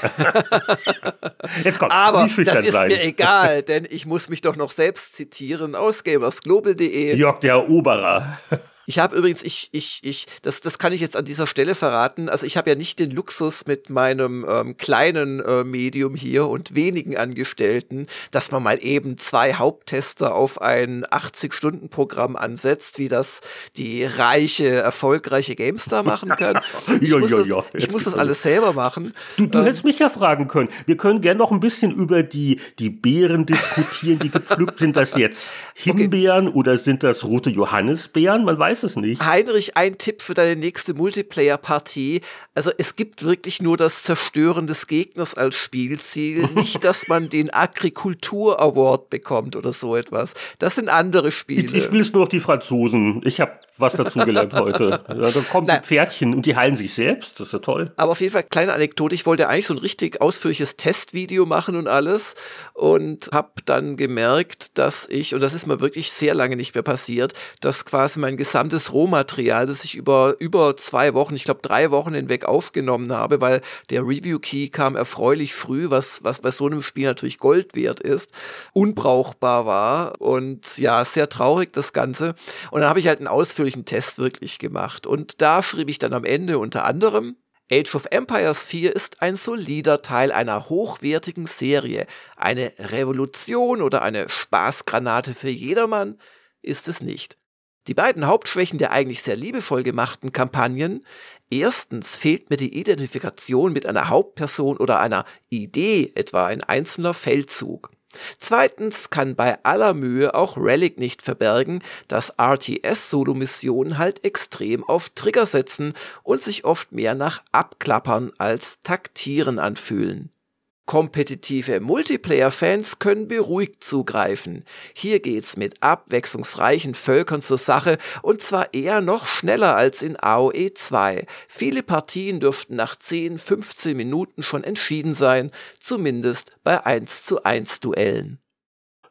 Jetzt kommt, aber das ist sein. mir egal, denn ich muss mich doch noch selbst zitieren aus gamersglobal punkt de. Jörg der Eroberer. Ich habe übrigens, ich, ich, ich, das, das kann ich jetzt an dieser Stelle verraten. Also ich habe ja nicht den Luxus mit meinem ähm, kleinen äh, Medium hier und wenigen Angestellten, dass man mal eben zwei Haupttester auf ein achtzig-Stunden-Programm ansetzt, wie das die reiche, erfolgreiche GameStar machen kann. Ich ja, muss, ja, das, ja. ich muss das alles selber machen. Du, du ähm, hättest mich ja fragen können. Wir können gerne noch ein bisschen über die, die Beeren diskutieren, die gepflückt sind. Das jetzt Himbeeren okay. oder sind das rote Johannisbeeren? Man weiß es nicht. Heinrich, ein Tipp für deine nächste Multiplayer-Partie. Also es gibt wirklich nur das Zerstören des Gegners als Spielziel. Nicht, dass man den Agrikultur-Award bekommt oder so etwas. Das sind andere Spiele. Ich, ich spielst nur noch die Franzosen. Ich habe was dazu gelernt heute. Ja, da kommen die Pferdchen und die heilen sich selbst. Das ist ja toll. Aber auf jeden Fall, kleine Anekdote. Ich wollte eigentlich so ein richtig ausführliches Testvideo machen und alles und habe dann gemerkt, dass ich, und das ist mir wirklich sehr lange nicht mehr passiert, dass quasi mein gesamtes Rohmaterial, das ich über über zwei Wochen, ich glaube drei Wochen hinweg aufgenommen habe, weil der Review-Key kam erfreulich früh, was, was bei so einem Spiel natürlich Gold wert ist, unbrauchbar war und ja, sehr traurig das Ganze. Und dann habe ich halt einen ausführlichen Test wirklich gemacht. Und da schrieb ich dann am Ende unter anderem: Age of Empires vier ist ein solider Teil einer hochwertigen Serie. Eine Revolution oder eine Spaßgranate für jedermann ist es nicht. Die beiden Hauptschwächen der eigentlich sehr liebevoll gemachten Kampagnen: Erstens fehlt mir die Identifikation mit einer Hauptperson oder einer Idee, etwa ein einzelner Feldzug. Zweitens kann bei aller Mühe auch Relic nicht verbergen, dass R T S-Solo-Missionen halt extrem auf Trigger setzen und sich oft mehr nach Abklappern als Taktieren anfühlen. Kompetitive Multiplayer-Fans können beruhigt zugreifen. Hier geht's mit abwechslungsreichen Völkern zur Sache und zwar eher noch schneller als in A O E zwei. Viele Partien dürften nach zehn, fünfzehn Minuten schon entschieden sein, zumindest bei eins zu eins Duellen.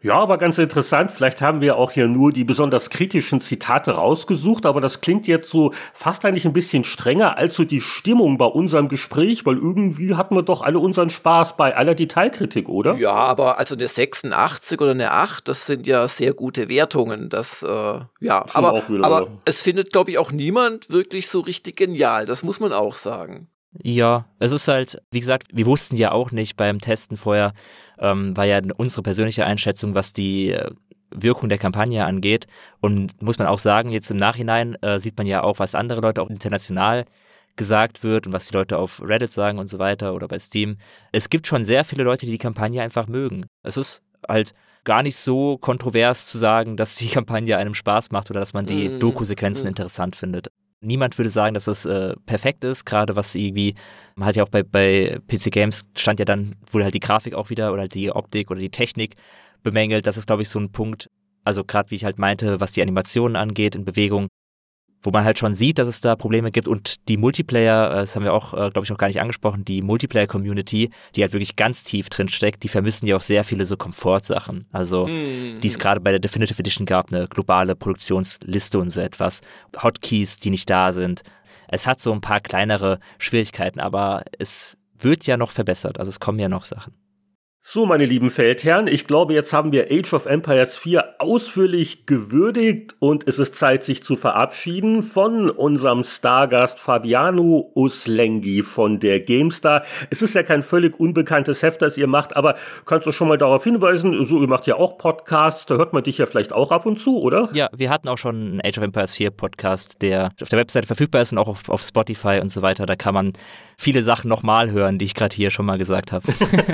Ja, aber ganz interessant, vielleicht haben wir auch hier nur die besonders kritischen Zitate rausgesucht, aber das klingt jetzt so fast eigentlich ein bisschen strenger als so die Stimmung bei unserem Gespräch, weil irgendwie hatten wir doch alle unseren Spaß bei aller Detailkritik, oder? Ja, aber also eine sechsundachtzig oder eine acht, das sind ja sehr gute Wertungen. Das, äh, ja, Schon aber, auch wieder, aber ja. es findet, glaube ich, auch niemand wirklich so richtig genial. Das muss man auch sagen. Ja, es ist halt, wie gesagt, wir wussten ja auch nicht beim Testen vorher, ähm, war ja unsere persönliche Einschätzung, was die äh, Wirkung der Kampagne angeht. Und muss man auch sagen, jetzt im Nachhinein äh, sieht man ja auch, was andere Leute auch international gesagt wird und was die Leute auf Reddit sagen und so weiter oder bei Steam. Es gibt schon sehr viele Leute, die die Kampagne einfach mögen. Es ist halt gar nicht so kontrovers zu sagen, dass die Kampagne einem Spaß macht oder dass man die Mm, Doku-Sequenzen mm. interessant findet. Niemand würde sagen, dass das äh, perfekt ist, gerade was irgendwie, man hat ja auch bei, bei P C Games stand ja dann, wurde halt die Grafik auch wieder oder die Optik oder die Technik bemängelt. Das ist, glaube ich, so ein Punkt, also gerade wie ich halt meinte, was die Animationen angeht in Bewegung, wo man halt schon sieht, dass es da Probleme gibt und die Multiplayer, äh, das haben wir auch, äh, glaube ich, noch gar nicht angesprochen, die Multiplayer-Community, die halt wirklich ganz tief drin steckt, die vermissen ja auch sehr viele so Komfortsachen. Also, Mhm. die es gerade bei der Definitive Edition gab, eine globale Produktionsliste und so etwas, Hotkeys, die nicht da sind. Es hat so ein paar kleinere Schwierigkeiten, aber es wird ja noch verbessert, also es kommen ja noch Sachen. So, meine lieben Feldherren, ich glaube, jetzt haben wir Age of Empires vier ausführlich gewürdigt und es ist Zeit, sich zu verabschieden von unserem Stargast Fabiano Uslengi von der GameStar. Es ist ja kein völlig unbekanntes Heft, das ihr macht, aber kannst du schon mal darauf hinweisen, so, ihr macht ja auch Podcasts, da hört man dich ja vielleicht auch ab und zu, oder? Ja, wir hatten auch schon einen Age of Empires vier Podcast, der auf der Webseite verfügbar ist und auch auf, auf Spotify und so weiter. Da kann man viele Sachen nochmal hören, die ich gerade hier schon mal gesagt habe.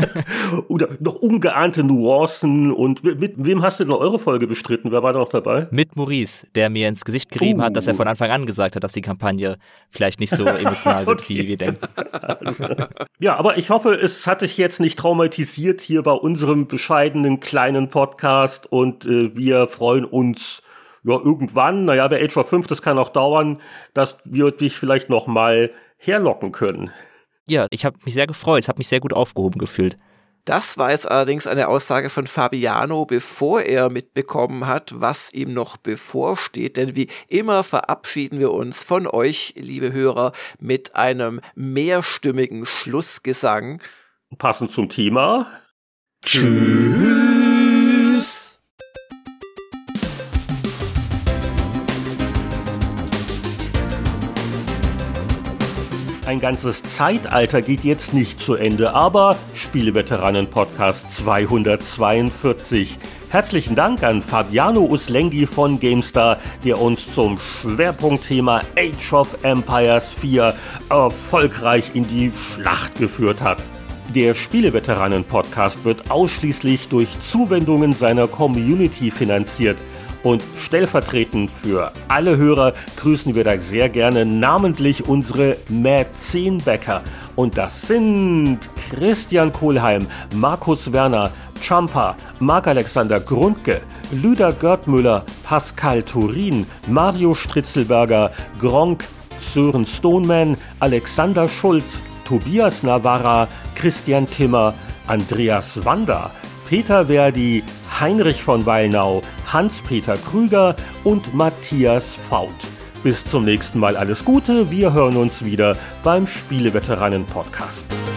Oder noch ungeahnte Nuancen. Und mit wem hast du denn eure Folge bestritten? Wer war da noch dabei? Mit Maurice, der mir ins Gesicht gerieben Uh. hat, dass er von Anfang an gesagt hat, dass die Kampagne vielleicht nicht so emotional wird, Okay. wie wir denken. Ja, aber ich hoffe, es hat dich jetzt nicht traumatisiert hier bei unserem bescheidenen kleinen Podcast und äh, wir freuen uns ja irgendwann, naja, bei Age of fünf, das kann auch dauern, dass wir dich vielleicht noch mal herlocken können. Ja, ich habe mich sehr gefreut, habe mich sehr gut aufgehoben gefühlt. Das war jetzt allerdings eine Aussage von Fabiano, bevor er mitbekommen hat, was ihm noch bevorsteht. Denn wie immer verabschieden wir uns von euch, liebe Hörer, mit einem mehrstimmigen Schlussgesang. Passend zum Thema. Tschüss! Ein ganzes Zeitalter geht jetzt nicht zu Ende, aber Spieleveteranen-Podcast zweihundertzweiundvierzig. Herzlichen Dank an Fabiano Uslengi von GameStar, der uns zum Schwerpunktthema Age of Empires vier erfolgreich in die Schlacht geführt hat. Der Spieleveteranen-Podcast wird ausschließlich durch Zuwendungen seiner Community finanziert. Und stellvertretend für alle Hörer grüßen wir da sehr gerne namentlich unsere Mäzenbäcker. Und das sind Christian Kohlheim, Markus Werner, Champa, Marc-Alexander Grundke, Lüder Görtmüller, Pascal Turin, Mario Stritzelberger, Gronk, Sören Stoneman, Alexander Schulz, Tobias Navarra, Christian Timmer, Andreas Wander, Peter Verdi, Heinrich von Weilnau, Hans-Peter Krüger und Matthias Faut. Bis zum nächsten Mal alles Gute, wir hören uns wieder beim Spieleveteranen-Podcast.